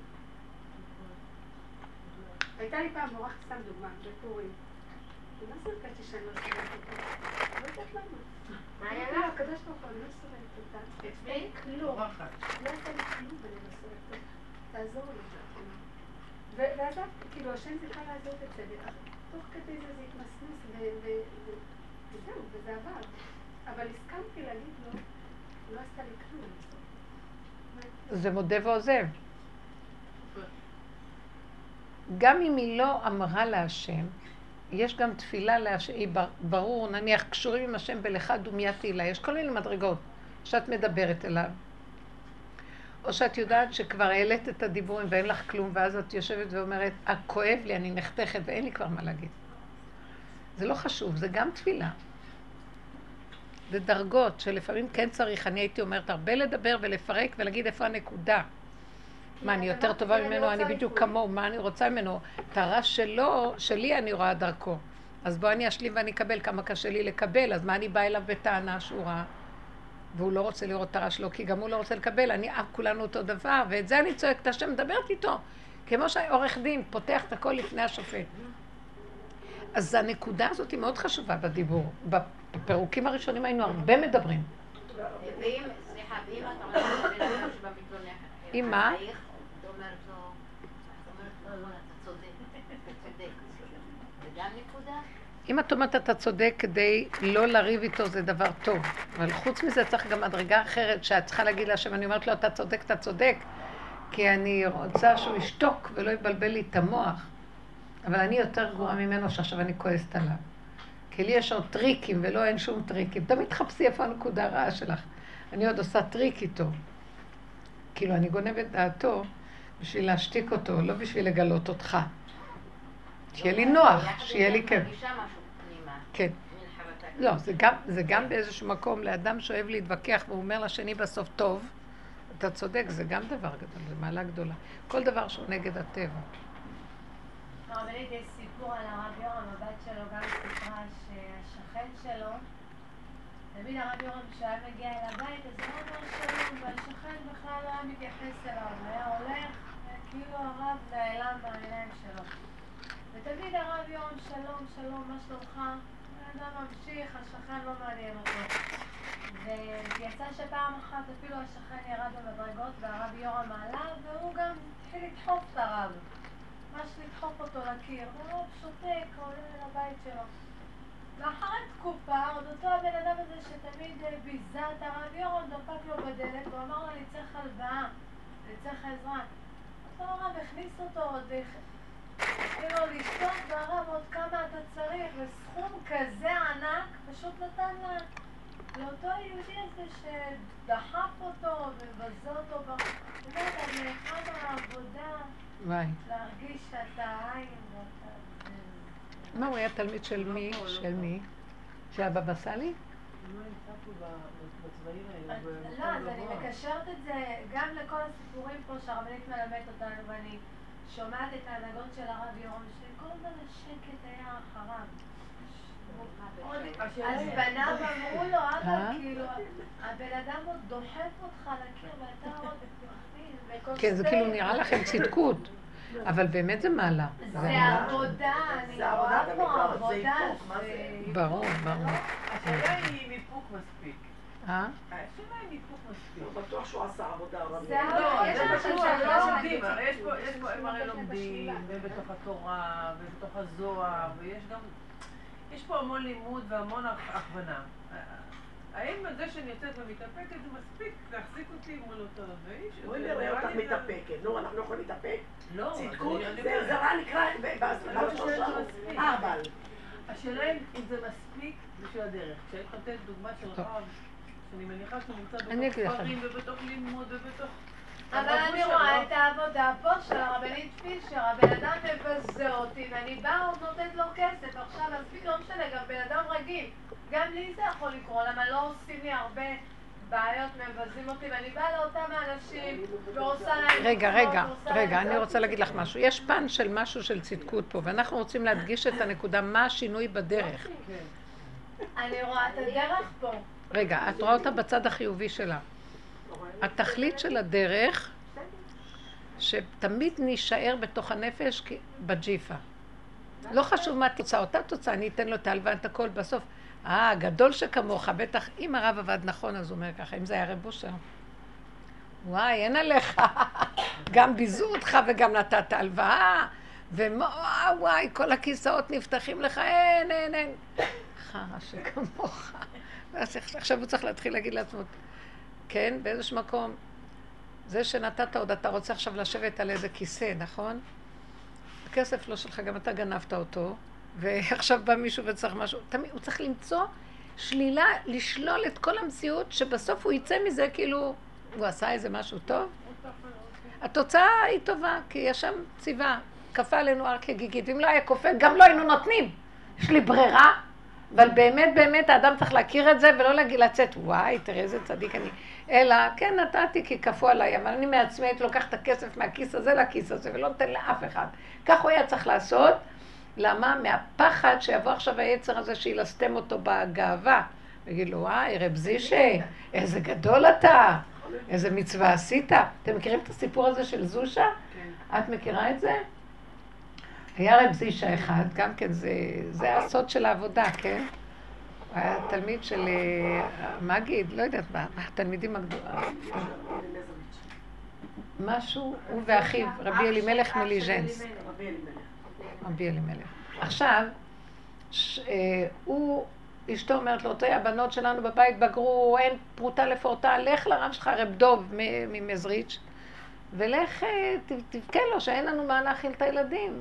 הייתה לי פעם מורה, סתם דוגמה, בפורים. ומה זה הרגשתי שאני לא סובלת אותה? לא יודעת למה. מה היה לה? הקדוש ברוך הוא, אני לא סובלת אותה. אין כלום. לא הייתה לי כלום ואני לא סובלת אותה. תעזור לי. ואז כאילו, השם צריכה לעזור את זה. תוך כדי זה התמסמס וזהו, וזה עבר. אבל הסכמתי להגיד לו, לא עשתה לי כלום. זה מודה ועוזב. גם אם היא לא אמרה להשם, יש גם תפילה להשם, היא ברור, נניח, קשורים עם השם בלך דומיה תהילה, יש כל מיני מדרגות שאת מדברת אליו. או שאת יודעת שכבר העלית את הדיבורים ואין לך כלום, ואז את יושבת ואומרת, כואב לי, אני נחתכת ואין לי כבר מה להגיד. זה לא חשוב, זה גם תפילה. זה דרגות שלפעמים כן צריך, אני הייתי אומרת, הרבה לדבר ולפרק ולהגיד איפה הנקודה. מה, אני יותר טובה ממנו, אני בדיוק כמוהו, מה אני רוצה ממנו? את הרש שלו, שלי אני רואה דרכו. אז בוא אני אשלים ואני אקבל כמה קשה לי לקבל, אז מה אני באה אליו בטענה שהוא רע? והוא לא רוצה לראות את הרש שלו, כי גם הוא לא רוצה לקבל, כולנו אותו דבר, ואת זה אני צועקת השם, מדברת איתו. כמו שעורך דין פותח את הכל לפני השופט. אז הנקודה הזאת היא מאוד חשובה בדיבור. בפירוקים הראשונים היינו הרבה מדברים. ואם, סליחה, ואם אתה אומרת שבמתלונן, עם מה? אתה אומרת לו, אתה צודק. זה גם נקודה? אם את אומרת אתה צודק כדי לא לריב איתו זה דבר טוב, אבל חוץ מזה צריך גם מדרגה אחרת שאת צריכה להגיד להשם, אני אומרת לו אתה צודק, כי אני רוצה שהוא ישתוק ולא יבלבל לי את המוח, אבל אני יותר גרועה ממנו שעכשיו אני כועסת עליו. כי לי יש עוד טריקים ולא אין שום טריקים. תמיד תחפשי איפה הנקודה הרעה שלך. אני עוד עושה טריק איתו. כאילו אני גונבת דעתו בשביל להשתיק אותו, לא בשביל לגלות אותך. שיהיה לי נוח, שיהיה לי כיף. כן. לא, זה גם באיזשהו מקום לאדם שאוהב להתווכח והוא אומר לשני בסוף טוב, אתה צודק, זה גם דבר גדול, זה מעלה גדולה. כל דבר שהוא נגד הטבע. הרבנית, יש סיפור על הרב יורם, הבת שלו גם סיפרה שהשכן שלו, תמיד הרב יורם כשהיה מגיע אל הבית, אז הוא אומר שלום, והשכן בכלל לא היה מתייחס אליו, הוא היה הולך, כאילו הרב נעלם בעיניים שלו. ותמיד הרב יורם, שלום, מה שלומך? האדם ממשיך, השכן לא מעניין אותו. ויצא שפעם אחת אפילו השכן ירד במדרגות והרב יורם עלה, והוא גם התחיל לדחוף את הרב. ממש לדחוף אותו לקיר, והרב שותק, עולה לבית שלו. ואחרי תקופה, עוד אותו הבן אדם הזה שתמיד ביזה את הרב יורם, דפק לו בדלת, והוא אמר לו, אני צריך הלוואה, אני צריך עזרה. אז הרב הכניס אותו עוד, התחילו לשתות, והרב עוד כמה אתה צריך, וסכום כזה ענק, פשוט נתן לאותו היהודי הזה שדחף אותו ובזה אותו. הוא אומר, אז לאחד העבודה, להרגיש שאתה עין ואתה... מה, הוא היה תלמיד של מי? של מי? של הבבא סאלי? לא, אז אני מקשרת את זה גם לכל הסיפורים פה שהרבנית מלמדת אותנו, ואני שומעת את ההנהגות של הרב יורם, שכל הזמן השקט היה אחריו. אז בניו אמרו לו, אבא, כאילו, הבן אדם עוד דוחף אותך לקיר ואתה עוד תחתין. כן, זה כאילו נראה לכם צדקות, אבל באמת זה מעלה. זה עבודה, אני רואה פה עבודה. ברור. השאלה היא מיפוק מספיק. השאלה אם היפוך מספיק. לא בטוח שהוא עשה עבודה רבה. לא, יש זה אנשים בטוח, שלא לא לומדים. לומדים, הם הרי לומדים, ובתוך התורה, ובתוך הזוהר, ויש גם, יש פה המון לימוד והמון הכוונה. האם זה שאני יוצאת ומתאפקת זה מספיק להחזיק אותי מול אותו ואיש? בואי נראה אותך מתאפקת. נו, אנחנו יכולים להתאפק? לא, צדקות, זה רע נקרא בלשון שלנו. אבל. השאלה אם זה מספיק בשביל הדרך. כשהיית נותנת דוגמה של רב, שאני מניחה שהוא נמצא בתוך ספרים ובתוך לימוד ובתוך... אבל אני רואה את העבודה פה של הרבנית פישר, הבן אדם מבזה אותי ואני באה עוד נותנת לו כסף, עכשיו אז לא משנה, גם בן אדם רגיל, גם לי זה יכול לקרוא, למה לא עושים לי הרבה בעיות, מבזים אותי ואני באה לאותם האנשים ועושה להם... רגע, אני רוצה להגיד לך משהו. יש פן של משהו של צדקות פה, ואנחנו רוצים להדגיש את הנקודה, מה השינוי בדרך. אני רואה את הדרך פה. רגע, את רואה אותה בצד החיובי שלה. התכלית של הדרך, שתמיד נשאר בתוך הנפש בג'יפה. לא חשוב מה תוצאה, אותה תוצאה, אני אתן לו את ההלוואה, את הכל בסוף. גדול שכמוך, בטח אם הרב עבד נכון, אז הוא אומר ככה, אם זה היה רב אושר. וואי, אין עליך. גם ביזו אותך וגם נתת הלוואה, וואי, כל הכיסאות נפתחים לך, אין. חרא שכמוך. עכשיו הוא צריך להתחיל להגיד לעצמו, כן, באיזשהו מקום, זה שנתת עוד, אתה רוצה עכשיו לשבת על איזה כיסא, נכון? הכסף לא שלך, גם אתה גנבת אותו, ועכשיו בא מישהו וצריך משהו. תמיד, הוא צריך למצוא שלילה, לשלול את כל המציאות, שבסוף הוא יצא מזה כאילו, הוא עשה איזה משהו טוב. התוצאה היא טובה, כי יש שם ציווה, כפה עלינו הר כגיגית, ואם לא היה כופה, גם לא היינו נותנים. יש לי ברירה, אבל באמת האדם צריך להכיר את זה, ולא לצאת, וואי, תראה איזה צדיק אני. אלא, כן, נתתי כי כפו עליי, אבל אני מעצמי הייתי לוקח את הכסף מהכיס הזה לכיס הזה, ולא נותן לאף אחד. כך הוא היה צריך לעשות. למה? מהפחד שיבוא עכשיו היצר הזה שילסתם אותו בגאווה. ויגיד לו, וואי, רב זישה, איזה גדול אתה, איזה מצווה עשית. אתם מכירים את הסיפור הזה של זושה? כן. את מכירה את זה? היה רב זישה אחד, גם כן, זה הסוד של העבודה, כן? היה תלמיד של מגיד, לא יודעת מה, התלמידים הגדולים. משהו, הוא ואחיו, רבי אלימלך מליז'נס. רבי אלימלך. עכשיו, אשתו אומרת לו, תראי, הבנות שלנו בבית בגרו, אין פרוטה לפורטה, לך לרב שלך, רב דוב ממזריץ', ולך תבכה לו שאין לנו מה להאכיל את הילדים.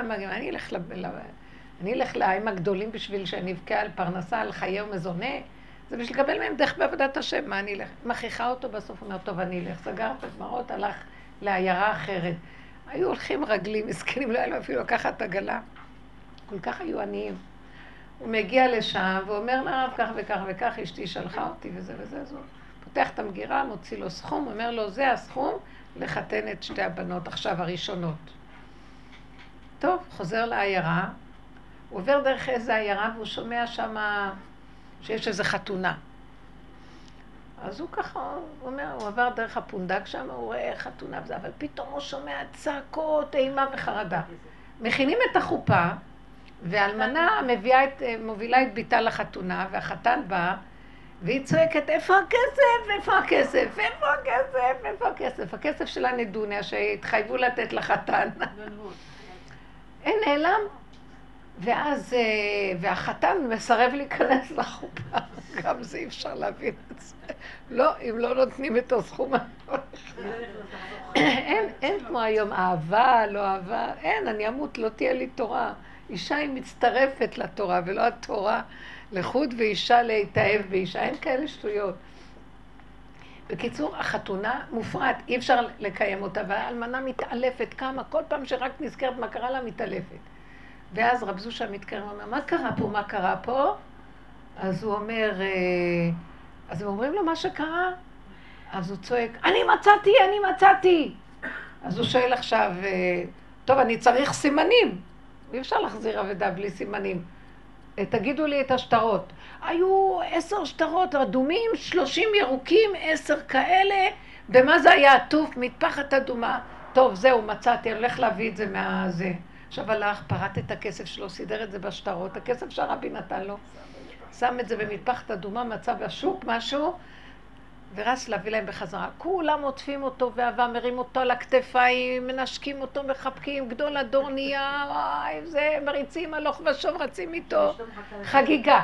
אני אלך להם הגדולים בשביל שאני אבכה על פרנסה, על חיי ומזונה. זה בשביל לקבל מהם דרך בעבודת השם, מה אני אלך? מכריחה אותו בסוף, אומר, טוב, אני אלך. סגר את הגמרות, הלך לעיירה אחרת. היו הולכים רגלים, מסכנים, לא היה לו אפילו לקחת עגלה. כל כך היו עניים. הוא מגיע לשם ואומר לרב כך וכך וכך, אשתי שלחה אותי וזה וזה זו. פותח את המגירה, מוציא לו סכום, אומר לו, זה הסכום לחתן את שתי הבנות עכשיו הראשונות. טוב, חוזר לעיירה, הוא עובר דרך איזה עיירה והוא שומע שם שיש איזו חתונה. אז הוא ככה, הוא אומר, הוא עבר דרך הפונדק שם, הוא רואה חתונה וזה, אבל פתאום הוא שומע צעקות, אימה וחרדה. מכינים את החופה, והאלמנה מובילה את ביתה לחתונה, והחתן בא, והיא צועקת, איפה הכסף? איפה הכסף? איפה הכסף? איפה הכסף? הכסף של הנדוניה שהתחייבו לתת לחתן. אין נעלם. ואז, והחתן מסרב להיכנס לחופה. גם זה אי אפשר להבין את זה. לא, אם לא נותנים את הסכום. אין כמו היום אהבה, לא אהבה. אין, אני אמות, לא תהיה לי תורה. אישה היא מצטרפת לתורה, ולא התורה לחוד ואישה להתאהב באישה. אין כאלה שטויות. בקיצור, החתונה מופרעת, אי אפשר לקיים אותה, והאלמנה מתעלפת כמה, כל פעם שרק נזכרת מה קרה לה מתעלפת. ואז רב זושה מתקרב ואומר, מה קרה פה? מה קרה פה? אז הוא אומר, אז הם אומרים לו מה שקרה. אז הוא צועק, אני מצאתי. אז הוא שואל עכשיו, טוב, אני צריך סימנים. אי אפשר להחזיר אבדה בלי סימנים. תגידו לי את השטרות. היו 10 שטרות אדומים, 30 ירוקים, 10 כאלה. במה זה היה עטוף? מטפחת אדומה. טוב, זהו, מצאתי, אני הולך להביא את זה מהזה. עכשיו הלך, פרט את הכסף שלו, סידר את זה בשטרות, הכסף שהרבי נתן לו. שם את זה במטפחת אדומה, מצא בשוק משהו, ורץ להביא להם בחזרה. כולם עוטפים אותו ואהבה, מרים אותו על הכתפיים, מנשקים אותו, מחבקים, גדול הדור נהיה, וואי, זה מריצים הלוך ושוב, רצים איתו, חגיגה.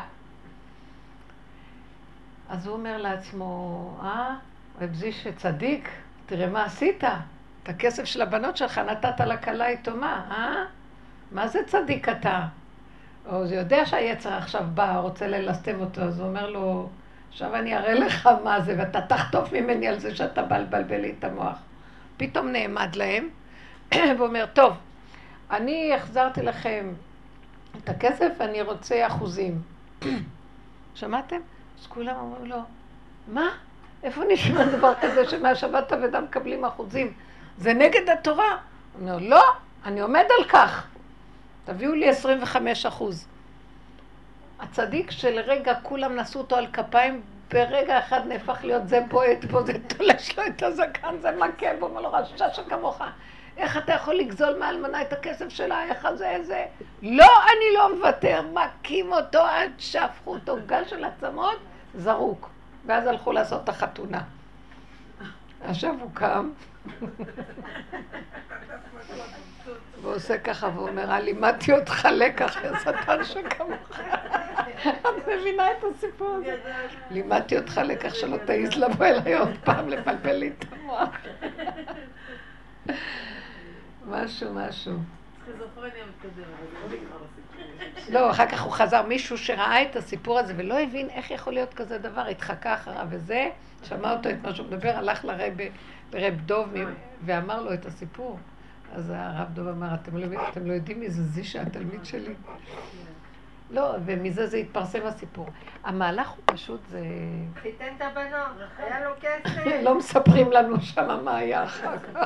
אז הוא אומר לעצמו, רב זיש צדיק, תראה מה עשית, את הכסף של הבנות שלך נתת לכלה יתומה, מה זה צדיק אתה? הוא יודע שהיצר עכשיו בא, רוצה ללסתם אותו, אז הוא אומר לו, עכשיו אני אראה לך מה זה, ואתה תחטוף ממני על זה שאתה בא לבלבל לי את המוח. פתאום נעמד להם, ואומר, טוב, אני החזרתי לכם את הכסף, אני רוצה אחוזים. שמעתם? אז כולם אמרו לו, מה? איפה נשמע דבר כזה שמהשבת אבדה מקבלים אחוזים? זה נגד התורה. הוא אומר, לא, אני עומד על כך. תביאו לי 25%. הצדיק שלרגע כולם נשאו אותו על כפיים, ברגע אחד נהפך להיות זה בועט בו, זה תולש לו את הזקן, זה מכה בו, אומר לו רשע שכמוך. איך אתה יכול לגזול מהאלמנה את הכסף שלה, איך זה? לא, אני לא מוותר, מכים אותו עד שהפכו אותו גל של עצמות, זרוק. ואז הלכו לעשות את החתונה. עכשיו הוא קם, והוא עושה ככה, והוא אומר, לימדתי אותך לקח, יא שטן שכמוך. את מבינה את הסיפור הזה? לימדתי אותך לקח שלא תעיז לבוא אליי עוד פעם לבלבל לי את המוח. משהו. סכיזופרניה מתקדמת. לא, אחר כך הוא חזר, מישהו שראה את הסיפור הזה ולא הבין איך יכול להיות כזה דבר, התחקה אחריו וזה, שמע אותו את מה שהוא מדבר, הלך לרב דוב ואמר לו את הסיפור. אז הרב דוב אמר, אתם לא יודעים מי זה זישה, התלמיד שלי? לא, ומזה זה התפרסם הסיפור. המהלך הוא פשוט זה... חיתן את הבנות, היה לו כסף. לא מספרים לנו שם מה היה אחר כך.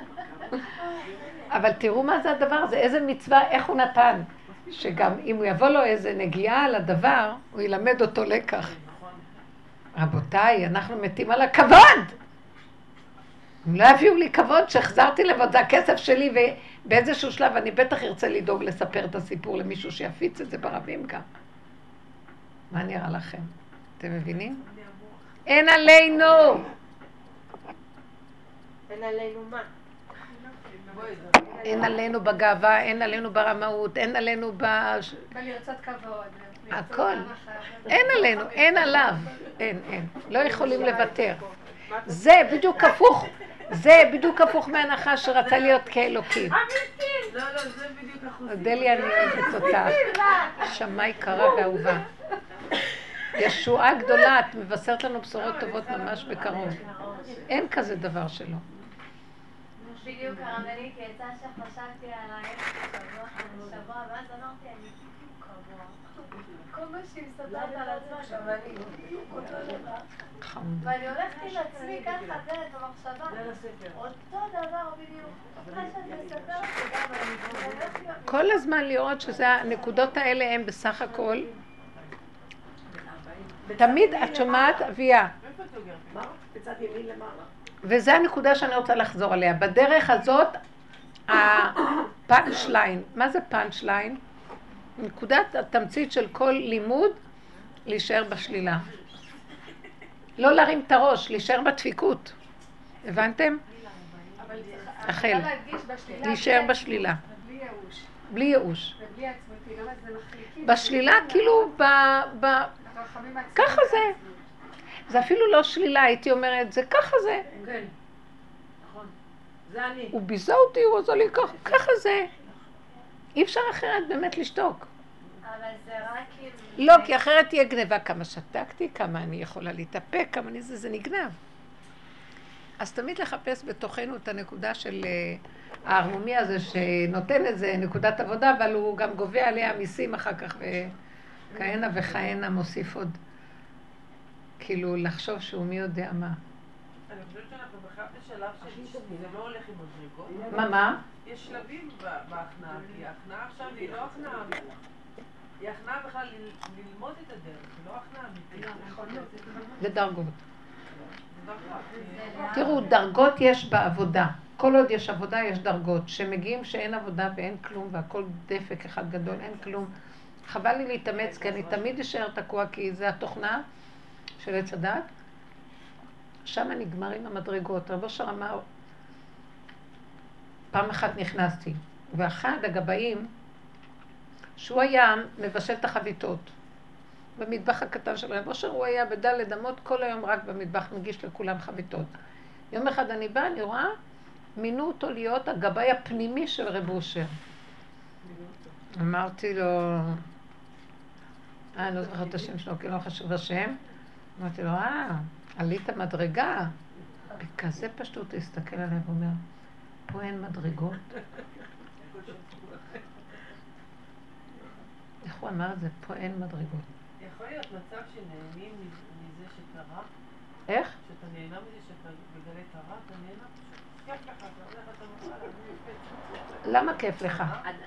אבל תראו מה זה הדבר הזה, איזה מצווה, איך הוא נתן. שגם אם הוא יבוא לו איזה נגיעה על הדבר, הוא ילמד אותו לקח. רבותיי, אנחנו מתים על הכבוד! אם לא יביאו לי כבוד שהחזרתי לבד, זה הכסף שלי, ובאיזשהו שלב אני בטח ארצה לדאוג לספר את הסיפור למישהו שיפיץ את זה ברבים גם. מה נראה לכם? אתם מבינים? אין עלינו! אין עלינו מה? אין עלינו בגאווה, אין עלינו ברמאות, אין עלינו בלרצות כבוד. הכל. אין עלינו, אין עליו. אין. לא יכולים לוותר. זה בדיוק הפוך. זה בדיוק הפוך מהנחש שרצה להיות כאלוקים. לא, זה בדיוק אחוזים. דליה, אני אוהבת אותה. שמי קרה ואהובה. ישועה גדולה, את מבשרת לנו בשורות טובות ממש בקרוב. אין כזה דבר שלא. בדיוק הרבנית יצא שחשבתי על השבוע, ואז אמרתי, אני בדיוק כמוה. כל מה שהיא מסתדרת על עצמה, שבנית, בדיוק אותו דבר. ואני הולכת עם עצמי ככה, זה במחשבה, אותו דבר בדיוק. מה שאני מסתדרת, וגם אני... כל הזמן לראות שזה הנקודות האלה הם בסך הכל. תמיד את שומעת אביה. מה? בצד ימין למעלה. וזה הנקודה שאני רוצה לחזור עליה. בדרך הזאת, הפאנץ' ליין. מה זה פאנץ' ליין? נקודת התמצית של כל לימוד, להישאר בשלילה. לא להרים את הראש, להישאר בדפיקות. הבנתם? החל. להישאר בשלילה. בלי ייאוש. בשלילה כאילו ככה זה. זה אפילו לא שלילה, הייתי אומרת, זה ככה זה. כן, נכון. זה אני. הוא ביזה אותי, הוא עושה לי ככה זה. אי אפשר אחרת באמת לשתוק. אבל זה רק כאילו... לא, כי אחרת תהיה גניבה. כמה שתקתי, כמה אני יכולה להתאפק, כמה אני זה נגנב. אז תמיד לחפש בתוכנו את הנקודה של ההרמומי הזה, שנותן איזה נקודת עבודה, אבל הוא גם גובה עליה מיסים אחר כך, וכהנה וכהנה מוסיף עוד. כאילו לחשוב שהוא מי יודע מה. אני חושבת שאנחנו בכלל בשלב שזה לא הולך עם מדרגות. מה? יש שלבים בהכנעה, כי ההכנעה עכשיו היא לא הכנעה. היא הכנעה בכלל ללמוד את הדרך, היא לא הכנעה אמיתית. זה דרגות. תראו, דרגות יש בעבודה. כל עוד יש עבודה יש דרגות. שמגיעים שאין עבודה ואין כלום והכל דפק אחד גדול, אין כלום. חבל לי להתאמץ, כי אני תמיד אשאר תקוע, כי זה התוכנה של עץ הדת. שם נגמרים המדרגות. רב אושר אמר, פעם אחת נכנסתי, ואחד הגבאים, שהוא היה מבשל את החביתות, במטבח הקטן של רב אושר, הוא היה בדלת אמות כל היום רק במטבח, מגיש לכולם חביתות. יום אחד אני באה, אני רואה, מינו אותו להיות הגבאי הפנימי של רב אושר. אמרתי לו, אני לא זוכרת את השם שלו, כי לא חשוב השם. אמרתי לו, עלית מדרגה. בכזה פשטות להסתכל עליו ואומר, פה אין מדרגות. איך הוא אמר את זה? פה אין מדרגות. יכול להיות מצב שנהנים מזה שקרה? איך? שאתה נהנה מזה שאתה בגלי קרה, אתה נהנה פשוט. כיף לך, אתה הולך, אתה מוכן. למה כיף לך?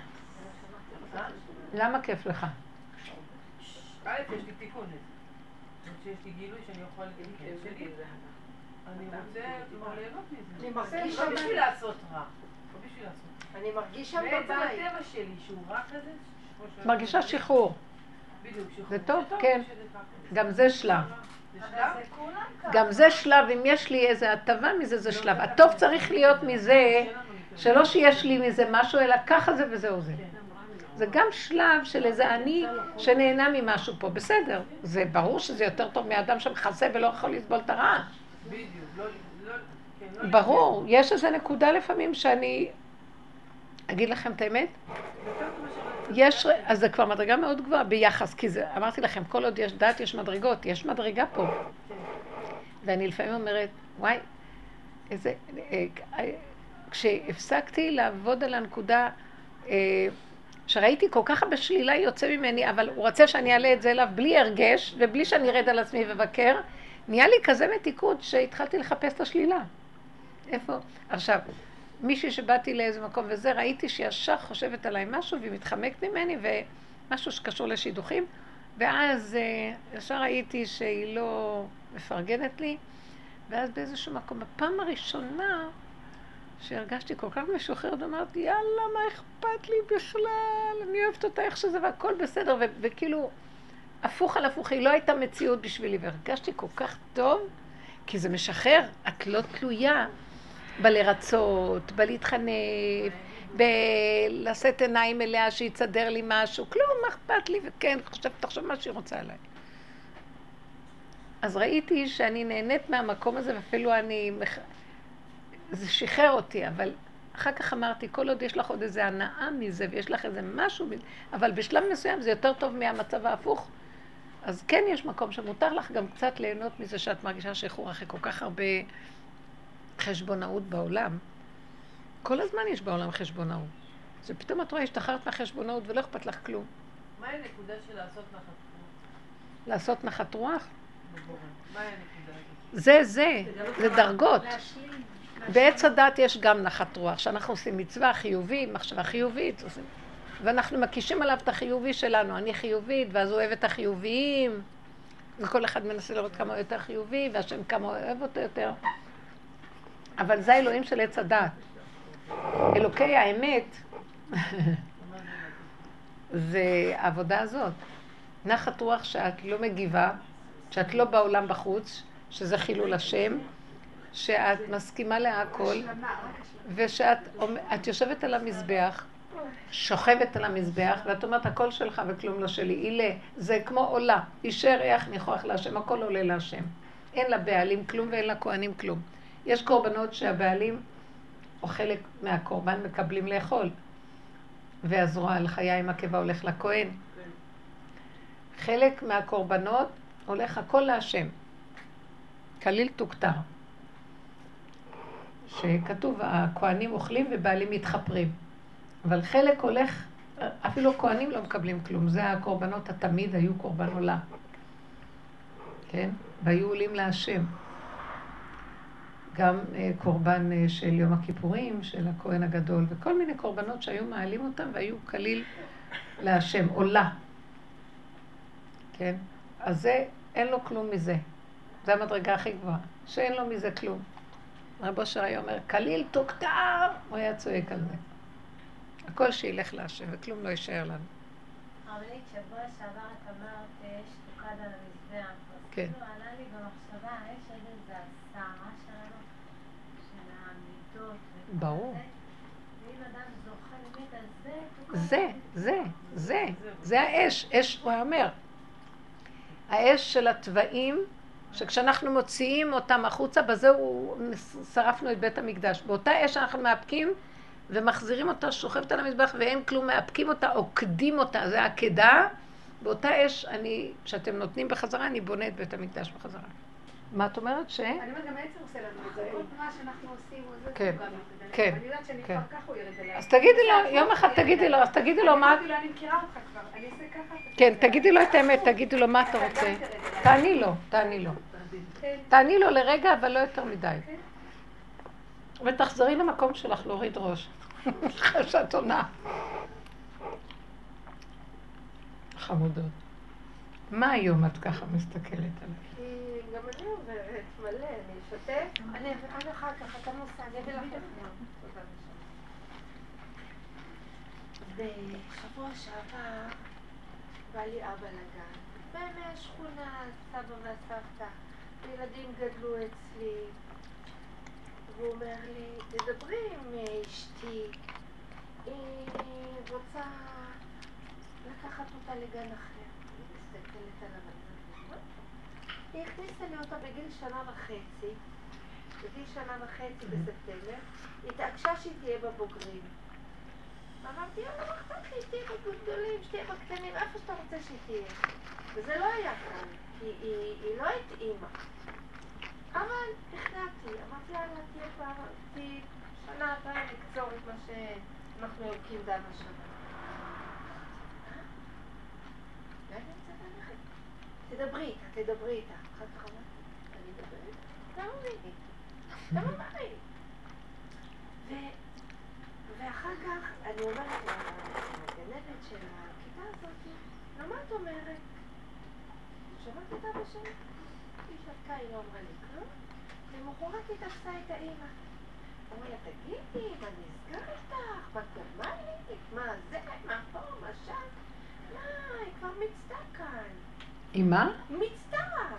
למה כיף לך? יש לי תיקון. שיש לי גילוי שאני יכול להתקן שלי. אני רוצה ליהנות מזה. לא בשביל לעשות רע. אני מרגישה בעצם בבית. הטבע שלי שהוא רע כזה. מרגישה שחרור. בדיוק, שחרור. זה טוב? כן. גם זה שלב. זה שלב? גם זה שלב, אם יש לי איזה הטבה מזה, זה שלב. הטוב צריך להיות מזה, שלא שיש לי מזה משהו, אלא ככה זה וזהו זה. זה גם שלב של איזה אני שנהנה ממשהו פה. בסדר, זה ברור שזה יותר טוב מאדם שמחסה ולא יכול לסבול את הרע. בדיוק, ברור, יש איזו נקודה לפעמים שאני אגיד לכם את האמת, יש, אז זה כבר מדרגה מאוד גבוהה ביחס, כי זה, אמרתי לכם, כל עוד יש דת, יש מדרגות, יש מדרגה פה. ואני לפעמים אומרת, וואי, איזה, כשהפסקתי לעבוד על הנקודה, שראיתי כל כך הרבה שלילה יוצא ממני, אבל הוא רוצה שאני אעלה את זה אליו בלי הרגש, ובלי שאני ארד על עצמי ובקר, נהיה לי כזה מתיקות שהתחלתי לחפש את השלילה. איפה? עכשיו, מישהי שבאתי לאיזה מקום וזה, ראיתי שישר חושבת עליי משהו והיא מתחמקת ממני ומשהו שקשור לשידוכים, ואז ישר ראיתי שהיא לא מפרגנת לי, ואז באיזשהו מקום, בפעם הראשונה שהרגשתי כל כך משוחררת, אמרתי, יאללה, מה אכפת לי בכלל? אני אוהבת אותה איך שזה והכל בסדר, וכאילו הפוך על הפוך, היא לא הייתה מציאות בשבילי, והרגשתי כל כך טוב, כי זה משחרר, את לא תלויה בלרצות, בלהתחנף, בלשאת עיניים אליה שיצדר לי משהו, כלום, מה אכפת לי, וכן, תחשוב מה שהיא רוצה עליי. אז ראיתי שאני נהנית מהמקום הזה, ואפילו זה שחרר אותי, אבל אחר כך אמרתי, כל עוד יש לך עוד איזה הנאה מזה, ויש לך איזה משהו מזה, אבל בשלב מסוים זה יותר טוב מהמצב ההפוך. אז כן יש מקום שמותר לך גם קצת ליהנות מזה שאת מרגישה שחרור אחרי כל כך הרבה חשבונאות בעולם. כל הזמן יש בעולם חשבונאות. זה פתאום את רואה, השתחררת מהחשבונאות ולא אכפת לך כלום. מה הנקודה של לעשות נחת רוח? לעשות נחת רוח? מה הנקודה? זה דרגות. בעץ הדת יש גם נחת רוח, שאנחנו עושים מצווה חיובית, מחשבה חיובית, ואנחנו מקישים עליו את החיובי שלנו. אני חיובית, ואז הוא אוהב את החיוביים, וכל אחד מנסה לראות כמה יותר חיובי, והשם כמה אוהב אותו יותר. אבל זה האלוהים של עץ הדת. אלוקי האמת, זה העבודה הזאת. נחת רוח שאת לא מגיבה, שאת לא בעולם בחוץ, שזה חילול השם, שאת מסכימה להכל, ושאת יושבת על המזבח, שוכבת על המזבח, ואת אומרת, הכל שלך וכלום לא שלי. אילה, זה כמו עולה, אישר ריח ניחוח להשם, הכל עולה להשם. אין לבעלים כלום ואין לכהנים כלום. יש קורבנות שהבעלים, או חלק מהקורבן, מקבלים לאכול, והזרוע על חיה עם עקבה הולך לכהן. חלק מהקורבנות הולך הכל להשם. כליל תוקטר. שכתוב, הכהנים אוכלים ובעלים מתחפרים. אבל חלק הולך, אפילו כהנים לא מקבלים כלום. זה הקורבנות התמיד היו קורבן עולה. כן? והיו עולים להשם. גם קורבן של יום הכיפורים, של הכהן הגדול, וכל מיני קורבנות שהיו מעלים אותם והיו כליל להשם, עולה. כן? אז זה, אין לו כלום מזה. זה המדרגה הכי גבוהה, שאין לו מזה כלום. רב אושר היה אומר, כליל תוקטר, הוא היה צועק על זה. הכל שילך להשם וכלום לא יישאר לנו. הרבנית, שבוע שעבר את אמרת יש תוקד על המזבח. כן. עלה לי במחשבה, יש עוד איזה הסערה שלנו, של המידות. ברור. ואם אדם זוכה באמת, אז זה תוקד. זה האש. אש, הוא אומר. האש של הטבעים, שכשאנחנו מוציאים אותם החוצה, בזהו שרפנו את בית המקדש. באותה אש אנחנו מאפקים ומחזירים אותה, שוכבת על המזבח ואין כלום, מאפקים אותה, עוקדים אותה, זה העקדה. באותה אש, כשאתם נותנים בחזרה, אני בונה את בית המקדש בחזרה. מה את אומרת ש? אני אומרת, גם עצר עושה לנו את זה. כל תנועה שאנחנו עושים, זה כן, גם כן, אני יודעת שאני כן. כבר ככה הוא ירד עליי. אז תגידי לו, יום אחד תגידי לו, אז תגידי לו מה... אני אמרתי לו, אני מכירה אותך כבר, אני אעשה ככה. כן, תגידי לו את האמת, תגידי לו מה אתה רוצה. תעני לו. תעני לו לרגע, אבל לא יותר מדי. ותחזרי למקום שלך, להוריד ראש. שאת עונה. חמודות. מה היום את ככה מסתכלת עליי? גם אני עוברת מלא, אני אשתף. אני אחר כך, אתה נוסע, אני אביא לך לפני. בשבוע שעבר בא לי אבא לגן. מהשכונה, סבא והסבתא. הילדים גדלו אצלי. והוא אומר לי, תדברי עם אשתי. היא רוצה לקחת אותה לגן אחר. אני מסתכלת על המצב. היא הכניסה לי אותה בגיל 1.5. בגיל 1.5 בספטמבר. התעקשה שהיא תהיה בבוגרים. אמרתי, יאללה, מה אכפת לי, שתהיה בגדולים, שתהיה בקטנים, איפה שאתה רוצה שהיא תהיה. וזה לא היה כאן, כי היא לא התאימה. אבל החלטתי, אמרתי, יאללה, תהיה כבר, שנה הבאה לקצור את מה שאנחנו יורקים דן השנה. תדברי איתה. אחת חמאתי, אני מדברת? למה לי? ואחר כך אני אומרת לגננת של הכיתה הזאת, מה את אומרת? שמעת את אבא שלי? היא שתקה, היא לא אמרה לי כלום. למחרת היא תפסה את האמא. אמרה לה, תגידי, מה נסגר איתך? מה גמלית? מה זה? מה פה? מה שם? מה? היא כבר מצטה כאן. היא מה? מצטה.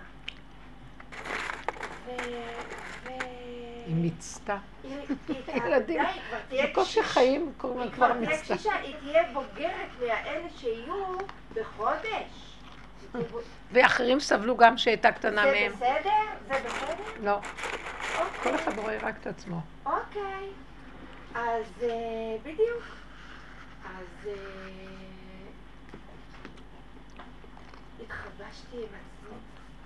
היא מצטה. ילדים, בקושי חיים קוראים לה כבר מצטה. היא תהיה בוגרת מהאלה שיהיו בחודש. ואחרים סבלו גם שהייתה קטנה מהם. זה בסדר? זה בסדר? לא. כל אחד רואה רק את עצמו. אוקיי. אז בדיוק. אז התחבשתי עם עצמי.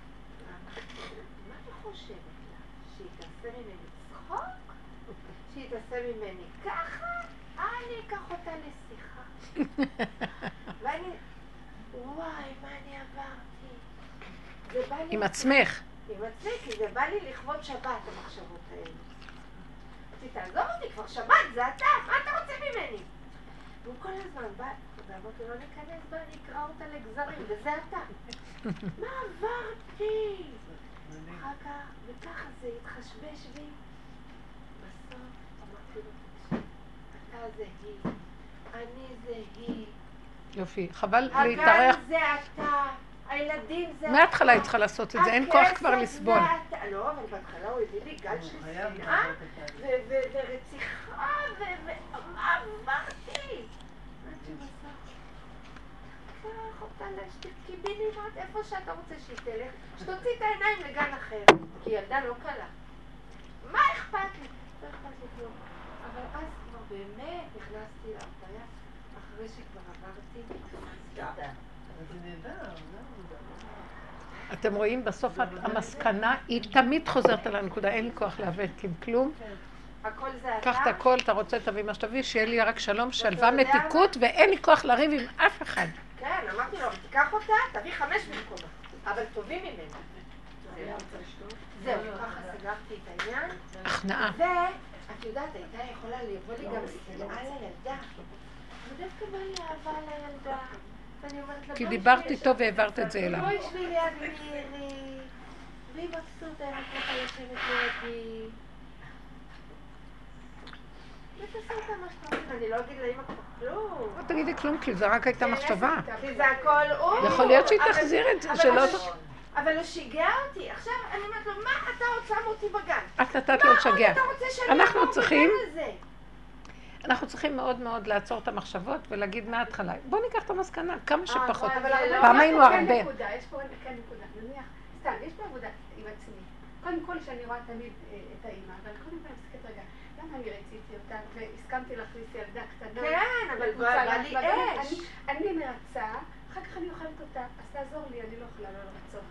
מה אני חושבת לה? שהיא תעשה ממני צחוק? שהיא תעשה ממני ככה? אני אקח אותה לשיחה. ואני... וואי, מה אני עברתי? עם עצמך. עם עצמי, כי זה בא לי לכבוד שבת, המחשבות האלה. תעזוב אותי, כבר שבת, זה אתה, מה אתה רוצה ממני? והוא כל הזמן בא, ואמרתי לו, ניכנס בה, אני אקרא אותה לגזרים, וזה אתה. מה עברתי? אחר כך, וככה זה התחשבש בי. בסוף אמרתי לו, תקשיב, אתה זה היא, אני זה היא. יופי, חבל להתארח. הגן זה אתה, הילדים זה אתה. מההתחלה היא צריכה לעשות את זה, אין כוח כבר לסבול. לא, אבל בהתחלה הוא הביא לי גל של שנאה ורציחה ומה עברתי? קח אותה קיבינימט, איפה שאתה רוצה שהיא תלך, שתוציא את העיניים לגן אחר, כי ילדה לא קלה. מה אכפת לי? לא אכפת לי כלום. אבל אז כבר באמת נכנסתי להרפאיה, אחרי שכבר עברתי. אתם רואים, בסוף המסקנה היא תמיד חוזרת על הנקודה, אין לי כוח להיאבק עם כלום. הכל זה אתה? קח את הכל, אתה רוצה, תביא מה שתביא, שיהיה לי רק שלום, שלווה, מתיקות, ואין לי כוח לריב עם אף אחד. כן, אמרתי לו, תיקח אותה, תביא 5 במקומה, אבל טובים ממנה. זהו, ככה סגרתי את העניין. הכנעה. ואת יודעת, הייתה יכולה לבוא לי גם שנאה לילדה. ודווקא בא לי אהבה לילדה. כי דיברת איתו והעברת את זה אליו. בואי שבי ליד מירי, והיא מבסוטה, אני ככה יושבת לידי. ותעשה אותה מה שאתה רוצה, אני לא אגיד לאמא כלום. לא תגידי כלום, כי זה רק הייתה מחשבה. כי זה הכל הוא. יכול להיות שהיא תחזיר את זה, שלא... אבל הוא שיגע אותי. עכשיו אני אומרת לו, מה אתה עוד שם אותי בגן? את נתת לו לשגע. מה אתה רוצה שאני אעבור בגן הזה? אנחנו צריכים מאוד מאוד לעצור את המחשבות ולהגיד מההתחלה. בואו ניקח את המסקנה, כמה שפחות. אבל פעם היינו הרבה. יש פה כן נקודה. נניח, סתם, יש פה עבודה עם עצמי. קודם כל שאני רואה תמיד את האמא, אבל קודם כל אני מסתכלת רגע, למה אני רציתי אותה והסכמתי להכניס ילדה קטנה? כן, אבל בא לי אש. אני מרצה, אחר כך אני אוכלת אותה, אז תעזור לי, אני לא יכולה לא לרצות.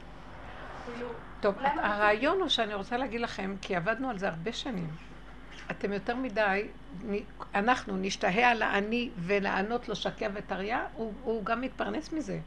טוב, הרעיון הוא שאני רוצה להגיד לכם, כי עבדנו על זה הרבה שנים. אתם יותר מדי, אנחנו נשתהה על העני ולענות לו שקע וטריה, הוא גם מתפרנס מזה.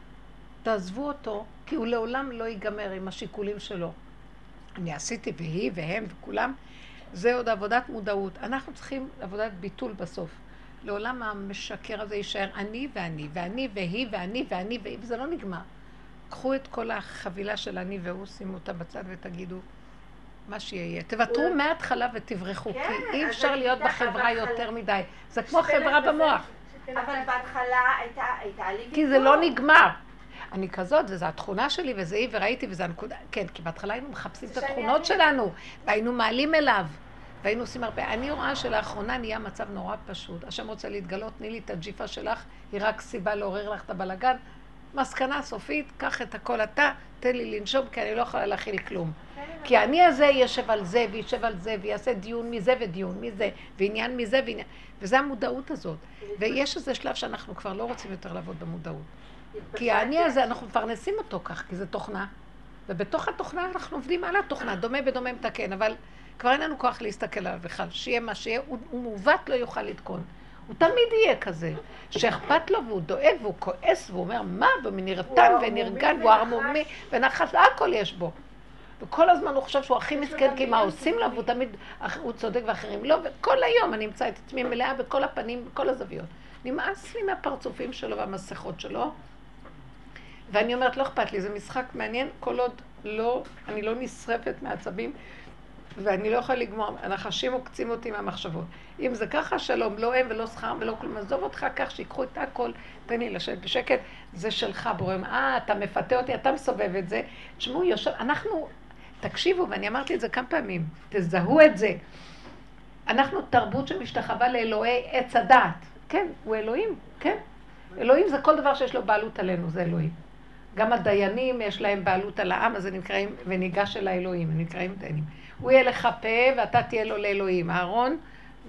תעזבו אותו, כי הוא לעולם לא ייגמר עם השיקולים שלו. אני עשיתי והיא והם וכולם, זה עוד עבודת מודעות. אנחנו צריכים עבודת ביטול בסוף. לעולם המשקר הזה יישאר אני ואני, ואני והיא ואני ואני והיא, וזה לא נגמר. קחו את כל החבילה של אני והוא, שימו אותה בצד ותגידו מה שיהיה. תוותרו מההתחלה ותברחו, כי אי אפשר להיות בחברה יותר מדי. זה כמו חברה במוח. אבל בהתחלה הייתה לי... כי זה לא נגמר. אני כזאת, וזו התכונה שלי, וזה היא, וראיתי, וזה הנקודה. כן, כי בהתחלה היינו מחפשים את התכונות שלנו, והיינו מעלים אליו, והיינו עושים הרבה. אני רואה שלאחרונה נהיה מצב נורא פשוט. השם רוצה להתגלות, תני לי את הג'יפה שלך, היא רק סיבה לעורר לך את הבלגן. מסקנה סופית, קח את הכל אתה, תן לי לנשום, כי אני לא יכולה להכיל כלום. כי אני הזה ישב על זה, וישב על זה, ויעשה דיון מזה ודיון מזה, ועניין מזה ועניין. וזה המודעות הזאת. ויש איזה שלב שאנחנו כבר לא רוצים יותר לעבוד במודעות. כי האני הזה, אנחנו מפרנסים אותו כך, כי זה תוכנה. ובתוך התוכנה אנחנו עובדים על התוכנה, דומה ודומה מתקן, אבל כבר אין לנו כוח להסתכל עליו בכלל. שיהיה מה שיהיה, הוא מעוות לא יוכל לתקון. הוא תמיד יהיה כזה, שאכפת לו והוא דואג והוא כועס והוא אומר מה, ונרתן ונרגן והוא ערמומי ונחש, הכל יש בו. וכל הזמן הוא חושב שהוא הכי מסכן, כי מה עושים לו, והוא תמיד, הוא צודק ואחרים לא, וכל היום אני אמצא את עצמי מלאה בכל הפנים, בכל הזוויות. נמאס לי מהפרצופים שלו והמסכות שלו, ואני אומרת, לא אכפת לי, זה משחק מעניין, כל עוד לא, אני לא נשרפת מעצבים, ואני לא יכולה לגמור, הנחשים עוקצים אותי מהמחשבות. אם זה ככה, שלום, לא הם ולא שכר ולא כלום, עזוב אותך כך, שיקחו את הכל, תן לי לשבת בשקט, זה שלך, בורם, אתה מפתה אותי, אתה מסובב את זה. תשמעו, אנחנו, תקשיבו, ואני אמרתי את זה כמה פעמים, תזהו את זה. אנחנו תרבות שמשתחווה לאלוהי עץ הדעת. כן, הוא אלוהים, כן. אלוהים זה כל דבר שיש לו בעלות עלינו, זה אלוהים. גם הדיינים יש להם בעלות על העם, אז הם נקראים, וניגש אל האלוהים, הם נקראים דיינים. הוא יהיה לך פה ואתה תהיה לו לאלוהים. אהרון,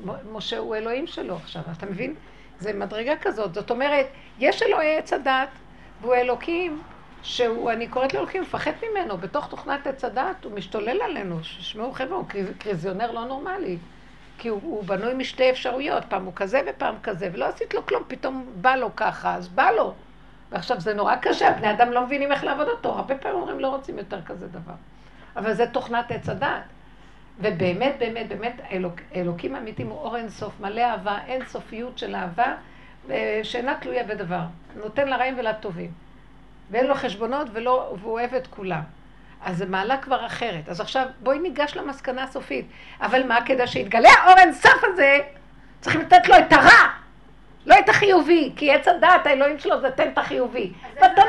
משה הוא אלוהים שלו עכשיו, אתה מבין? זה מדרגה כזאת. זאת אומרת, יש אלוהי עץ הדת, והוא אלוקים, שהוא, אני קוראת לאלוקים, מפחד ממנו, בתוך תוכנת עץ הדת, הוא משתולל עלינו. שמעו חבר'ה, הוא קריזיונר לא נורמלי. כי הוא בנוי משתי אפשרויות, פעם הוא כזה ופעם כזה, ולא עשית לו כלום, פתאום בא לו ככה, אז בא לו. ועכשיו זה נורא קשה, בני אדם לא מבינים איך לעבוד אותו, הרבה פעמים אומרים לא רוצים יותר כזה דבר. אבל זה תוכנת עץ הדת. ובאמת, באמת, באמת, אלוקים אמיתיים הוא אור אינסוף, מלא אהבה, אינסופיות של אהבה, שאינה תלויה בדבר. נותן לרעים ולטובים. ואין לו חשבונות והוא אוהב את כולם. אז זה מעלה כבר אחרת. אז עכשיו בואי ניגש למסקנה הסופית. אבל מה, כדי שיתגלה האור אינסוף הזה, צריכים לתת לו את הרע, לא את החיובי, כי עץ הדעת, האלוהים שלו זה תן את החיובי. ואתה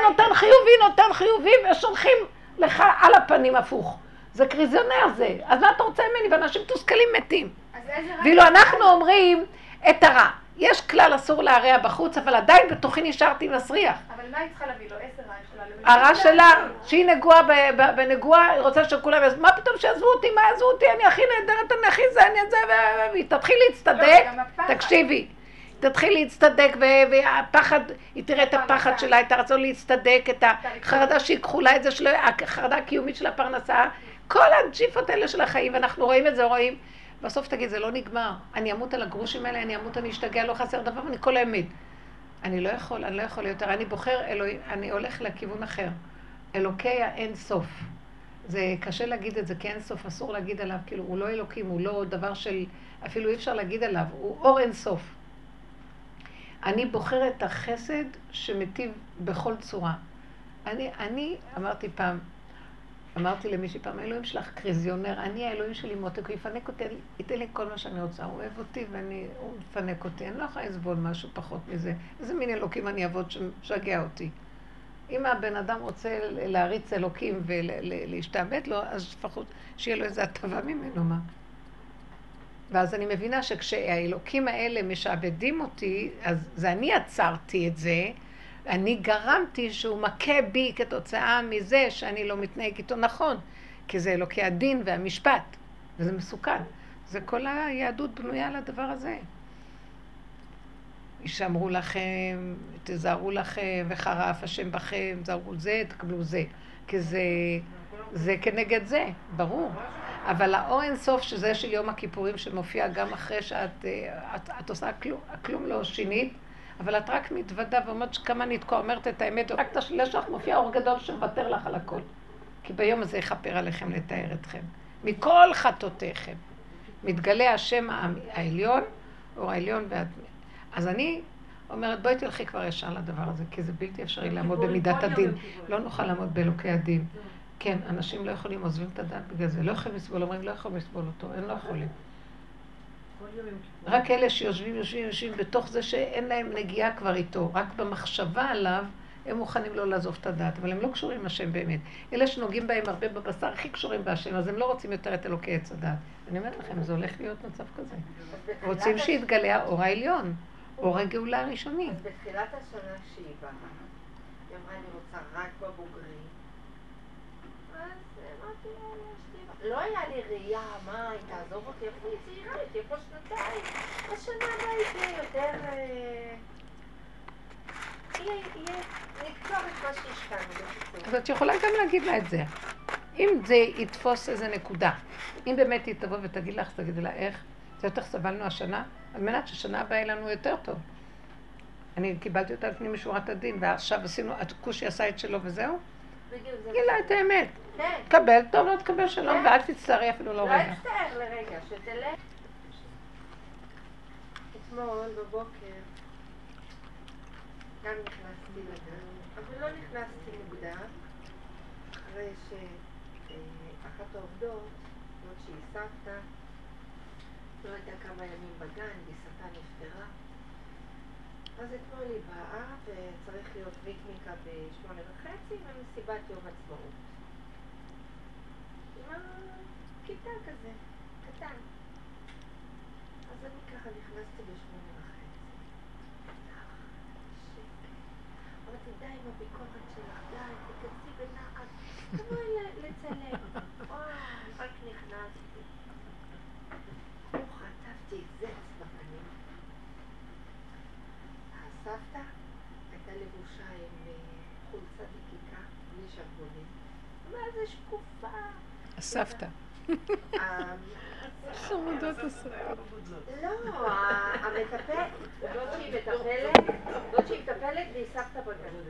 נותן חיובי, ושולחים לך על הפנים הפוך. זה קריזיונר זה. אז מה אתה רוצה ממני? ואנשים תוסכלים מתים. ואילו אנחנו אומרים את הרע. יש כלל אסור להרע בחוץ, אבל עדיין בתוכי נשארתי מסריח. אבל מה היא צריכה להביא לו? איזה רע שלה? הרע שלה, שהיא נגועה בנגועה, היא רוצה שכולם יעזבו. מה פתאום שעזבו אותי? מה עזבו אותי? אני הכי נהדרת, אני הכי זה, אני את זה, והיא תתחיל להצטדק. תקשיבי. תתחיל להצטדק, והפחד, היא תראה את הפחד שלה, את הרצון להצטדק, את החרדה שיקחו לה את זה, החרדה הקיומית של הפרנסה, כל הג'יפות האלה של החיים, ואנחנו רואים את זה, רואים. בסוף תגיד, זה לא נגמר. אני אמות על הגרושים האלה, אני אמות, אני אשתגע, לא חסר דבר, ואני כל האמת. אני לא יכול יותר, אני בוחר אלוהים, אני הולך לכיוון אחר. אלוקי האין סוף. זה קשה להגיד את זה, כי אין סוף, אסור להגיד עליו, כאילו, הוא לא אלוקים, הוא לא דבר של, אפילו אי אפשר להגיד עליו, הוא אור אין סוף. אני בוחר את החסד שמטיב בכל צורה. אני אמרתי פעם, אמרתי למישהי פעם, האלוהים שלך קריזיונר, אני האלוהים שלי מותק, הוא יפנק אותי, ייתן לי כל מה שאני רוצה, הוא אוהב אותי והוא יפנק אותי, אני לא יכולה לסבול משהו פחות מזה. איזה מין אלוקים אני אעבוד שמשגע אותי. אם הבן אדם רוצה להריץ אלוקים ולהשתעבד לו, אז לפחות שיהיה לו איזו הטבה ממנו, מה? ואז אני מבינה שכשהאלוקים האלה משעבדים אותי, אז זה אני עצרתי את זה, אני גרמתי שהוא מכה בי כתוצאה מזה שאני לא מתנהג איתו נכון, כי זה אלוקי הדין והמשפט, וזה מסוכן. זה כל היהדות בנויה על הדבר הזה. ישמרו לכם, תזהרו לכם, וחרף השם בכם, תזהרו זה, תקבלו זה. כי זה כנגד זה, ברור. אבל האור אין סוף שזה של יום הכיפורים שמופיע גם אחרי שאת עושה כלום לא שינית, אבל את רק מתוודה ואומרת שכמה נתקוע, אומרת את האמת, רק תשלילה שלך מופיע אור גדול שמוותר לך על הכל. כי ביום הזה יכפר עליכם לתאר אתכם. מכל חטאותיכם. מתגלה השם העליון, אור העליון אז אני אומרת, בואי תלכי כבר ישר לדבר הזה, כי זה בלתי אפשרי לעמוד במידת הדין. לא נוכל לעמוד באלוקי הדין. כן, אנשים לא יכולים, עוזבים את הדת בגלל זה. לא יכולים לסבול, אומרים, לא יכולים לסבול אותו, הם לא יכולים. רק אלה שיושבים בתוך זה שאין להם נגיעה כבר איתו, רק במחשבה עליו, הם מוכנים לא לעזוב את הדת, אבל הם לא קשורים עם השם באמת. אלה שנוגעים בהם הרבה בבשר, הכי קשורים בהשם, אז הם לא רוצים יותר את אלוקי עץ הדת. אני אומרת לכם, זה הולך להיות מצב כזה. רוצים שיתגלה האור העליון, אור הגאולה הראשוני. אז בתחילת השנה שהיא באה, היא אמרה, אני רוצה רק בבוגרים. אז אמרתי, לא היה לי ראייה, מה, היא תעזוב אותי, איפה היא צעירה, היא פה שנתיים. השנה הבאה היא תהיה יותר... נקצור את מה שהשקענו בקיצור. אז את יכולה גם להגיד לה את זה. אם זה יתפוס איזה נקודה, אם באמת היא תבוא ותגיד לך, תגידי לה איך, זה יותר סבלנו השנה, על מנת ששנה הבאה יהיה לנו יותר טוב. אני קיבלתי אותה לפני משורת הדין, ועכשיו עשינו, הכושי עשה את שלו וזהו. תגיד לה את האמת. כן. תקבל, טוב, לא תקבל שלום, ואל תצטערי אפילו לא רגע. לא אצטער לרגע, שתלך. אתמול בבוקר גם נכנסתי לגן, אבל לא נכנסתי מוקדם, אחרי שאחת העובדות, זאת שהיא סבתא, לא הייתה כמה ימים בגן, גיסתה נפטרה. אז אתמול היא באה וצריך להיות ריקניקה ב8:30 ומסיבת יום עצמאות. עם הכיתה כזה, קטן. אז אני ככה נכנסתי ב8:30. אמרתי, די עם הביקורת שלך, די, תכנסי בנחת, תבואי לצלם. וואי, רק נכנסתי. חטפתי זץ בפנים. הסבתא הייתה לבושה עם חולצה דקיקה, בלי שרוולים. מה זה שקופה? הסבתא. חמודות הסבתא. לא, המטפלת, זאת שהיא מטפלת והיא סבתא בגן.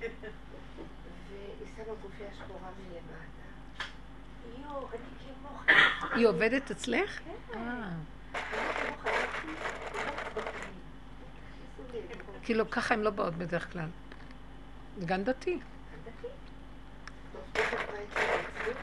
והיא שמה גופיה שחורה מלמטה. יו, אני כמו חטפתי. היא עובדת אצלך? כן. אני כמו חטפתי. כאילו ככה הם לא באות בדרך כלל. זה גן דתי. דתי. טוב, הייתי להצליח.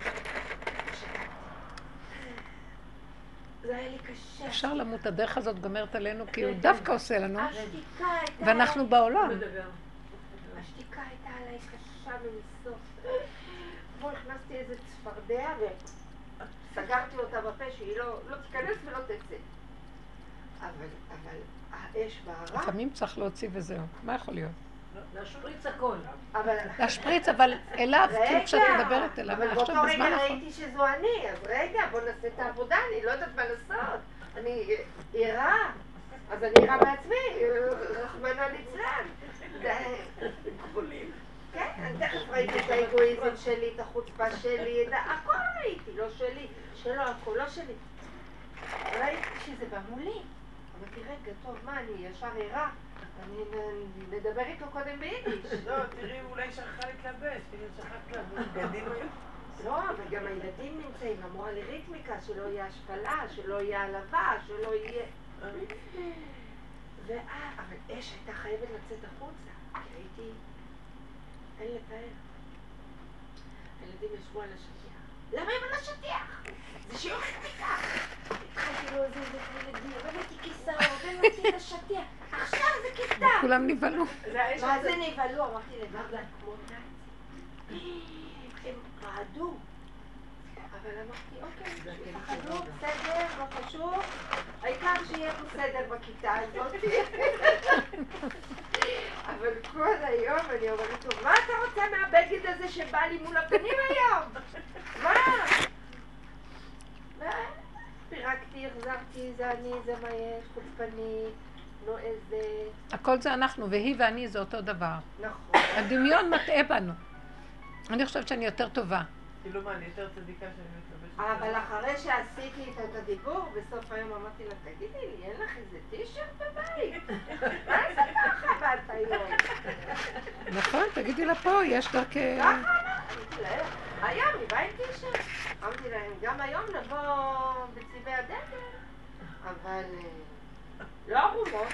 זה היה לי קשה. אפשר למות, הדרך הזאת גומרת עלינו, כי הוא דווקא עושה לנו, השתיקה הייתה... ואנחנו בעולם. השתיקה הייתה עליי קשה מניסוף. כמו הכנסתי איזה צפרדע וסגרתי אותה בפה שהיא לא תיכנס ולא תצא. אבל האש בערה... לפעמים צריך להוציא וזהו. מה יכול להיות? להשפריץ הכל. להשפריץ, אבל אליו, כאילו כשאת מדברת אליו, אבל עכשיו באותו בזמן רגע נכון. ראיתי שזו אני, אז רגע, בוא נעשה את העבודה, אני לא יודעת מה לעשות. אני עירה, אז אני עירה בעצמי, רחמנא ליצלן. כן, אני תכף ראיתי את האגואיזם שלי, את החוצפה שלי, הכל ראיתי, לא שלי, שלו, הכל לא שלי. ראיתי שזה בא מולי. אמרתי, רגע, טוב, מה, אני ישר עירה? אני נדבר איתו קודם ביידיש. לא, תראי, אולי שכחה להתלבש, כאילו שכחת להביא בגדים היום. לא, אבל גם הילדים נמצאים, אמורה לריתמיקה, שלא יהיה השפלה, שלא יהיה העלבה, שלא יהיה... אבל אש הייתה חייבת לצאת החוצה, כי הייתי... אין לתאר. הילדים ישבו על השטיח. למה הם על השטיח? זה שיעור חקיקה. התחלתי להוזיל את הילדים, הבאתי כיסאות, הבאתי את השטיח. עכשיו זה כיתה. כולם נבהלו. מה זה נבהלו? אמרתי לברגה כמו נאצי. הם רעדו. אבל אמרתי, אוקיי, תפחדו, בסדר, לא חשוב. העיקר שיהיה פה סדר בכיתה הזאת. אבל כל היום אני אומרת לו, מה אתה רוצה מהבגד הזה שבא לי מול הפנים היום? מה? פירקתי, החזרתי, זה אני, זה מה יש, חוצפני, נועזת. הכל זה אנחנו, והיא ואני זה אותו דבר. נכון. הדמיון מטעה בנו. אני חושבת שאני יותר טובה. כאילו מה, אני יותר צדיקה שאני מתלבשת. אבל אחרי שעשיתי איתה את הדיבור, בסוף היום אמרתי לה, תגידי לי, אין לך איזה טישרט בבית? מה זה ככה באת היום? נכון, תגידי לה פה, יש דרכי... ככה אמרתי להם, היום היא באה עם טישרט. אמרתי להם, גם היום נבוא בצבעי הדגל, אבל לא ערומות.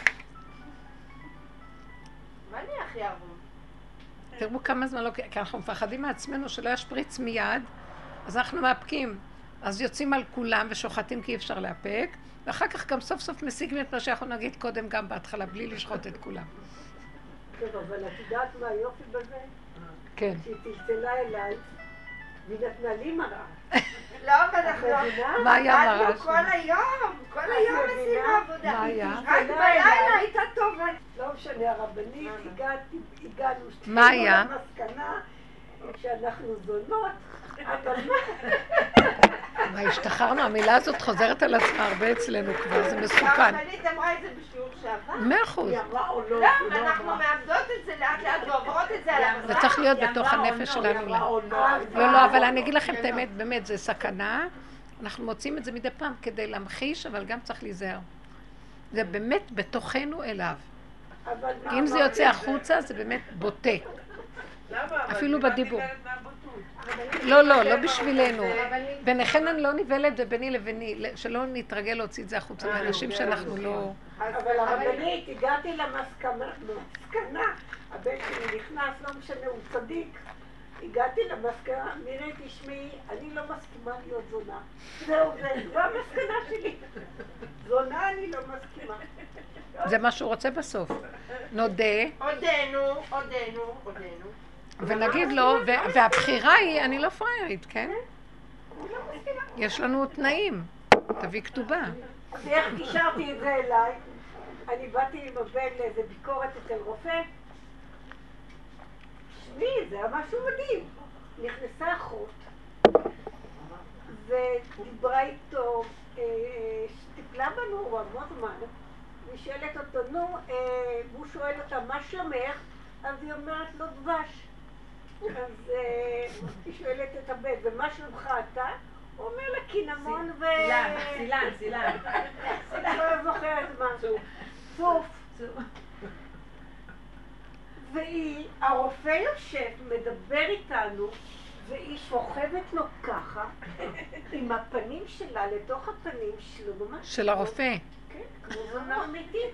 ואני הכי ערום. תראו כמה זמן לא... כי אנחנו מפחדים מעצמנו שלא ישפריץ מיד, אז אנחנו מאפקים. אז יוצאים על כולם ושוחטים כי אי אפשר לאפק, ואחר כך גם סוף סוף משיגים את מה שאנחנו נגיד קודם גם בהתחלה, בלי לשחוט את כולם. טוב, אבל את יודעת מה היופי בזה? כן. שהיא צלצלה אליי, והיא נתנה לי מראה. לא, אבל אנחנו... מה היה מראה עבדנו כל היום עשינו עבודה. מה היה? רק בלילה הייתה טובה. לא משנה, הרבנית, הגענו מה היה? למסקנה שאנחנו זונות, אבל מה? מה, השתחררנו? המילה הזאת חוזרת על עצמה הרבה אצלנו כבר, זה מסוכן. הרבנית אמרה את זה בשיעור שעבר. 100%. היא אמרה או לא? לא, אנחנו מאבדות את זה לאט לאט ועוברות את זה על המזרח. זה צריך להיות בתוך הנפש שלנו. לא, אבל אני אגיד לכם את האמת, באמת, זה סכנה. אנחנו מוצאים את זה מדי פעם כדי להמחיש, אבל גם צריך להיזהר. זה באמת בתוכנו אליו. אם זה יוצא החוצה, זה באמת בוטה. למה? אפילו בדיבור. מהבוטות. לא בשבילנו. ביניכן אני לא נבלת וביני לביני, שלא נתרגל להוציא את זה החוצה מאנשים שאנחנו לא... אבל הרבנית, הגעתי למסקנה, הבן שלי נכנס, לא משנה, הוא צדיק. הגעתי למסקנה, מירי תשמעי, אני לא מסכימה להיות זונה. זהו, זו המסקנה שלי. זונה אני לא מסכימה. זה מה שהוא רוצה בסוף. נודה. עודנו. ונגיד לו, והבחירה היא, אני לא פריירית, כן? יש לנו תנאים. תביא כתובה. אז איך קישרתי את זה אליי? אני באתי עם הבן לאיזה ביקורת אצל רופא. שמי, זה היה משהו מדהים. נכנסה אחות ודיברה איתו, טיפלה בנו המון זמן. והיא שואלת אותו, נו, והוא שואל אותה, מה שלומך? אז היא אומרת לו, דבש. אז היא שואלת את הבן, ומה שלומך אתה? הוא אומר לה, קינמון ו... סילן. לא זוכרת מה. צוף. והיא, הרופא יושב, מדבר איתנו, והיא שוכבת לו ככה, עם הפנים שלה לתוך הפנים שלו, ממש... של הרופא. כן, כמו זונה אמיתית.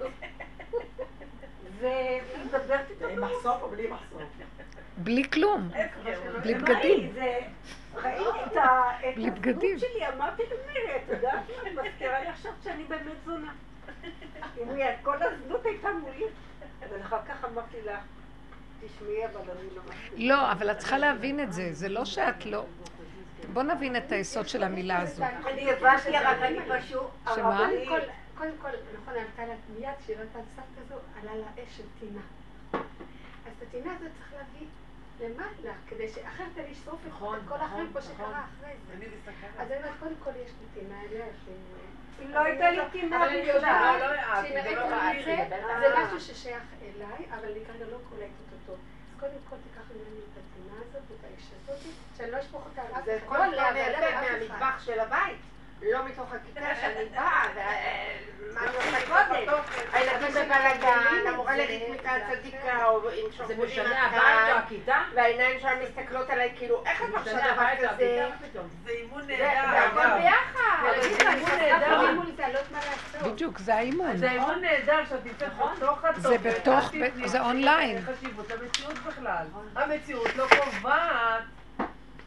והיא מדברת איתו. עם מחשוף או בלי מחשוף? בלי כלום. בלי בגדים. ראיתי את בלי בגדים. הזנות שלי, אמרתי למירי, את יודעת מה, את מזכירה לי עכשיו שאני באמת זונה. כל הזנות הייתה מולי. אבל אחר כך אמרתי לה, תשמעי, אבל אני לא מסכימה. לא, אבל את צריכה להבין את זה. זה לא שאת לא... בוא נבין את היסוד של המילה הזו. אני הבנתי, רק אני פשוט... שמה? קודם כל, נכון, עלתה לה מיד שהיא ראתה סבתא הזו, עלה לה אש של טינה. אז את הטינה הזאת צריך להביא למעלה, כדי שאחרת אני אשרוף את כל החיים פה שקרה אחרי זה. אז אני אומרת, קודם כל יש לי טינה אליה, לא הייתה לי טינה אבל אני יודעת שהיא שהיא נראית לי זה משהו ששייך אליי, אבל אני כרגע לא קולטת אותו. אז קודם כל תיקח ממני את הטינה הזאת, את האש הזאת, שאני לא אשפוך אותה על אף אחד. זה קודם כל נאבד מהמטבח של הבית. לא מתוך הכיתה שאני באה, ומה אני עושה קודם? הילדים בבלגן, המורה לריתמיקה הצדיקה, או עם שרבולים מהקהל, והעיניים שלהם מסתכלות עליי כאילו, איך את מרשה דבר כזה? זה אימון נהדר. והכל ביחד. זה אימון נהדר. בדיוק, זה האימון. זה אימון נהדר שאת נמצאת בתוך התוכן. זה בתוך, זה אונליין. חשיבות המציאות בכלל. המציאות לא קובעת.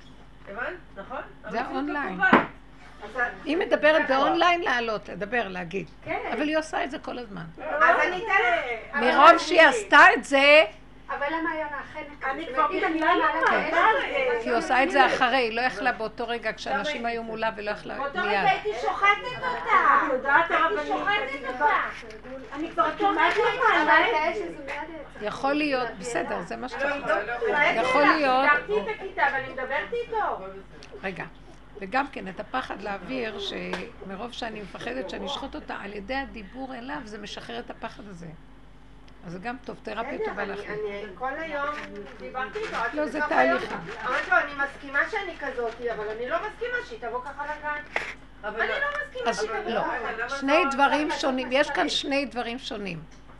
הבנת? נכון? זה אונליין. אז היא מדברת באונליין לעלות, לדבר, להגיד. כן. אבל היא עושה את זה כל הזמן. אז אני אתן... מרוב שהיא עשתה את זה, אבל למה יונה החנק? אני כבר כי היא עושה את זה אחרי, היא לא יכלה באותו רגע כשאנשים היו מולה ולא יכלה באותו רגע מיד. הייתי שוחטת אותה. את יודעת הייתי הרבנית, שוחטת אותה. אני כבר כמעט לא אבל מעלה. את האש הזו מיד יכול להיות, בסדר, זה מה שאתה לא, יכול להיות. סידרתי את הכיתה ואני מדברת איתו. רגע, וגם כן את הפחד להעביר שמרוב שאני מפחדת שאני אשחוט אותה על ידי הדיבור אליו זה משחרר את הפחד הזה. אז זה גם טוב, תרפיה טובה לכם. אני כל היום דיברתי איתו. לא, זה תהליך. אמרתי לו, אני מסכימה שאני כזאת, אבל אני לא מסכימה שהיא תבוא ככה לגן. אני לא מסכימה אז שהיא תבוא לא, ככה. שני דברים שונים, יש כאן שני דברים שונים.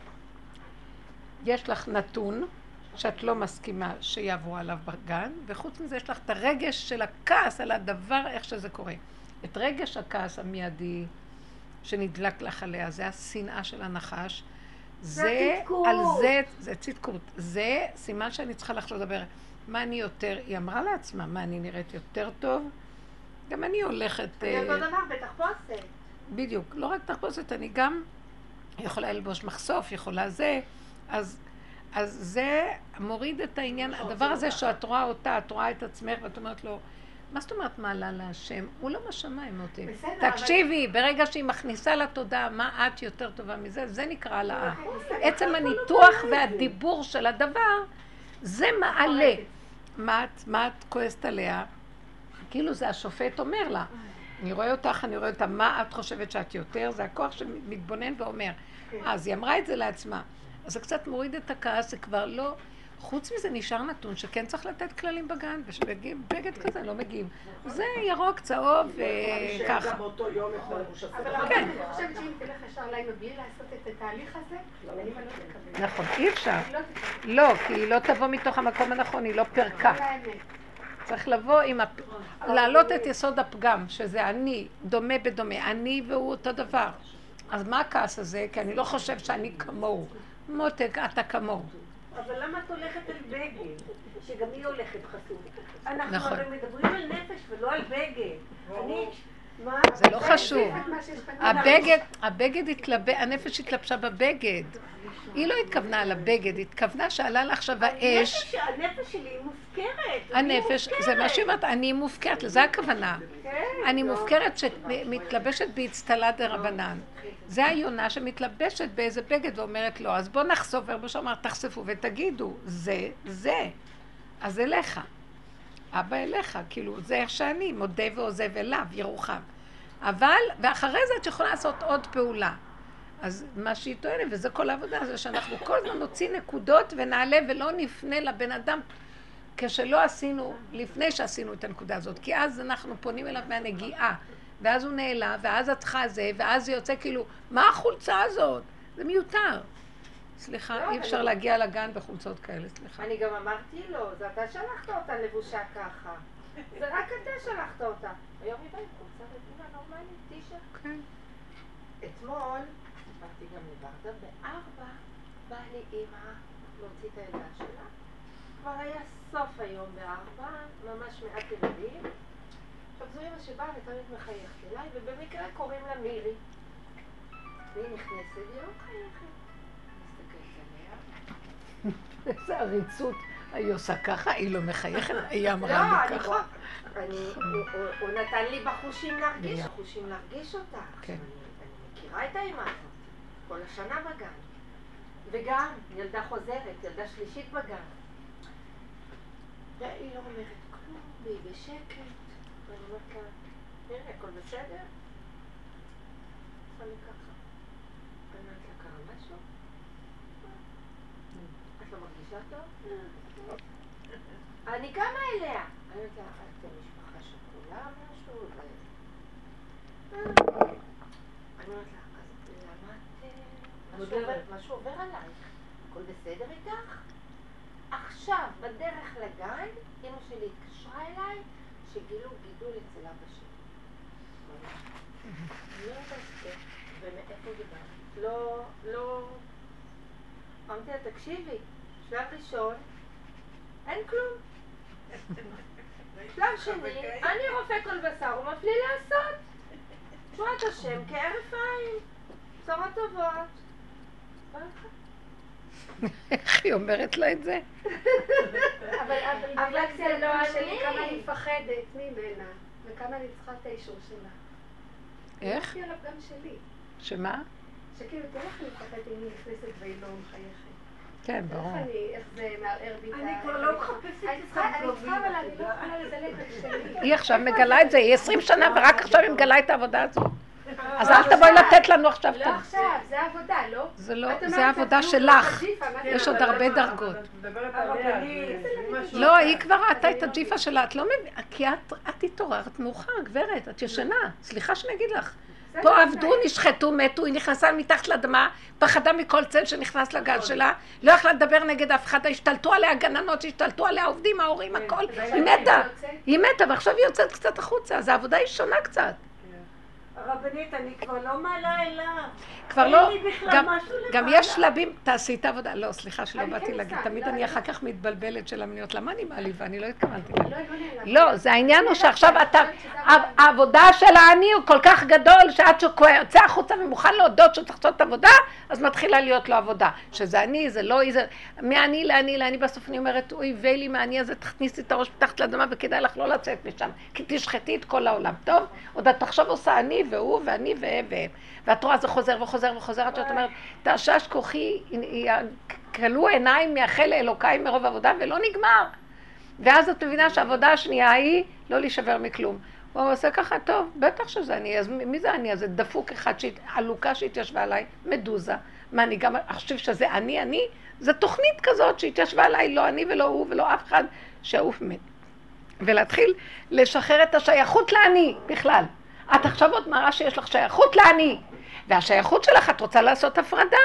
יש לך נתון שאת לא מסכימה שיעברו עליו בגן, וחוץ מזה יש לך את הרגש של הכעס על הדבר, איך שזה קורה. את רגש הכעס המיידי שנדלק לך עליה, זה השנאה של הנחש. זה על זה, זה צדקות. זה סימן שאני צריכה לחשוב לדבר. מה אני יותר, היא אמרה לעצמה, מה אני נראית יותר טוב? גם אני הולכת... אני אותו דבר בתחפושת. בדיוק, לא רק תחפושת, אני גם יכולה ללבוש מחשוף, יכולה זה, אז זה מוריד את העניין, הדבר הזה שאת רואה אותה, את רואה את עצמך ואת אומרת לו, מה זאת אומרת מעלה להשם? הוא לא בשמיים אותי. תקשיבי, ברגע שהיא מכניסה לתודעה מה את יותר טובה מזה, זה נקרא העלאה. עצם הניתוח והדיבור של הדבר, זה מעלה. מה את כועסת עליה? כאילו זה השופט אומר לה, אני רואה אותך, אני רואה אותה, מה את חושבת שאת יותר? זה הכוח שמתבונן ואומר. אז היא אמרה את זה לעצמה. אז זה קצת מוריד את הכעס, זה כבר לא... חוץ מזה נשאר נתון שכן צריך לתת כללים בגן, ובגד כזה לא מגיעים. זה ירוק, צהוב וככה. אבל אני חושבת שאם תלך ישר אליי מבלי לעשות את התהליך הזה, אני לא תקבל. נכון, אי אפשר. לא, כי היא לא תבוא מתוך המקום הנכון, היא לא פרקה. צריך לבוא עם... להעלות את יסוד הפגם, שזה אני, דומה בדומה, אני והוא אותו דבר. אז מה הכעס הזה? כי אני לא חושב שאני כמוהו. מותק, אתה כמוהו. אבל למה את הולכת על בגד? שגם היא הולכת חשוף. אנחנו נכון. הרי מדברים על נפש ולא על בגד. מה? זה לא חשוב. הבגד התלבש, הנפש התלבשה בבגד. היא לא התכוונה על הבגד, היא התכוונה שעלה לה עכשיו האש. הנפש שלי היא מופקרת. הנפש, זה מה שהיא אומרת, אני מופקרת, לזה הכוונה. אני מופקרת שמתלבשת באצטלה דרבנן. זה היונה שמתלבשת באיזה בגד ואומרת לו, אז בוא נחשוף, רבו שאומר, תחשפו ותגידו, זה. אז אליך. אבא אליך, כאילו, זה איך שאני, מודה ועוזב אליו, ירוחם. אבל, ואחרי זה את יכולה לעשות עוד פעולה. אז מה שהיא טוענת, וזה כל העבודה, זה שאנחנו כל הזמן נוציא נקודות ונעלה ולא נפנה לבן אדם כשלא עשינו, לפני שעשינו את הנקודה הזאת. כי אז אנחנו פונים אליו מהנגיעה, ואז הוא נעלה, ואז את צריכה זה, ואז זה יוצא כאילו, מה החולצה הזאת? זה מיותר. סליחה, אי אפשר להגיע לגן בחולצות כאלה, סליחה. אני גם אמרתי לו, זה אתה שלחת אותה לבושה ככה. זה רק אתה שלחת אותה. היום היא באה עם חולצה רגילה נורמלית, טישה. כן. אתמול, באתי גם לברדה, ב-4 באה לי אמא להוציא את הילדה שלה. כבר היה סוף היום ב-4, ממש מעט ילדים. עכשיו זו אמא שבאה ותמיד מחייכת אליי, ובמקרה קוראים לה מירי. והיא נכנסת, והיא לא מחייכת. איזה עריצות, היא עושה ככה, היא לא מחייכת, היא אמרה לי ככה. הוא נתן לי בחושים להרגיש אותה. אני מכירה את האמא הזאת, כל השנה בגן. וגם ילדה חוזרת, ילדה שלישית בגן. והיא לא אומרת כלום, והיא בשקט. ואני אומרת לה, תראה, הכל בסדר? עושה לי ככה. אני אומרת לה, קרה משהו? את לא מרגישה טוב? אני קמה אליה. אני אומרת לה, אתם משפחה שכולה משהו? אני אומרת לה, אז למה את... משהו עובר עלייך? הכל בסדר איתך? עכשיו, בדרך לגן, אמא שלי התקשרה אליי שגילו גידול אצל אבא שלי. אני לא יודעת ומאיפה זה בא. לא... אמרתי לה, תקשיבי, שלב ראשון, אין כלום. שלב שני, אני רופא כל בשר, הוא מפליא לעשות. תשורת השם כהרף עין. בשורות טובות. איך היא אומרת לו את זה? אבל זה לא אני. כמה אני מפחדת ממנה, וכמה אני צריכה את האישור שלה. איך? יש לי עליו גם שלי. שמה? שכאילו, תראה איך אני מפחדת אם היא נכנסת והיא לא מחייכת. כן, ברור. איך זה מערער בי את אני כבר לא מחפשת אני צריכה, אבל אני לא יכולה לזלג את שלי. היא עכשיו מגלה את זה, היא 20 שנה ורק עכשיו היא מגלה את העבודה הזאת. אז אל תבואי לתת לנו עכשיו. לא עכשיו, זה עבודה, לא? זה העבודה שלך. יש עוד הרבה דרגות. לא, היא כבר ראתה את הג'יפה שלה, את לא מבינה, כי את התעוררת מאוחר, גברת, את ישנה. סליחה שאני אגיד לך. פה עבדו, נשחטו, מתו, היא נכנסה מתחת לאדמה, פחדה מכל צל שנכנס לגל שלה, לא יכלה לדבר נגד אף אחד, השתלטו עליה גננות, השתלטו עליה עובדים, ההורים, הכל, היא מתה, ועכשיו היא יוצאת קצת החוצה, אז העבודה היא שונה קצת. הרבנית, אני כבר לא מעלה אליו. כבר לא, אין לי בכלל משהו גם למעלה. יש שלבים, תעשי את העבודה, לא, סליחה שלא באתי להגיד, תמיד אני אחר כך מתבלבלת של המיניות, למה אני מעליבה? אני לא התכוונתי. לא, זה העניין הוא שעכשיו העבודה של העני הוא כל כך גדול, שעד שהוא יוצא החוצה ומוכן להודות שהוא צריך לעשות את העבודה, אז מתחילה להיות לו עבודה. שזה אני, זה לא, זה מעני לעני, בסוף אני אומרת, אוי וילי מעני הזה, תכניסי את הראש מתחת לאדמה וכדאי לך לא לצאת משם, כי תשחטי את כל העולם, טוב? עוד את עכשיו עושה אני והוא ואני והם והם. ואת רואה זה חוזר וחוזר, עד שאת אומרת, תעשש כוחי, כלו עיניים מייחל לאלוקיי מרוב עבודה ולא נגמר. ואז את מבינה שהעבודה השנייה היא לא להישבר מכלום. הוא עושה ככה, טוב, בטח שזה אני, אז מי זה אני? אז זה דפוק אחד, עלוקה שהתיישבה עליי, מדוזה. מה, אני גם חושב שזה אני? זה תוכנית כזאת שהתיישבה עליי, לא אני ולא הוא ולא אף אחד שעוף מת. ולהתחיל לשחרר את השייכות לעני בכלל. את עכשיו עוד מראה שיש לך שייכות לעני. והשייכות שלך, את רוצה לעשות הפרדה?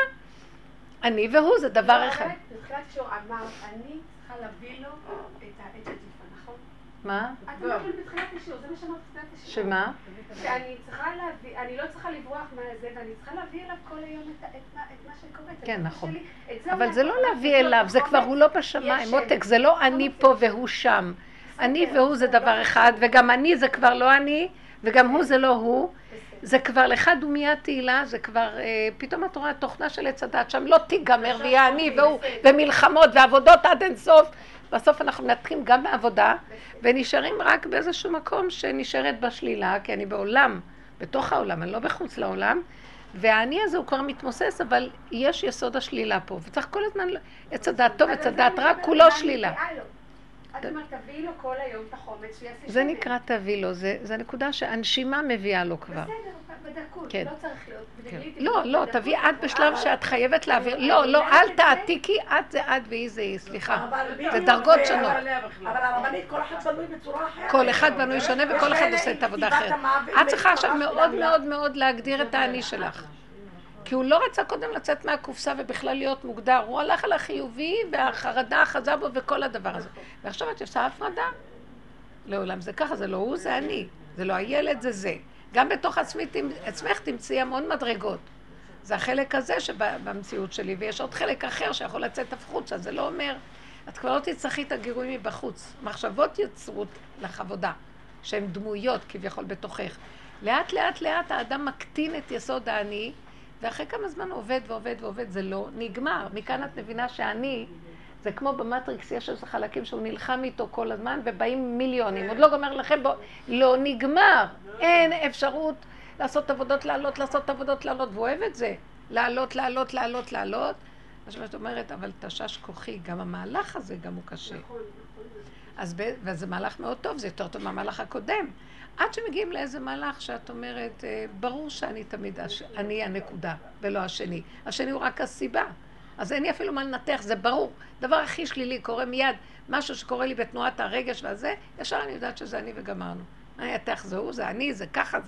אני והוא זה דבר אחד. בתחילת שהוא אמר, אני צריכה להביא לו את הג'יפה, נכון? מה? את אומרת לי בתחילת השיעור, זה מה שאמרת בתחילת השיעור. שמה? שאני צריכה להביא, אני לא צריכה לברוח מהזה, ואני צריכה להביא אליו כל היום את מה שקורה. כן, נכון. אבל זה לא להביא אליו, זה כבר הוא לא בשמיים, מותק, זה לא אני פה והוא שם. אני והוא זה דבר אחד, וגם אני זה כבר לא אני, וגם הוא זה לא הוא. זה כבר לך דומיית תהילה, זה כבר, פתאום את רואה תוכנה של עץ הדת, שם לא תיגמר ויהיה אני והוא, ומלחמות ועבודות עד אין סוף. בסוף אנחנו מנתחים גם בעבודה, ונשארים רק באיזשהו מקום שנשארת בשלילה, כי אני בעולם, בתוך העולם, אני לא בחוץ לעולם, והאני הזה הוא כבר מתמוסס, אבל יש יסוד השלילה פה, וצריך כל הזמן, עץ הדת טוב, עץ הדת רע, כולו שלילה. את אומרת, תביאי לו כל היום את החומץ, שיעשה שמן. זה נקרא תביא לו, זה הנקודה שהנשימה מביאה לו כבר. בסדר, בדקות, לא צריך להיות. לא, תביא את בשלב שאת חייבת להעביר, לא, אל תעתיקי, את זה את והיא זה היא, סליחה. זה דרגות שונות. אבל הרבנית, כל אחד בנוי בצורה אחרת. כל אחד בנוי שונה וכל אחד עושה את העבודה אחרת. את צריכה עכשיו מאוד מאוד מאוד להגדיר את האני שלך. כי הוא לא רצה קודם לצאת מהקופסה ובכלל להיות מוגדר, הוא הלך על החיובי והחרדה אחזה בו וכל הדבר הזה. ועכשיו את עושה הפרדה. לעולם זה ככה, זה לא הוא, זה אני. זה לא הילד, זה זה. גם בתוך עצמך תמצאי המון מדרגות. זה החלק הזה שבמציאות שלי, ויש עוד חלק אחר שיכול לצאת החוצה, זה לא אומר, את כבר לא תצטרכי את הגירוי מבחוץ. מחשבות יצרו לך עבודה, שהן דמויות כביכול בתוכך. לאט לאט לאט האדם מקטין את יסוד האני, ואחרי כמה זמן עובד, זה לא נגמר. מכאן את מבינה שאני, זה כמו במטריקס, יש איזה חלקים שהוא נלחם איתו כל הזמן, ובאים מיליונים. עוד לא גומר לכם, לא נגמר. אין אפשרות לעשות עבודות לעלות, והוא אוהב את זה. לעלות. אז את אומרת, אבל תשש כוחי, גם המהלך הזה גם הוא קשה. וזה מהלך מאוד טוב, זה יותר טוב מהמהלך הקודם. עד שמגיעים לאיזה מהלך שאת אומרת, ברור שאני תמיד, אני הנקודה ולא השני. השני הוא רק הסיבה. אז אין לי אפילו מה לנתח, זה ברור. דבר הכי שלילי קורה מיד, משהו שקורה לי בתנועת הרגש והזה, ישר אני יודעת שזה אני וגמרנו. אני אתך זהו, זה אני, זה ככה.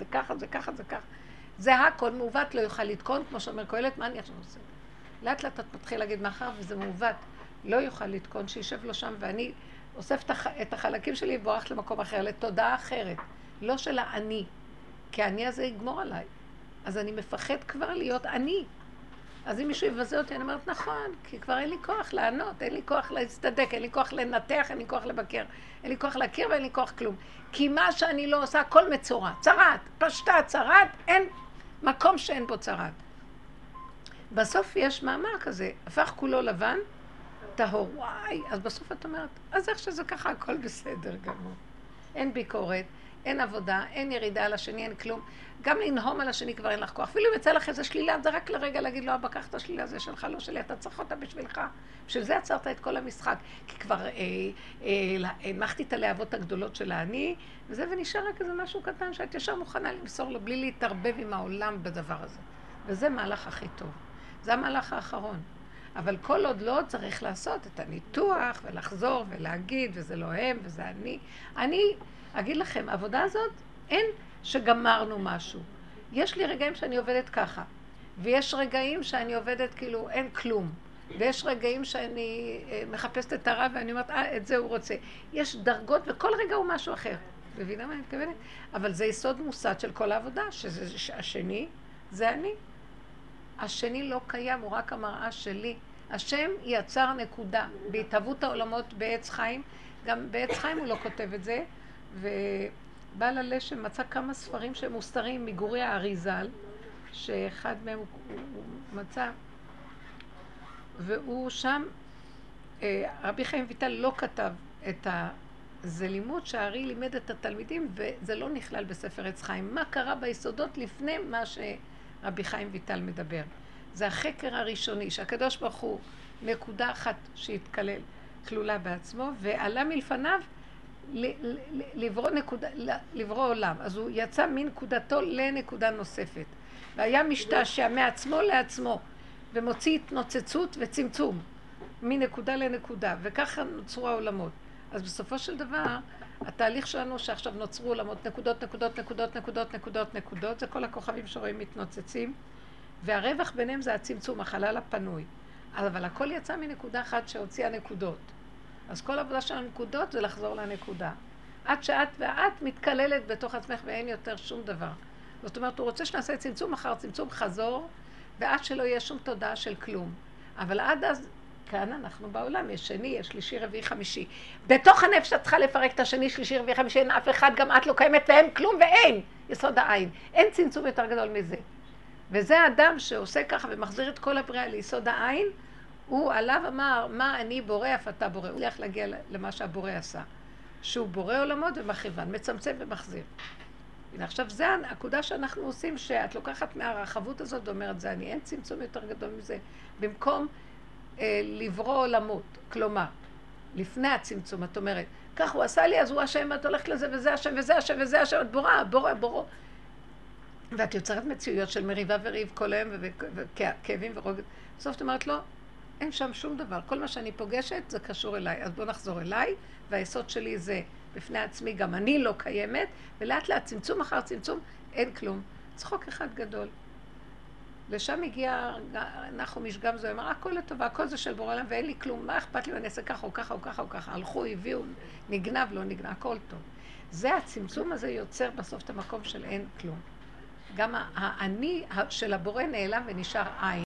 זה הכל מעוות לא יוכל לתקון, כמו שאומר קהלת, מה אני עכשיו עושה? לאט לאט את מתחיל להגיד מאחר וזה מעוות, לא יוכל לתקון, שישב לו שם ואני אוסף את החלקים שלי ובורח למקום אחר, לתודעה אחרת. לא של האני, כי האני הזה יגמור עליי. אז אני מפחד כבר להיות אני. אז אם מישהו יבזה אותי, אני אומרת, נכון, כי כבר אין לי כוח לענות, אין לי כוח להצטדק, אין לי כוח לנתח, אין לי כוח לבקר, אין לי כוח להכיר ואין לי כוח כלום. כי מה שאני לא עושה, הכל מצורע. צרת, פשטה, צרת, אין מקום שאין בו צרת. בסוף יש מאמר כזה, הפך כולו לבן, טהור, וואי, אז בסוף את אומרת, אז איך שזה ככה, הכל בסדר גמור. אין ביקורת, אין עבודה, אין ירידה על השני, אין כלום. גם לנהום על השני כבר אין לך כוח. אפילו אם יצא לך איזה שלילה, זה רק לרגע להגיד לו, אבא, קח את השלילה הזה שלך, לא שלי, אתה צריך אותה בשבילך. בשביל זה עצרת את כל המשחק. כי כבר הנמכתי את הלהבות הגדולות של האני, וזה ונשאר רק איזה משהו קטן שאת ישר מוכנה למסור לו, בלי להתערבב עם העולם בדבר הזה. וזה מהלך הכי טוב. זה המהלך האחרון. אבל כל עוד לא צריך לעשות את הניתוח ולחזור ולהגיד, וזה לא הם וזה אני. אני אגיד לכם, העבודה הזאת, אין שגמרנו משהו. יש לי רגעים שאני עובדת ככה, ויש רגעים שאני עובדת כאילו אין כלום, ויש רגעים שאני מחפשת את הרע ואני אומרת, את זה הוא רוצה. יש דרגות וכל רגע הוא משהו אחר. מבינה מה אני מתכוונת? אבל זה יסוד מוסד של כל העבודה, השני זה אני. השני לא קיים, הוא רק המראה שלי. השם יצר נקודה. בהתהוות העולמות בעץ חיים, גם בעץ חיים הוא לא כותב את זה, ובעל הלשם מצא כמה ספרים שהם מוסתרים מגורי האריזל, שאחד מהם הוא מצא, והוא שם, רבי חיים ויטל לא כתב את זה לימוד שהארי לימד את התלמידים, וזה לא נכלל בספר עץ חיים. מה קרה ביסודות לפני מה שרבי חיים ויטל מדבר? זה החקר הראשוני, שהקדוש ברוך הוא נקודה אחת שהתקלל, כלולה בעצמו, ועלה מלפניו לברוא עולם. אז הוא יצא מנקודתו לנקודה נוספת. והיה משתעשע מעצמו לעצמו, ומוציא התנוצצות וצמצום, מנקודה לנקודה, וככה נוצרו העולמות. אז בסופו של דבר, התהליך שלנו שעכשיו נוצרו עולמות, נקודות, נקודות, נקודות, נקודות, נקודות, נקודות, זה כל הכוכבים שרואים מתנוצצים, והרווח ביניהם זה הצמצום, החלל הפנוי. אבל הכל יצא מנקודה אחת שהוציאה נקודות. אז כל עבודה של הנקודות זה לחזור לנקודה. עד שאת ואת מתקללת בתוך עצמך ואין יותר שום דבר. זאת אומרת, הוא רוצה שנעשה צמצום אחר צמצום, חזור, ועד שלא יהיה שום תודעה של כלום. אבל עד אז, כאן אנחנו בעולם, יש שני, יש שלישי, רביעי, חמישי. בתוך הנפש את צריכה לפרק את השני, שלישי, רביעי, חמישי, אין אף אחד, גם את לא קיימת ואין כלום ואין. יסוד העין. אין צמצום יותר גדול מזה. וזה האדם שעושה ככה ומחזיר את כל הבריאה ליסוד העין, הוא עליו אמר, מה אני בורא, אף אתה בורא. הוא הולך להגיע למה שהבורא עשה. שהוא בורא עולמות ומכיוון, מצמצם ומחזיר. הנה, עכשיו זה הנקודה שאנחנו עושים, שאת לוקחת מהרחבות הזאת ואומרת, זה אני, אין צמצום יותר גדול מזה. במקום לברוא עולמות, כלומר, לפני הצמצום, את אומרת, כך הוא עשה לי, אז הוא השם, את הולכת לזה, וזה השם, וזה השם, וזה השם, את בורא. ואת יוצרת מציאויות של מריבה וריב כל היום, וכאבים ורוגד. בסוף את אומרת, לא, אין שם שום דבר. כל מה שאני פוגשת זה קשור אליי. אז בוא נחזור אליי, והיסוד שלי זה בפני עצמי, גם אני לא קיימת, ולאט לאט צמצום אחר צמצום, אין כלום. צחוק אחד גדול. לשם הגיע נחום משגם זו, אמר, הכל לטובה, הכל זה של בורא עולם, ואין לי כלום, מה אכפת לי, ואני אעשה ככה או ככה או ככה או ככה. הלכו, הביאו, נגנב, לא נגנב, הכל טוב. זה הצמצום הזה יוצר בסוף את המקום של אין כלום. גם האני של הבורא נעלם ונשאר עין.